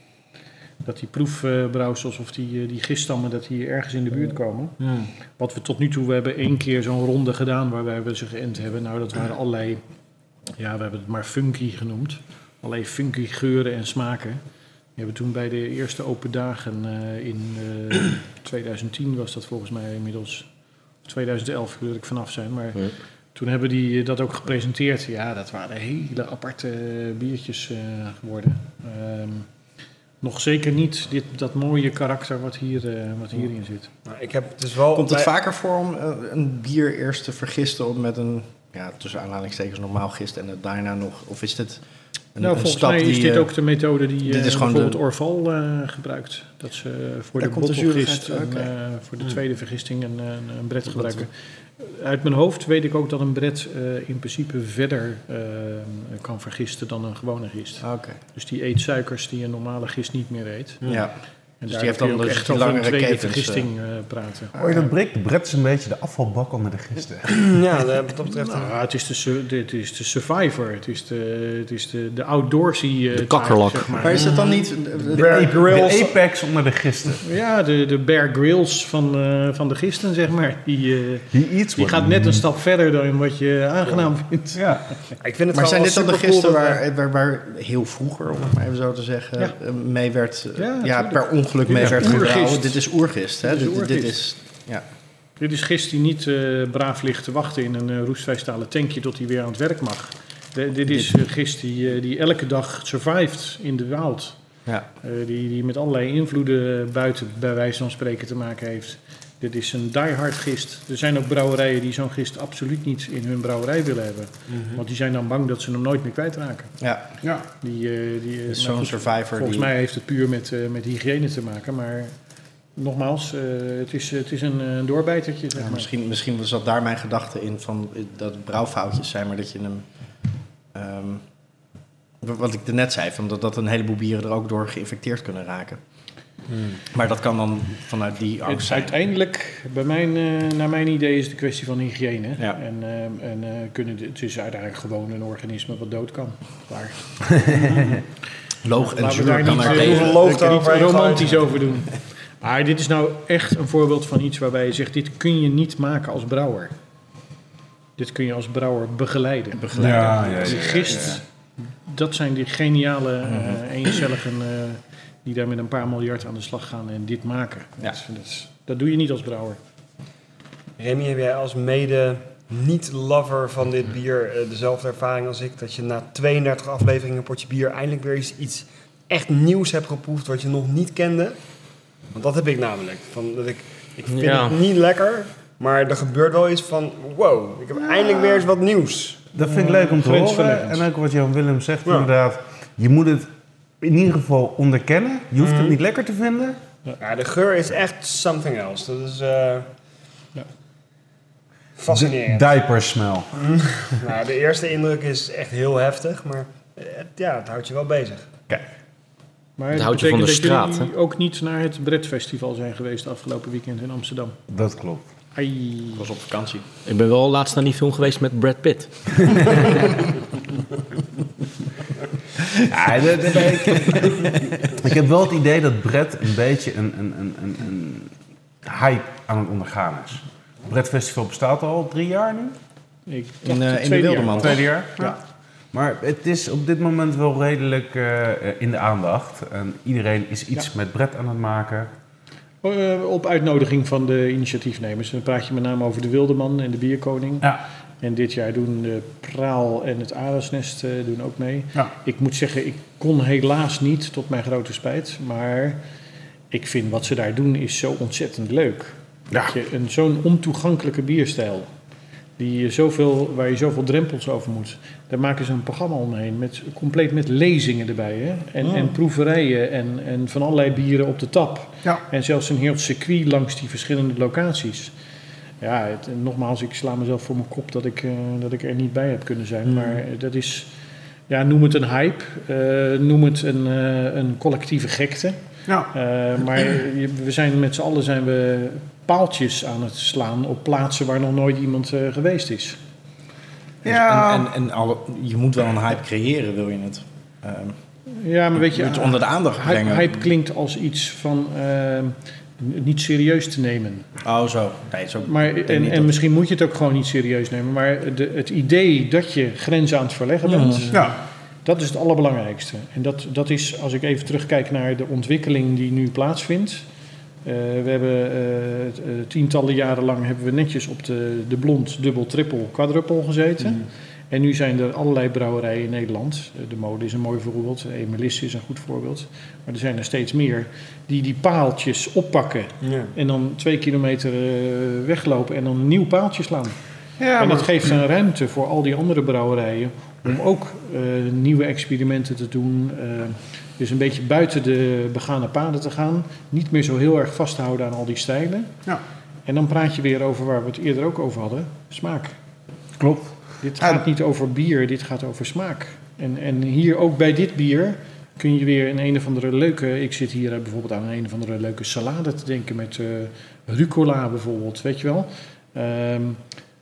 dat die proefbrouwsels of die, uh, die giststammen dat die ergens in de buurt komen. Hmm. Wat we tot nu toe, we hebben één keer zo'n ronde gedaan waarbij we ze geënt hebben. Nou, dat waren allerlei, ja, we hebben het maar funky genoemd. Allerlei funky geuren en smaken. We hebben toen bij de eerste open dagen uh, in uh, twintig tien was dat volgens mij inmiddels, of twintig elf wil ik vanaf zijn, maar Ja. toen hebben die dat ook gepresenteerd. Ja, dat waren hele aparte biertjes uh, geworden. Um, nog zeker niet dit, dat mooie karakter wat, hier, uh, wat hierin zit. Nou, ik heb dus wel Komt het bij- vaker voor om uh, een bier eerst te vergisten op met een, ja, tussen aanhalingstekens normaal gist en het daarna nog, of is dit een, Nou, een volgens stap mij is die... dit uh, ook de methode die dit uh, is gewoon bijvoorbeeld de- Orval uh, gebruikt. Dat ze voor Daar de komt de bottelgist zuurigheid, en oké. uh, voor de tweede vergisting een, een, een bret gebruiken. Uit mijn hoofd weet ik ook dat een bret uh, in principe verder uh, kan vergisten dan een gewone gist. Oké. Dus die eet suikers die een normale gist niet meer eet. Ja. En Dus daar die heeft dan kun je ook dus echt die over een langere tweede ketens, vergisting uh, praten. Hoor je dat breekt? De Brett is een beetje de afvalbak onder de gisten. Ja, wat dat betreft... Nou, het is de, su- dit is de survivor, het is de, het is de, de outdoorsy uh, type, kakkerlak. zeg maar. Maar is het dan niet... De, de apex onder de gisten. Ja, de, de Bear Grylls van, uh, van de gisten, zeg maar. Die, uh, He eats die what gaat he net een eats. stap verder dan wat je aangenaam vindt. Ja. Ik vind het Maar zijn wel dit dan de supercool gisten dat we- waar, waar, waar heel vroeger, om het maar even zo te zeggen, Ja. uh, mee werd, uh, Ja, ja, tuurlijk. per ongeluk mee Dit is werd oergist. gebrouwen? Dit is oergist, hè? Dit is Dit, dit oergist. is... Ja. Dit is gist die niet uh, braaf ligt te wachten in een uh, roestvrij stalen tankje tot hij weer aan het werk mag. De, dit is uh, gist die, uh, die elke dag survived in de wild. Ja. Uh, die, die met allerlei invloeden buiten, bij wijze van spreken, te maken heeft. Dit is een diehard gist. Er zijn ook brouwerijen die zo'n gist absoluut niet in hun brouwerij willen hebben. Mhm. Want die zijn dan bang dat ze hem nooit meer kwijtraken. Ja. Ja. Die, uh, die, uh, Dus maar zo'n goed, survivor Volgens die... mij heeft het puur met, uh, met hygiëne te maken. Maar nogmaals, uh, het, is, het is een, een doorbijtertje. Zeg Ja, maar. misschien, misschien zat daar mijn gedachte in van eh, dat het brouwfoutjes zijn, maar dat je hem... ehm, wat ik er net zei, van dat, dat een heleboel bieren er ook door geïnfecteerd kunnen raken. Maar dat kan dan vanuit die Het angst is zijn. uiteindelijk, bij mijn, uh, naar mijn idee, is het een kwestie van hygiëne. Ja. En, uh, en uh, kunnen, het is uiteindelijk gewoon een organisme wat dood kan. Klaar. Loog en Laten we zuur daar kan niet, er uh, tegen. loog niet daaroverheen romantisch gooien. over doen. Maar dit is nou echt een voorbeeld van iets waarbij je zegt, dit kun je niet maken als brouwer. Dit kun je als brouwer begeleiden. Ja, ja, ja, Die ja, gist, dat zijn die geniale uh, eencelligen uh, die daar met een paar miljard aan de slag gaan en dit maken. Ja. Dat, dat, is- dat doe je niet als brouwer. Remy, heb jij als mede niet-lover van dit bier eh, dezelfde ervaring als ik? Dat je na tweeëndertig afleveringen een potje bier eindelijk weer eens iets echt nieuws hebt geproefd wat je nog niet kende? Want dat heb ik namelijk. Van, dat ik, ik vind Ja. het niet lekker, maar er gebeurt wel iets van... Wow, ik heb eindelijk weer eens wat nieuws. Dat vind ik leuk om te horen. grensverleggend. En ook wat Jan Willem zegt Ja. inderdaad. Je moet het in ieder geval onderkennen. Je hoeft Mhm. het niet lekker te vinden. Ja, de geur is echt something else. Dat is eh, fascinerend. Diaper smell. Nou, de eerste indruk is echt heel heftig, maar het, ja, het houdt je wel bezig. Maar Het het houdt je van betekent de dat straat, jullie ook niet naar het Bretfestival zijn geweest afgelopen weekend in Amsterdam. Dat klopt. Ai. Ik was op vakantie. Ik ben wel laatst naar die film geweest met Brad Pitt. Ja, de, de, de, ik, ik heb wel het idee dat Brett een beetje een, een, een, een, een hype aan het ondergaan is. Het Brett Festival bestaat al drie jaar nu? Ik In, dacht uh, het in de tweede Wilderman. jaar. Tweede jaar? Ja. Maar het is op dit moment wel redelijk uh, in de aandacht. En iedereen is iets Ja. met Brett aan het maken. Uh, op uitnodiging van de initiatiefnemers. Dan praat je met name over de Wildeman en de Bierkoning. Ja. En dit jaar doen de Praal en het Arendsnest uh, doen ook mee. Ja. Ik moet zeggen, ik kon helaas niet, tot mijn grote spijt. Maar ik vind wat ze daar doen is zo ontzettend leuk. Ja. Dat je een, zo'n ontoegankelijke bierstijl, die je zoveel, waar je zoveel drempels over moet. Daar maken ze een programma omheen, met, compleet met lezingen erbij. Hè? En, Oh. en proeverijen en, en van allerlei bieren op de tap. Ja. En zelfs een heel circuit langs die verschillende locaties. Ja, het, nogmaals, ik sla mezelf voor mijn kop dat ik, uh, dat ik er niet bij heb kunnen zijn. Mm. Maar dat is, ja, noem het een hype, uh, noem het een, uh, een collectieve gekte. Ja. Uh, maar je, we zijn met z'n allen zijn we paaltjes aan het slaan op plaatsen waar nog nooit iemand uh, geweest is. Ja. En, en, en alle, je moet wel een hype creëren, wil je het. Um, Ja, maar weet je, je moet het onder de aandacht hype, brengen. hype klinkt als iets van uh, niet serieus te nemen. Oh, zo. Nee, zo Maar, ik denk en, niet en dat- misschien moet je het ook gewoon niet serieus nemen. Maar de, het idee dat je grenzen aan het verleggen bent, Mhm. Ja. dat is het allerbelangrijkste. En dat, dat is, als ik even terugkijk naar de ontwikkeling die nu plaatsvindt. Uh, we hebben uh, t- uh, tientallen jaren lang hebben we netjes op de, de blond, dubbel, triple, quadruple gezeten. Mhm. En nu zijn er allerlei brouwerijen in Nederland. Uh, de Mode is een mooi voorbeeld, Emelisse is een goed voorbeeld. Maar er zijn er steeds meer die die paaltjes oppakken Ja. en dan twee kilometer uh, weglopen en dan een nieuw paaltje slaan. Ja, en dat maar- geeft een ruimte voor al die andere brouwerijen om ook uh, nieuwe experimenten te doen. Uh, dus een beetje buiten de begane paden te gaan. Niet meer zo heel erg vast te houden aan al die stijlen. Ja. En dan praat je weer over waar we het eerder ook over hadden. Smaak. Klopt. Dit Ja. gaat niet over bier, dit gaat over smaak. En, en hier ook bij dit bier kun je weer een een of andere leuke... Ik zit hier bijvoorbeeld aan een een of andere leuke salade te denken met uh, rucola bijvoorbeeld, weet je wel. Um,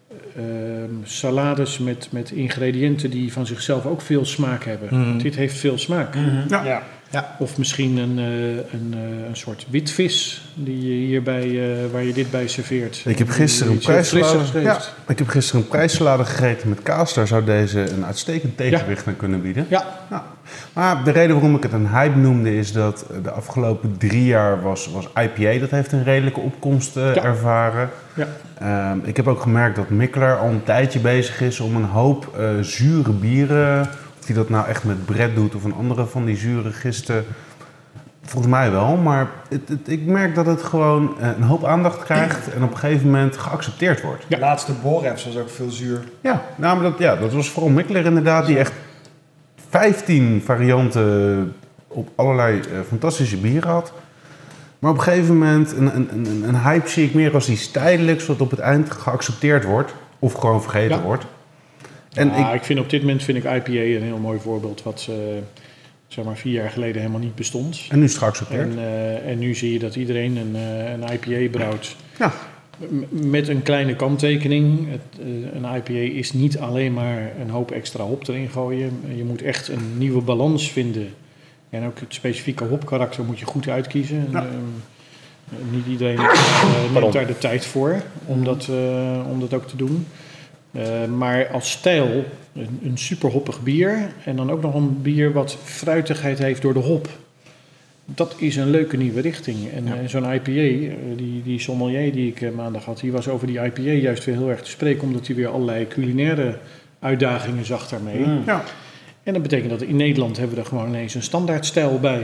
um, salades met, met ingrediënten die van zichzelf ook veel smaak hebben. Mhm. Dit heeft veel smaak. Ja. Ja. Of misschien een, uh, een, uh, een soort witvis die je hierbij, uh, waar je dit bij serveert. Ik heb Die gisteren een iets heel frissigs prijssalade. Ja, heeft. ik heb gisteren een prijssalade gegeten met kaas. Daar zou deze een uitstekend tegenwicht aan kunnen bieden. Ja, Ja. Maar de reden waarom ik het een hype noemde is dat de afgelopen drie jaar was, was I P A. Dat heeft een redelijke opkomst uh, Ja. ervaren. ja. Um, ik heb ook gemerkt dat Mikkeler al een tijdje bezig is om een hoop uh, zure bieren... Of hij dat nou echt met Brett doet of een andere van die zure gisten... Volgens mij wel, maar het, het, ik merk dat het gewoon uh, een hoop aandacht krijgt... en op een gegeven moment geaccepteerd wordt. De laatste Borefs was ook veel zuur. Ja, nou, maar dat, ja, dat was vooral Mikkeler inderdaad, die echt vijftien varianten op allerlei uh, fantastische bieren had. Maar op een gegeven moment, een, een, een, een hype zie ik meer als iets tijdelijks, wat op het eind geaccepteerd wordt of gewoon vergeten Ja. wordt. En Ah, ik, ik vind op dit moment vind ik I P A een heel mooi voorbeeld wat uh, zeg maar vier jaar geleden helemaal niet bestond. en nu is het geaccepteerd. En, uh, en nu zie je dat iedereen een, uh, een I P A brouwt. Ja. M- met een kleine kanttekening. Het, uh, een I P A is niet alleen maar een hoop extra hop erin gooien. Je moet echt een nieuwe balans vinden. En ook het specifieke hopkarakter moet je goed uitkiezen. Ja. Uh, niet iedereen uh, neemt daar de tijd voor om dat, uh, om dat ook te doen. Uh, maar als stijl een, een super hoppig bier. En dan ook nog een bier wat fruitigheid heeft door de hop. Dat is een leuke nieuwe richting. En Ja. uh, zo'n I P A, uh, die, die sommelier die ik uh, maandag had, die was over die I P A juist weer heel erg te spreken, omdat hij weer allerlei culinaire uitdagingen zag daarmee. Mm. Ja. En dat betekent dat in Nederland hebben we er gewoon ineens een standaardstijl bij.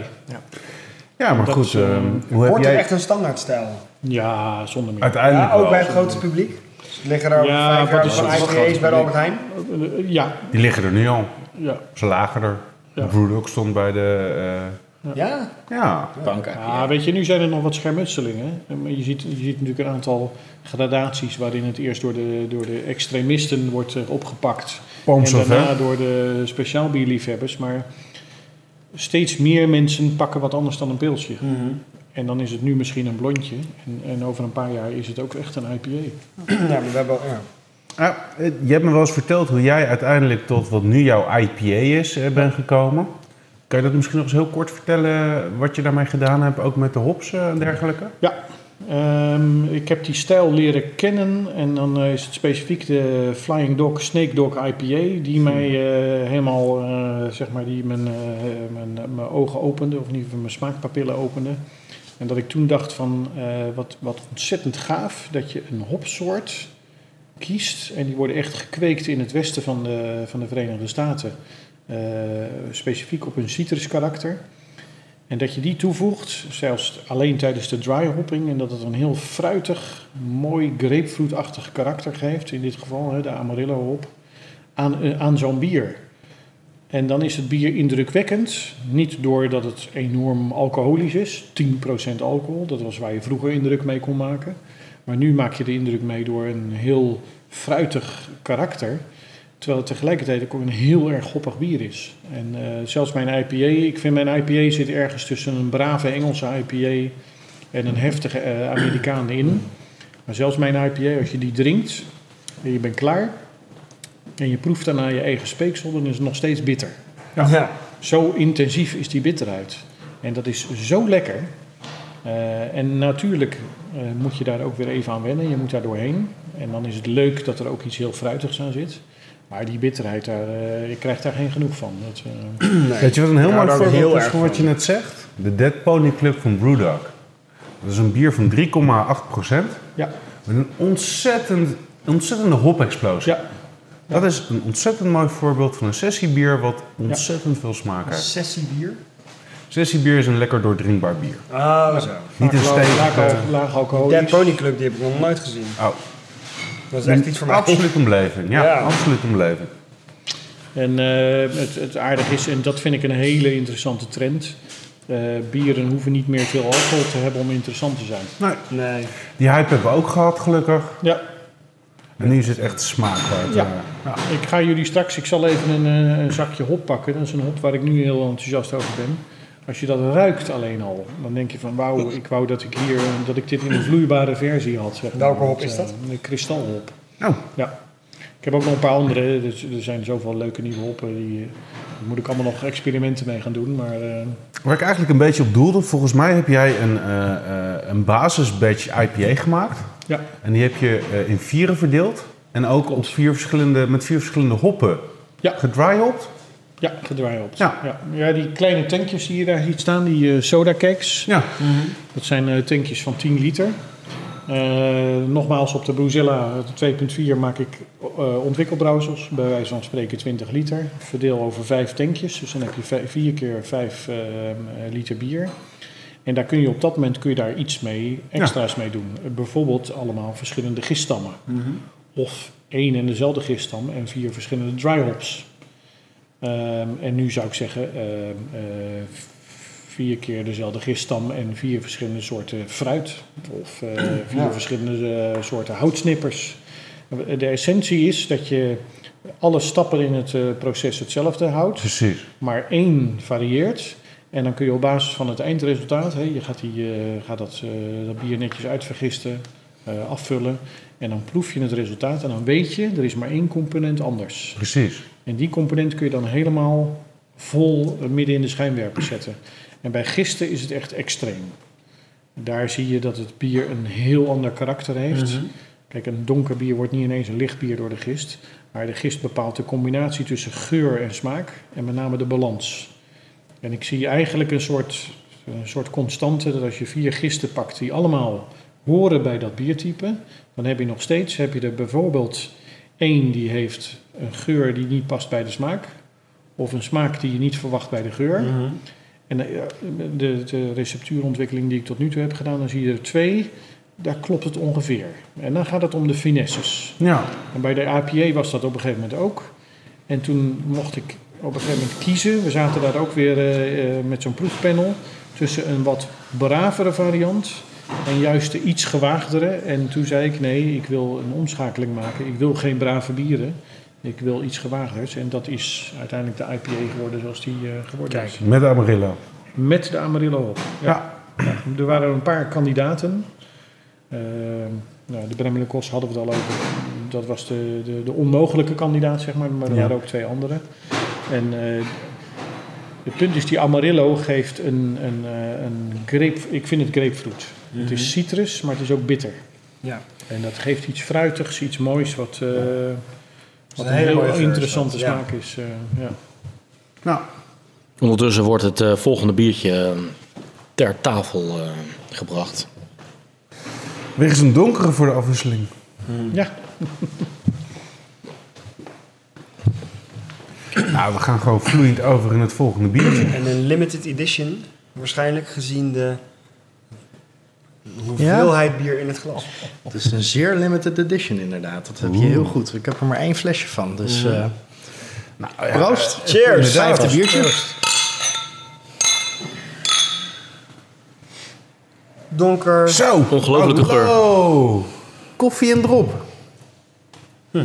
ja, maar Dat goed, is, uh, ehm, hoe heb Wordt er jij echt een standaardstijl? Ja, zonder meer. uiteindelijk Ja, ook wel, bij het grote publiek? Liggen er over Ja, vijf wat jaar is- van wat is I het P A's grote bij de publiek? Albert Heijn? Uh, ja, die liggen er nu al. ja. Ze lagen er. Ja. Brewdog stond bij de... uh, Ja? ja, Banken. Ja, weet je, nu zijn er nog wat schermutselingen. Maar je ziet, je ziet natuurlijk een aantal gradaties waarin het eerst door de, door de extremisten wordt uh, opgepakt. Palm En Sauvin. daarna door de speciaal bierliefhebbers. Maar steeds meer mensen pakken wat anders dan een pilsje. Mhm. En dan is het nu misschien een blondje. En, en over een paar jaar is het ook echt een I P A. Ja, maar we hebben... Ja. Ah, je hebt me wel eens verteld hoe jij uiteindelijk tot wat nu jouw I P A is eh, bent gekomen. Kan je dat misschien nog eens heel kort vertellen wat je daarmee gedaan hebt, ook met de hops uh, en dergelijke? Ja, um, ik heb die stijl leren kennen en dan uh, is het specifiek de Flying Dog, Snake Dog I P A die mij uh, helemaal, uh, zeg maar, die mijn, uh, mijn, mijn ogen opende, of in ieder geval mijn smaakpapillen opende. En dat ik toen dacht van, uh, wat, wat ontzettend gaaf dat je een hopsoort kiest en die worden echt gekweekt in het westen van de, van de Verenigde Staten. Uh, specifiek op hun citruskarakter. En dat je die toevoegt, zelfs alleen tijdens de dry hopping, en dat het een heel fruitig, mooi grapefruitachtig karakter geeft, in dit geval hè, de Amarillo hop, aan, uh, aan zo'n bier. En dan is het bier indrukwekkend, niet doordat het enorm alcoholisch is, tien procent alcohol, dat was waar je vroeger indruk mee kon maken. Maar nu maak je de indruk mee door een heel fruitig karakter. Terwijl het tegelijkertijd ook een heel erg hoppig bier is. En uh, zelfs mijn I P A, ik vind mijn I P A zit ergens tussen een brave Engelse I P A en een heftige uh, Amerikaan in. Maar zelfs mijn I P A, als je die drinkt en je bent klaar en je proeft daarna je eigen speeksel, dan is het nog steeds bitter. Ja. Ja. Zo intensief is die bitterheid. En dat is zo lekker. Uh, en natuurlijk uh, moet je daar ook weer even aan wennen. Je moet daar doorheen. En dan is het leuk dat er ook iets heel fruitigs aan zit. Maar die bitterheid, daar, uh, ik krijg daar geen genoeg van. Dat, uh... nee. Weet je wat een heel ja, mooi voorbeeld heel is van wat je net zegt? De Dead Pony Club van Brewdog. Dat is een bier van drie komma acht procent. Ja. Met een ontzettend, ontzettende hop-explosie. Ja. Dat is een ontzettend mooi voorbeeld van een sessiebier wat ontzettend ja. veel smaak heeft. Sessiebier? Sessiebier is een lekker doordrinkbaar bier. Ah, zo. Niet een stevig. Laag, laag alcoholisch. Dead Pony Club, die heb ik nog nooit gezien. Oh. Dat is echt iets voor mij. Absoluut een beleving. Ja, ja. absoluut een beleving. En uh, het, het aardige is, en dat vind ik een hele interessante trend. Uh, bieren hoeven niet meer veel alcohol te hebben om interessant te zijn. Nee. nee. Die hype hebben we ook gehad, gelukkig. Ja. En nu is het echt smaak. Ja. ja. Ik ga jullie straks, ik zal even een, een zakje hop pakken. Dat is een hop waar ik nu heel enthousiast over ben. Als je dat ruikt alleen al, dan denk je van wauw, ik wou dat ik hier, dat ik dit in een vloeibare versie had. Zeg maar. Welke hop is dat? Een kristalhop. Oh. Ja. Ik heb ook nog een paar andere, dus er zijn zoveel leuke nieuwe hoppen, die, daar moet ik allemaal nog experimenten mee gaan doen. Maar, uh... waar ik eigenlijk een beetje op doelde, volgens mij heb jij een, uh, uh, een basis-batch I P A gemaakt. Ja. En die heb je uh, in vieren verdeeld. En ook op vier verschillende, met vier verschillende hoppen ja. gedryhopt. Ja, gedryhopt. Ja. Ja. Ja, die kleine tankjes die je daar ziet staan, die uh, soda cakes. Ja. Mm-hmm. Dat zijn uh, tankjes van tien liter. Uh, nogmaals, op de Brewzilla twee punt vier maak ik uh, ontwikkelbrouwsels, bij wijze van spreken twintig liter. Verdeel over vijf tankjes, dus dan heb je v- vier keer vijf uh, liter bier. En daar kun je op dat moment kun je daar iets mee, extra's ja. mee doen. Uh, bijvoorbeeld allemaal verschillende giststammen. Mm-hmm. Of één en dezelfde giststam en vier verschillende dry hops. Um, en nu zou ik zeggen uh, uh, vier keer dezelfde giststam en vier verschillende soorten fruit. Of uh, vier ja. verschillende uh, soorten houtsnippers. De essentie is dat je alle stappen in het uh, proces hetzelfde houdt. Precies. Maar één varieert. En dan kun je op basis van het eindresultaat, hè, je gaat, die, uh, gaat dat, uh, dat bier netjes uitvergisten, uh, afvullen. En dan proef je het resultaat en dan weet je, er is maar één component anders. Precies. En die component kun je dan helemaal vol midden in de schijnwerper zetten. En bij gisten is het echt extreem. Daar zie je dat het bier een heel ander karakter heeft. Mm-hmm. Kijk, een donker bier wordt niet ineens een licht bier door de gist. Maar de gist bepaalt de combinatie tussen geur en smaak. En met name de balans. En ik zie eigenlijk een soort, een soort constante dat als je vier gisten pakt die allemaal horen bij dat biertype, dan heb je nog steeds, heb je er bijvoorbeeld één die heeft een geur die niet past bij de smaak. Of een smaak die je niet verwacht bij de geur. Mm-hmm. En de, de, de receptuurontwikkeling die ik tot nu toe heb gedaan, dan zie je er twee, daar klopt het ongeveer. En dan gaat het om de finesses. Ja. En bij de A P A was dat op een gegeven moment ook. En toen mocht ik op een gegeven moment kiezen. We zaten daar ook weer uh, met zo'n proefpanel tussen een wat bravere variant en juist de iets gewaagdere. En toen zei ik, nee, ik wil een omschakeling maken. Ik wil geen brave bieren. Ik wil iets gewaagders. En dat is uiteindelijk de I P A geworden zoals die uh, geworden Kijk, is. met de Amarillo. Met de Amarillo op. Ja. ja. ja, er waren een paar kandidaten. Uh, nou, de Bremmelin-Kos hadden we het al over. Dat was de, de, de onmogelijke kandidaat, zeg maar. Maar er ja. waren ook twee andere. En uh, het punt is, die Amarillo geeft een, een, uh, een grape... Ik vind het grapefruit. Mm-hmm. Het is citrus, maar het is ook bitter. Ja. En dat geeft iets fruitigs, iets moois, wat, uh, wat een, een, een heel mooie interessante geur, smaak ja. is. Uh, ja. Nou, Ondertussen wordt het uh, volgende biertje uh, ter tafel uh, gebracht. weer eens een donkere voor de afwisseling. Hmm. Ja. Nou, we gaan gewoon vloeiend over in het volgende biertje. En een limited edition, waarschijnlijk gezien de hoeveelheid ja. bier in het glas. Het is een zeer limited edition inderdaad. Dat heb je heel goed. Ik heb er maar één flesje van. Dus uh, nou, ja, proost. Uh, cheers. Vijfde biertje. Proost. Donker. Zo. Ongelooflijke oh, geur. Oh. Koffie en drop. Hm.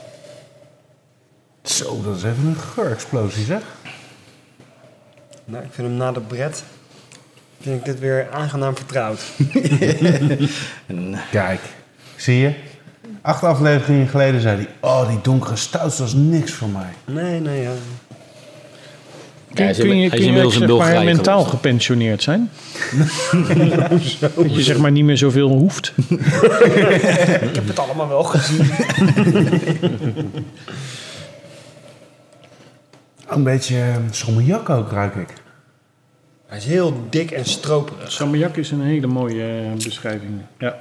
Zo, dat is even een geurexplosie, zeg. Nou, ik vind hem na de bret... vind ik dit weer aangenaam vertrouwd. en, Kijk, zie je? Acht afleveringen geleden zei hij... Oh, die donkere stout, dat is niks voor mij. Nee, nee, ja. Kun, Ja, hij is, kun je, hij kun is je zeg maar Bulgarije mentaal geweest. gepensioneerd zijn? Dat je zeg maar niet meer zoveel hoeft. Ik heb het allemaal wel gezien. Een beetje salmiak ook, ruik ik. Hij is heel dik en stroperig. Salmiak is een hele mooie uh, beschrijving. Ja.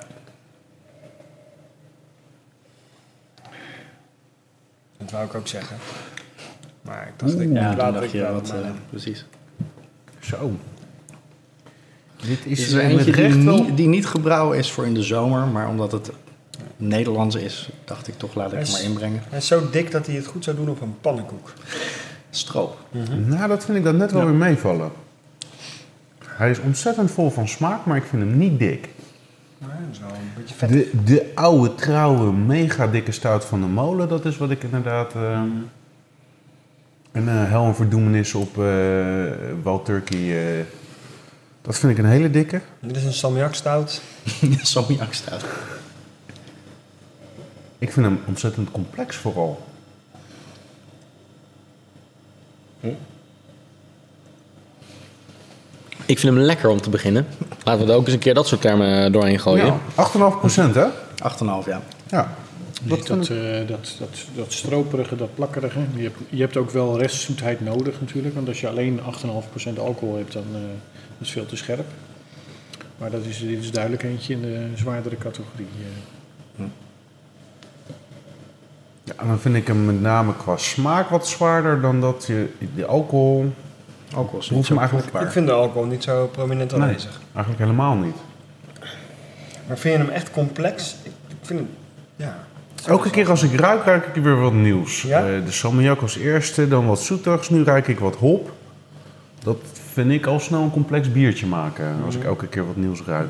Dat wou ik ook zeggen. Maar ik dacht, ik ja, laat dacht ik je wel. wat, maar- uh, precies. Zo. Dit Is is er met eentje die recht wel... niet, die niet gebrouwen is voor in de zomer, maar omdat het Nederlands is, dacht ik toch laat ik Hij hem is- maar inbrengen. Hij is zo dik dat hij het goed zou doen op een pannenkoek. Stroop. Nou, dat vind ik dan net wel weer meevallen. Hij is ontzettend vol van smaak, maar ik vind hem niet dik. Maar dat is wel een beetje vet. De, de oude, trouwe, mega dikke stout van de molen, dat is wat ik inderdaad... Uh, een uh, hel en verdoemenis op uh, Wild Turkey. Uh, dat vind ik een hele dikke. Dit is een salmiak stout. Salmiak stout. Ik vind hem ontzettend complex vooral. Ik vind hem lekker om te beginnen. Laten we er ook eens een keer dat soort termen doorheen gooien. Ja, acht komma vijf procent hè? acht komma vijf, ja. Ja. Dat, Dat dat, vind ik- uh, dat, dat, dat stroperige, dat plakkerige. Je hebt, je hebt ook wel restzoetheid nodig natuurlijk. Want als je alleen acht komma vijf procent alcohol hebt, dan uh, is het veel te scherp. Maar dat is, dit is duidelijk eentje in de zwaardere categorie. Uh. Ja, en dan vind ik hem met name qua smaak wat zwaarder dan dat je... De alcohol Alcohol is hoeft niet hem zo eigenlijk... proefbaar. Ik vind de alcohol niet zo prominent Nee, aanwezig. eigenlijk helemaal niet. Maar vind je hem echt complex? Ik, ik vind hem... Ja. Elke keer als ik ruik, ruik ik weer wat nieuws. Ja? Uh, de salmiak als eerste, dan wat zoetigs. Nu ruik ik wat hop. Dat vind ik al snel een complex biertje maken, als ik elke keer wat nieuws ruik.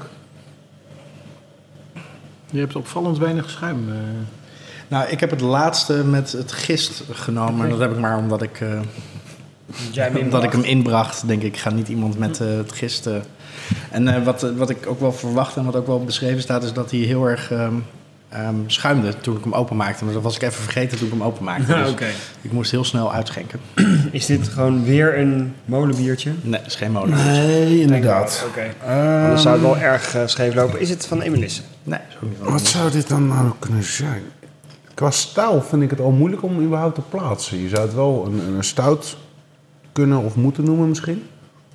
Je hebt opvallend weinig schuim. Uh. Nou, ik heb het laatste met het gist genomen. En dat heb ik maar omdat ik, uh, Jij hem omdat ik inbracht. hem inbracht. Denk ik, ik ga niet iemand met uh, het gist... Uh. En uh, wat, wat ik ook wel verwacht en wat ook wel beschreven staat... is dat hij heel erg um, um, schuimde toen ik hem openmaakte. Maar dat was ik even vergeten toen ik hem openmaakte. Dus Oké. ik moest heel snel uitschenken. Is dit gewoon weer een molenbiertje? Nee, dat is geen molen. Nee, inderdaad. Oké. Uh, Dan zou het wel erg uh, scheef lopen. Is het van Emelisse? Nee, dat is ook niet van Wat zou dit dan nou kunnen zijn? Qua stijl vind ik het al moeilijk om überhaupt te plaatsen. Je zou het wel een, een stout kunnen of moeten noemen misschien.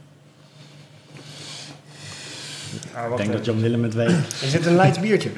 Ah, Ik denk dat Jan Willem het weet. Is dit een Leids biertje?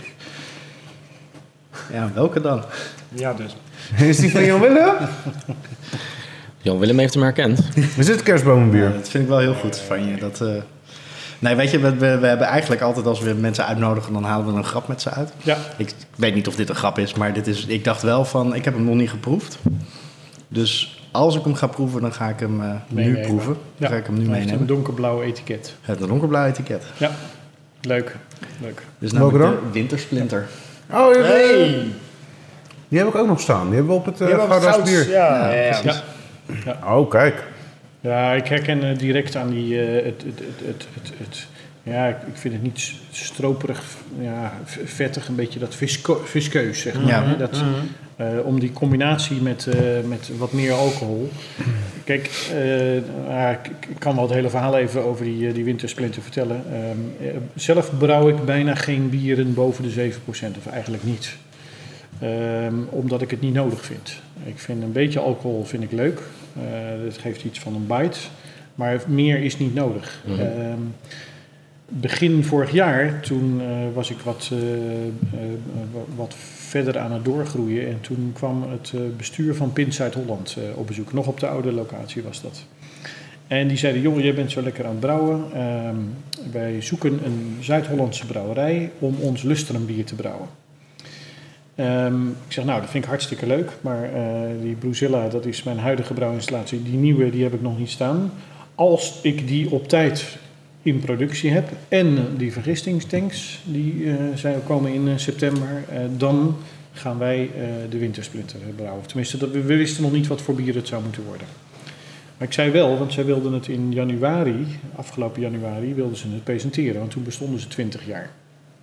Ja, welke dan? Ja, dus. Is die van Jan Willem? Jan Willem heeft hem herkend. Is dit kerstbomenbier? Ja, dat vind ik wel heel goed van je. Dat, uh... Nee, weet je, we, we, we hebben eigenlijk altijd als we mensen uitnodigen... dan halen we een grap met ze uit. Ja. Ik weet niet of dit een grap is, maar dit is, ik dacht wel van... ik heb hem nog niet geproefd. Dus als ik hem ga proeven, dan ga ik hem uh, nu Meenemen. proeven. Dan Ja, ga ik hem nu hij heeft meenemen. een donkerblauw etiket. Het is een donkerblauw etiket. Ja, leuk. leuk. Dus Welke namelijk dan? de Wintersplinter. Oh, ja, Hey! die heb ik ook nog staan. Die hebben we op het uh, Je hebt wel Goudas goud. bier. Ja, ja, ja. Ja. Oh, kijk. Ja, ik herken uh, direct aan die, uh, het, het, het, het, het, het, Ja, ik, ik vind het niet stroperig, ja, vettig, een beetje dat visco- viskeus, zeg maar. Ja. Hè? Dat, uh, om die combinatie met, uh, met wat meer alcohol. Kijk, uh, uh, ik, ik kan wel het hele verhaal even over die, uh, die wintersplinter vertellen. Um, uh, zelf brouw ik bijna geen bieren boven de zeven procent, of eigenlijk niet. Um, omdat ik het niet nodig vind. Ik vind een beetje alcohol vind ik leuk. Uh, dat geeft iets van een bite. Maar meer is niet nodig. Mm-hmm. Um, begin vorig jaar, toen uh, was ik wat, uh, uh, wat verder aan het doorgroeien. En toen kwam het uh, bestuur van Pint Zuid-Holland uh, op bezoek. Nog op de oude locatie was dat. En die zeiden, joh, jij bent zo lekker aan het brouwen. Um, wij zoeken een Zuid-Hollandse brouwerij om ons lustrumbier te brouwen. Um, ik zeg, nou, dat vind ik hartstikke leuk. Maar uh, die Brewzilla, dat is mijn huidige brouwinstallatie. Die nieuwe, die heb ik nog niet staan. Als ik die op tijd in productie heb en die vergistingstanks, die uh, zijn, komen in uh, september, uh, dan gaan wij uh, de wintersplinter brouwen. Tenminste, dat, we, we wisten nog niet wat voor bier het zou moeten worden. Maar ik zei wel, want zij wilden het in januari, afgelopen januari, wilden ze het presenteren. Want toen bestonden ze twintig jaar.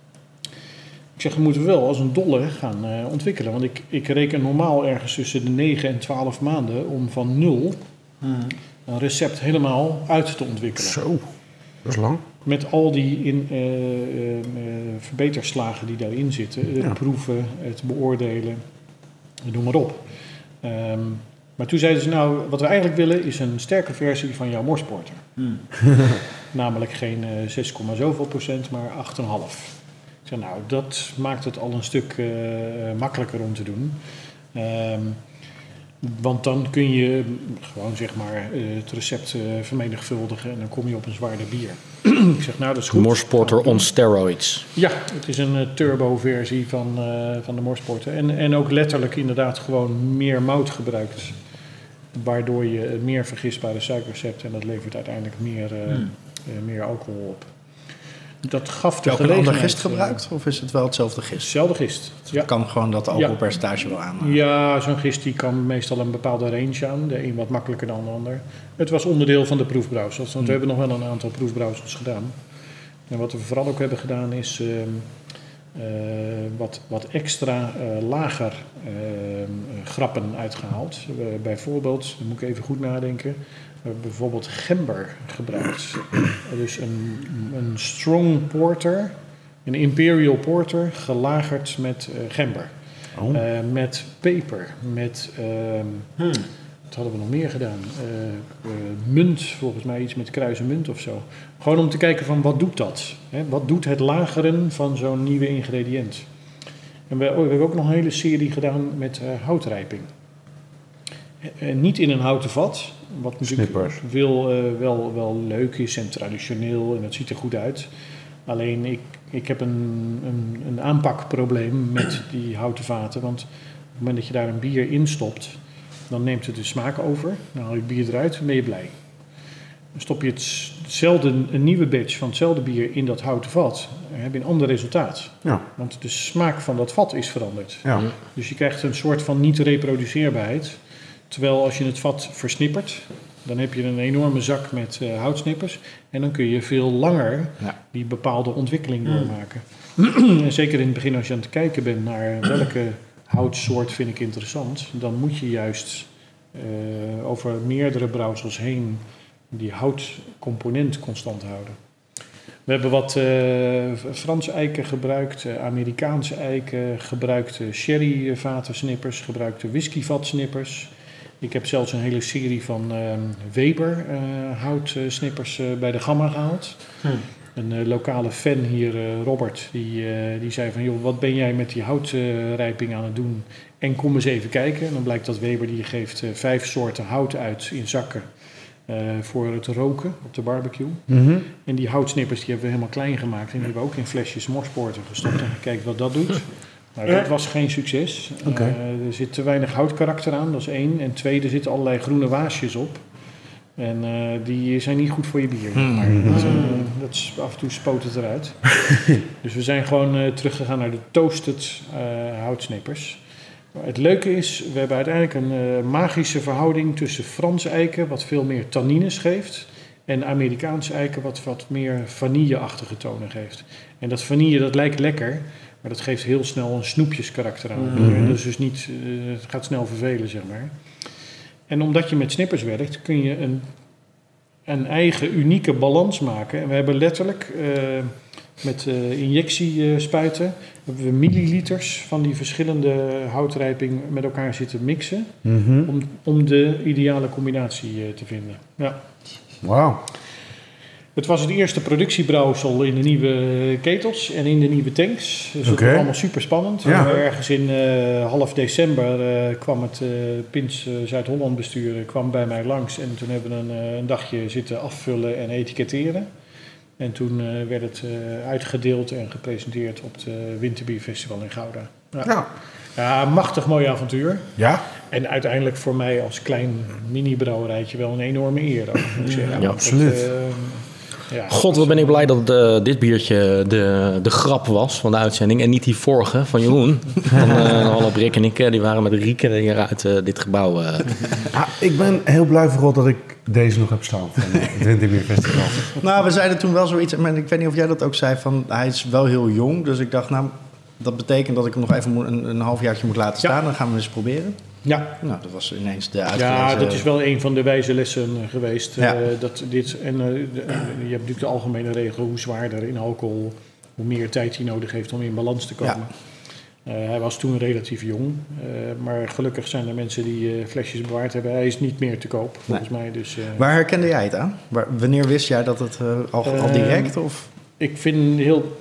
Ik zeg, we moeten wel als een dolle gaan uh, ontwikkelen. Want ik, ik reken normaal ergens tussen de negen en twaalf maanden om van nul hmm. een recept helemaal uit te ontwikkelen. Zo, dat is lang. Met al die in, uh, uh, verbeterslagen die daarin zitten. Het ja. proeven, het beoordelen, noem maar op. Um, maar toen zeiden ze, nou, wat we eigenlijk willen is een sterke versie van jouw morsporter. Hmm. Namelijk geen uh, zes, zoveel procent, maar acht komma vijf. Ik zei, nou, dat maakt het al een stuk uh, makkelijker om te doen. Um, want dan kun je gewoon, zeg maar, uh, het recept uh, vermenigvuldigen en dan kom je op een zwaarder bier. Ik zeg, nou, dat is goed. Morsporter on steroids. Ja, het is een uh, turbo-versie van, uh, van de Morsporter. En, en ook letterlijk inderdaad gewoon meer mout gebruikt. Waardoor je meer vergistbare suikers hebt en dat levert uiteindelijk meer, uh, hmm. uh, meer alcohol op. Dat gaf de Heb je ook een ander gist gebruikt? Uh, of is het wel hetzelfde gist? Hetzelfde gist, ja. Kan gewoon dat alcoholpercentage ja. wel aan? Uh. Ja, zo'n gist die kan meestal een bepaalde range aan. De een wat makkelijker dan de ander. Het was onderdeel van de proefbrouwsels. Want hmm. we hebben nog wel een aantal proefbrouwsels gedaan. En wat we vooral ook hebben gedaan is uh, uh, wat, wat extra uh, lager uh, grappen uitgehaald. Uh, bijvoorbeeld, dan moet ik even goed nadenken... We hebben bijvoorbeeld gember gebruikt. Dus een, een strong porter, een imperial porter, gelagerd met uh, gember. Oh. Uh, met peper, met, uh, hmm. wat hadden we nog meer gedaan? Uh, uh, munt, volgens mij iets met kruizenmunt of zo. Gewoon om te kijken van wat doet dat? Hè? Wat doet het lageren van zo'n nieuwe ingrediënt? En we, oh, we hebben ook nog een hele serie gedaan met uh, houtrijping. Uh, niet in een houten vat, wat natuurlijk veel, uh, wel, wel leuk is en traditioneel en het ziet er goed uit. Alleen ik, ik heb een, een, een aanpakprobleem met die houten vaten. Want op het moment dat je daar een bier in stopt, dan neemt het de smaak over. Dan haal je het bier eruit en ben je blij. Dan stop je hetzelfde, een nieuwe batch van hetzelfde bier in dat houten vat, dan heb je een ander resultaat. Ja. Want de smaak van dat vat is veranderd. Ja. Dus je krijgt een soort van niet-reproduceerbaarheid. Terwijl als je het vat versnippert, dan heb je een enorme zak met uh, houtsnippers. En dan kun je veel langer ja. die bepaalde ontwikkeling doormaken. Mm. En zeker in het begin als je aan het kijken bent naar welke houtsoort vind ik interessant, dan moet je juist uh, over meerdere brouwsels heen die houtcomponent constant houden. We hebben wat uh, Franse eiken gebruikt, uh, Amerikaanse eiken, gebruikte sherry-vatensnippers, gebruikte whiskyvatsnippers. Ik heb zelfs een hele serie van uh, Weber uh, houtsnippers uh, bij de Gamma gehaald. Hmm. Een uh, lokale fan hier, uh, Robert, die, uh, die zei van, joh, wat ben jij met die houtrijping uh, aan het doen? En kom eens even kijken. En dan blijkt dat Weber, die geeft uh, vijf soorten hout uit in zakken uh, voor het roken op de barbecue. Mm-hmm. En die houtsnippers die hebben we helemaal klein gemaakt. En die hebben we ook in flesjes morsporter gestopt en gekeken wat dat doet. Nou, dat was geen succes. Okay. Uh, er zit te weinig houtkarakter aan, dat is één. En twee, er zitten allerlei groene waasjes op. En uh, die zijn niet goed voor je bier. Mm. Maar dat, uh, dat is, af en toe spoot het eruit. Dus we zijn gewoon uh, teruggegaan naar de toasted uh, houtsnippers. Het leuke is, we hebben uiteindelijk een uh, magische verhouding tussen Franse eiken, wat veel meer tannines geeft, En Amerikaans eiken wat, wat meer vanille-achtige tonen geeft. En dat vanille, dat lijkt lekker, maar dat geeft heel snel een snoepjeskarakter aan. Mm-hmm. En dat is dus niet, uh, het gaat snel vervelen, zeg maar. En omdat je met snippers werkt, kun je een, een eigen unieke balans maken. En we hebben letterlijk uh, met uh, injectiespuiten hebben we milliliters van die verschillende houtrijping met elkaar zitten mixen. Mm-hmm. Om, om de ideale combinatie uh, te vinden. Ja. Wauw. Het was het eerste productiebrouwsel in de nieuwe ketels en in de nieuwe tanks. Dus okay. Het was allemaal super spannend. Ja. Ergens in uh, half december uh, kwam het uh, Pins uh, Zuid-Holland bestuur kwam bij mij langs. En toen hebben we een, uh, een dagje zitten afvullen en etiketteren. En toen uh, werd het uh, uitgedeeld en gepresenteerd op het uh, Winterbierfestival in Gouda. Ja. Ja. Ja, machtig mooi avontuur. Ja. En uiteindelijk voor mij als klein mini-brouwerijtje wel een enorme eer. Ook, moet ik zeggen. Ja, absoluut. Het, uh, Ja, God, wat ben ik blij dat uh, dit biertje de, de grap was van de uitzending en niet die vorige van Jeroen. Van uh, Hallo Brik en ik, die waren met Rieke hier uit uh, dit gebouw. Uh. Ah, ik ben heel blij vooral dat ik deze nog heb staan van uh, het Winterbierfestival. Nou, we zeiden toen wel zoiets, maar ik weet niet of jij dat ook zei, van hij is wel heel jong. Dus ik dacht, nou, dat betekent dat ik hem nog even een, een halfjaartje moet laten staan. Ja. Dan gaan we eens proberen. Ja. Nou, dat was ineens de uitgelezen... Ja, dat is wel een van de wijze lessen geweest. Ja. Uh, dat dit, en uh, de, uh, je hebt natuurlijk de algemene regel, hoe zwaarder in alcohol, hoe meer tijd hij nodig heeft om in balans te komen. Ja. Uh, hij was toen relatief jong, uh, maar gelukkig zijn er mensen die uh, flesjes bewaard hebben. Hij is niet meer te koop, volgens nee. mij. Dus, uh, Waar herkende jij het aan? Waar, wanneer wist jij dat het uh, al, uh, al direct? Of? Ik vind heel...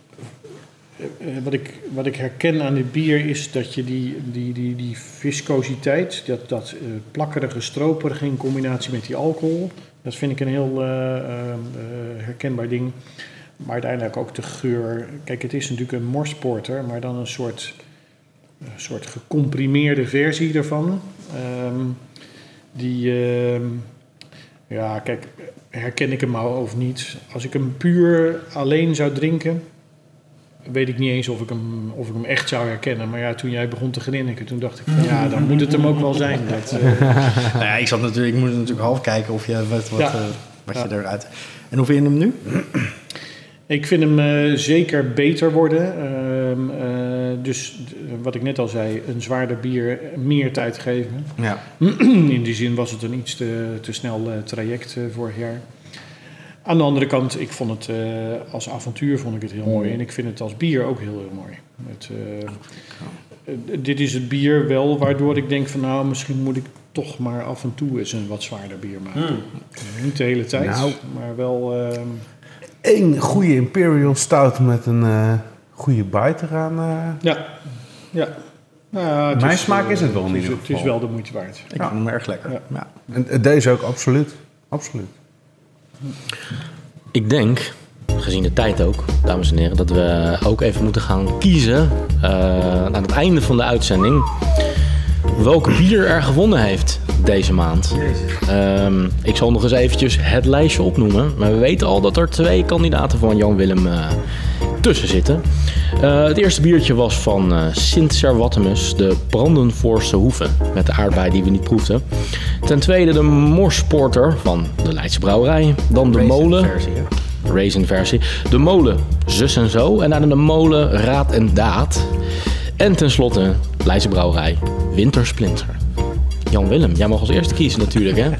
Uh, wat, ik, wat ik herken aan dit bier is dat je die, die, die, die viscositeit, dat, dat uh, plakkerige, stroperige in combinatie met die alcohol, dat vind ik een heel uh, uh, herkenbaar ding. Maar uiteindelijk ook de geur. Kijk, het is natuurlijk een morsporter, maar dan een soort, uh, soort gecomprimeerde versie ervan. Um, die, uh, ja, kijk, herken ik hem nou of niet? Als ik hem puur alleen zou drinken, weet ik niet eens of ik, hem, of ik hem echt zou herkennen. Maar ja, toen jij begon te grinniken, toen dacht ik van ja, dan moet het hem ook wel zijn. Dat, uh... nou ja, ik, zat natuurlijk, ik moet natuurlijk half kijken of je wat, wat, ja. uh, wat ja. je eruit... En hoe vind je hem nu? Ik vind hem uh, zeker beter worden. Uh, uh, dus uh, wat ik net al zei, een zwaarder bier meer tijd geven. Ja. In die zin was het een iets te, te snel uh, traject uh, vorig jaar. Aan de andere kant, ik vond het uh, als avontuur vond ik het heel mooi. En ik vind het als bier ook heel, heel mooi. Het, uh, uh, dit is het bier wel waardoor ik denk van nou, misschien moet ik toch maar af en toe eens een wat zwaarder bier maken. Hmm. Niet de hele tijd, nou, maar wel... Uh, Eén goede Imperial Stout met een uh, goede bite eraan. Uh. Ja, ja. Nou, Mijn is, smaak is het wel uh, in ieder geval. Het is wel de moeite waard. Ik ja. vind hem erg lekker. Ja. Ja. En deze ook, absoluut. Absoluut. Ik denk, gezien de tijd ook, dames en heren, dat we ook even moeten gaan kiezen uh, aan het einde van de uitzending welke bier er gewonnen heeft deze maand. Um, ik zal nog eens eventjes het lijstje opnoemen, maar we weten al dat er twee kandidaten van Jan Willem uh, tussen zitten. Uh, het eerste biertje was van uh, Sint Servatimus, de Brandenvoorse Hoeve, met de aardbei die we niet proefden. Ten tweede de Morsporter van de Leidse Brouwerij. Dan de Raisin Molen. Versie, ja. Raisin versie. De Molen Zus en Zo. En dan de Molen Raad en Daad. En tenslotte Leidse Brouwerij Wintersplinter. Jan Willem, jij mag als eerste kiezen natuurlijk, hè?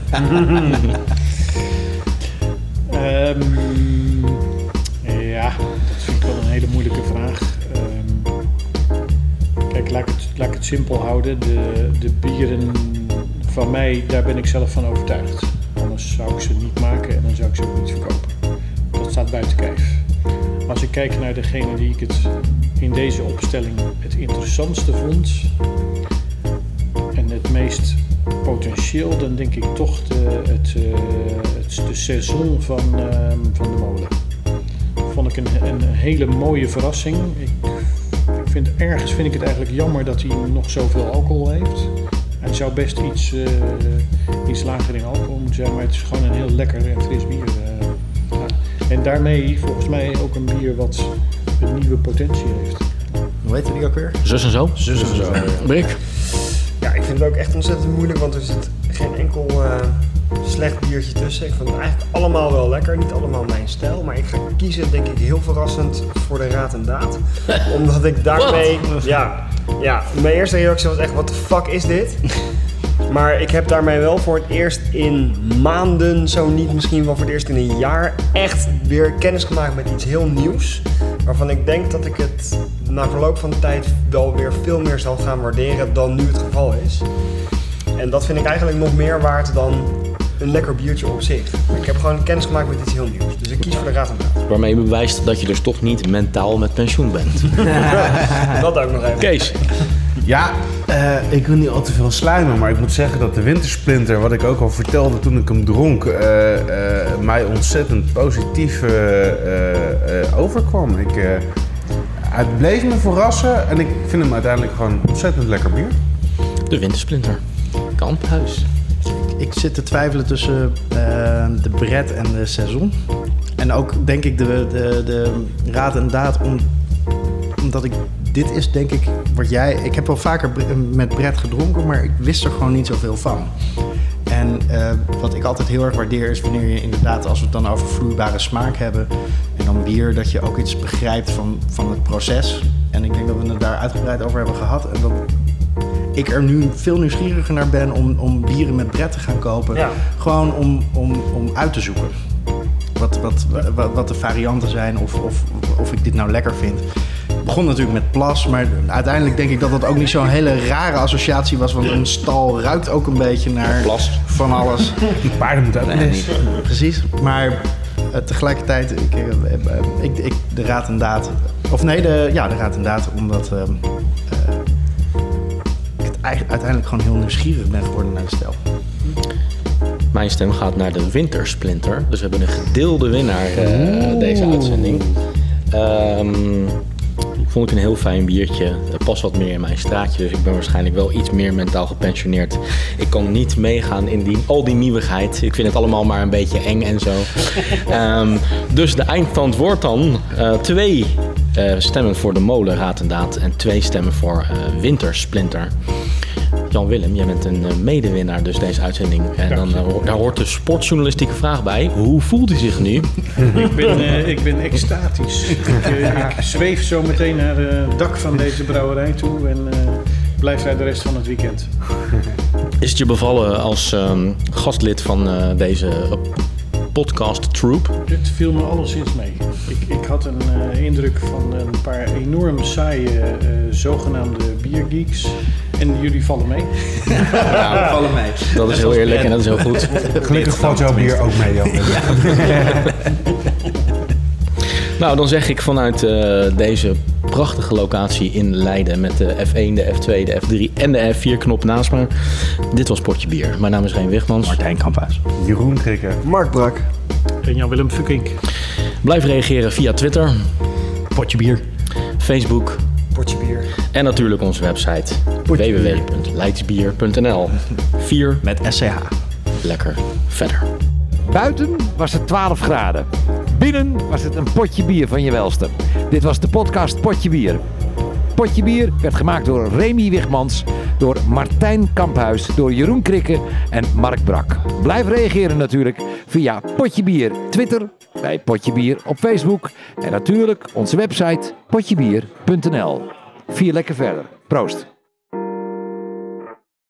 um, ja, dat vind ik wel een hele moeilijke vraag. Um, kijk, laat ik, het, laat ik het simpel houden. De, de bieren van mij, daar ben ik zelf van overtuigd. Anders zou ik ze niet maken en dan zou ik ze ook niet verkopen. Dat staat buiten kijf. Als ik kijk naar degene die ik het in deze opstelling het interessantste vond en het meest potentieel, dan denk ik toch de, het, uh, het de saison van, uh, van de molen. Vond ik een, een hele mooie verrassing. Ik, ik vind, ergens vind ik het eigenlijk jammer dat hij nog zoveel alcohol heeft. Hij zou best iets, uh, iets lager in alcohol moeten zijn, maar het is gewoon een heel lekker en fris bier. Uh, ja. En daarmee volgens mij ook een bier wat een nieuwe potentie heeft. Hoe heet die ook weer? Zus en Zo. Zus en Zo. Brik. Ja, Ja, ik vind het ook echt ontzettend moeilijk, want er zit geen enkel uh, slecht biertje tussen. Ik vind het eigenlijk allemaal wel lekker, niet allemaal mijn stijl. Maar ik ga kiezen, denk ik, heel verrassend voor de Raad en Daad. Omdat ik daarmee... Ja, ja, mijn eerste reactie was echt, what the fuck is dit? Maar ik heb daarmee wel voor het eerst in maanden, zo niet misschien wel voor het eerst in een jaar, echt weer kennis gemaakt met iets heel nieuws. Waarvan ik denk dat ik het na verloop van de tijd wel weer veel meer zal gaan waarderen dan nu het geval is. En dat vind ik eigenlijk nog meer waard dan een lekker biertje op zich. Ik heb gewoon kennis gemaakt met iets heel nieuws. Dus ik kies voor de Raad en Daad. Waarmee je bewijst dat je dus toch niet mentaal met pensioen bent. Dat ook nog even. Kees. Ja, uh, ik wil niet al te veel sluimen, maar ik moet zeggen dat de Wintersplinter, wat ik ook al vertelde toen ik hem dronk, uh, uh, mij ontzettend positief uh, uh, uh, overkwam. Ik, uh, het bleef me verrassen en ik vind hem uiteindelijk gewoon ontzettend lekker bier. De Wintersplinter. Kamphuis. Ik zit te twijfelen tussen uh, de Brett en de Saison. En ook denk ik de, de, de Raad en Daad, om, omdat ik... Dit is denk ik wat jij... Ik heb wel vaker met Brett gedronken, maar ik wist er gewoon niet zoveel van. En uh, wat ik altijd heel erg waardeer is wanneer je inderdaad, als we het dan over vloeibare smaak hebben, en dan bier, dat je ook iets begrijpt van, van het proces. En ik denk dat we het daar uitgebreid over hebben gehad. En dat ik er nu veel nieuwsgieriger naar ben om, om bieren met Brett te gaan kopen. Ja. Gewoon om, om, om uit te zoeken. Wat, wat, wat, wat de varianten zijn of, of, of ik dit nou lekker vind. Het begon natuurlijk met plas, maar uiteindelijk denk ik dat dat ook niet zo'n hele rare associatie was. Want een stal ruikt ook een beetje naar plas van alles. Paarden moeten ook niet. Precies, maar uh, tegelijkertijd, ik, uh, ik, ik, de Raad en Daad. Of nee, de, ja, de Raad en Daad, omdat uh, uh, ik het eigenlijk uiteindelijk gewoon heel nieuwsgierig ben geworden naar de stijl. Mijn stem gaat naar de Wintersplinter. Dus we hebben een gedeelde winnaar uh, deze uitzending. Um, vond ik een heel fijn biertje. Het past wat meer in mijn straatje, dus ik ben waarschijnlijk wel iets meer mentaal gepensioneerd. Ik kan niet meegaan in die, al die nieuwigheid. Ik vind het allemaal maar een beetje eng en zo. um, dus de eindstand wordt dan uh, twee uh, stemmen voor de Molen, Raad en Daad, en twee stemmen voor uh, Wintersplinter. Jan-Willem, jij bent een uh, medewinnaar dus deze uitzending. En dan, uh, daar hoort de sportjournalistieke vraag bij. Hoe voelt hij zich nu? Ik ben, uh, ik ben extatisch. ik, uh, ik zweef zo meteen naar het dak van deze brouwerij toe en uh, blijf daar de rest van het weekend. Is het je bevallen als um, gastlid van uh, deze uh, podcast troop? Het viel me alleszins mee. Ik, ik had een uh, indruk van een paar enorm saaie uh, zogenaamde biergeeks. En jullie vallen mee. Ja, we vallen mee. Dat is heel eerlijk en dat is heel goed. Gelukkig valt jouw bier ook mee, Jan. Ja. Nou, dan zeg ik vanuit uh, deze prachtige locatie in Leiden met de F één, de F twee, de F drie en de F vier knop naast me. Dit was Potje Bier. Mijn naam is Reen Wigmans. Martijn Kamphuis. Jeroen Krikke. Mark Brak. En Jan-Willem Fuckink. Blijf reageren via Twitter. Potje Bier. Facebook. Potje Bier. En natuurlijk onze website w w w punt leidsbier punt n l. vier met S C H. Lekker verder. Buiten was het twaalf graden. Binnen was het een potje bier van je welste. Dit was de podcast Potje Bier. Potje Bier werd gemaakt door Remy Wigmans, door Martijn Kamphuis, door Jeroen Krikke en Mark Brak. Blijf reageren natuurlijk via Potje Bier Twitter, bij Potje Bier op Facebook en natuurlijk onze website potjebier punt n l. Vier lekker verder. Proost.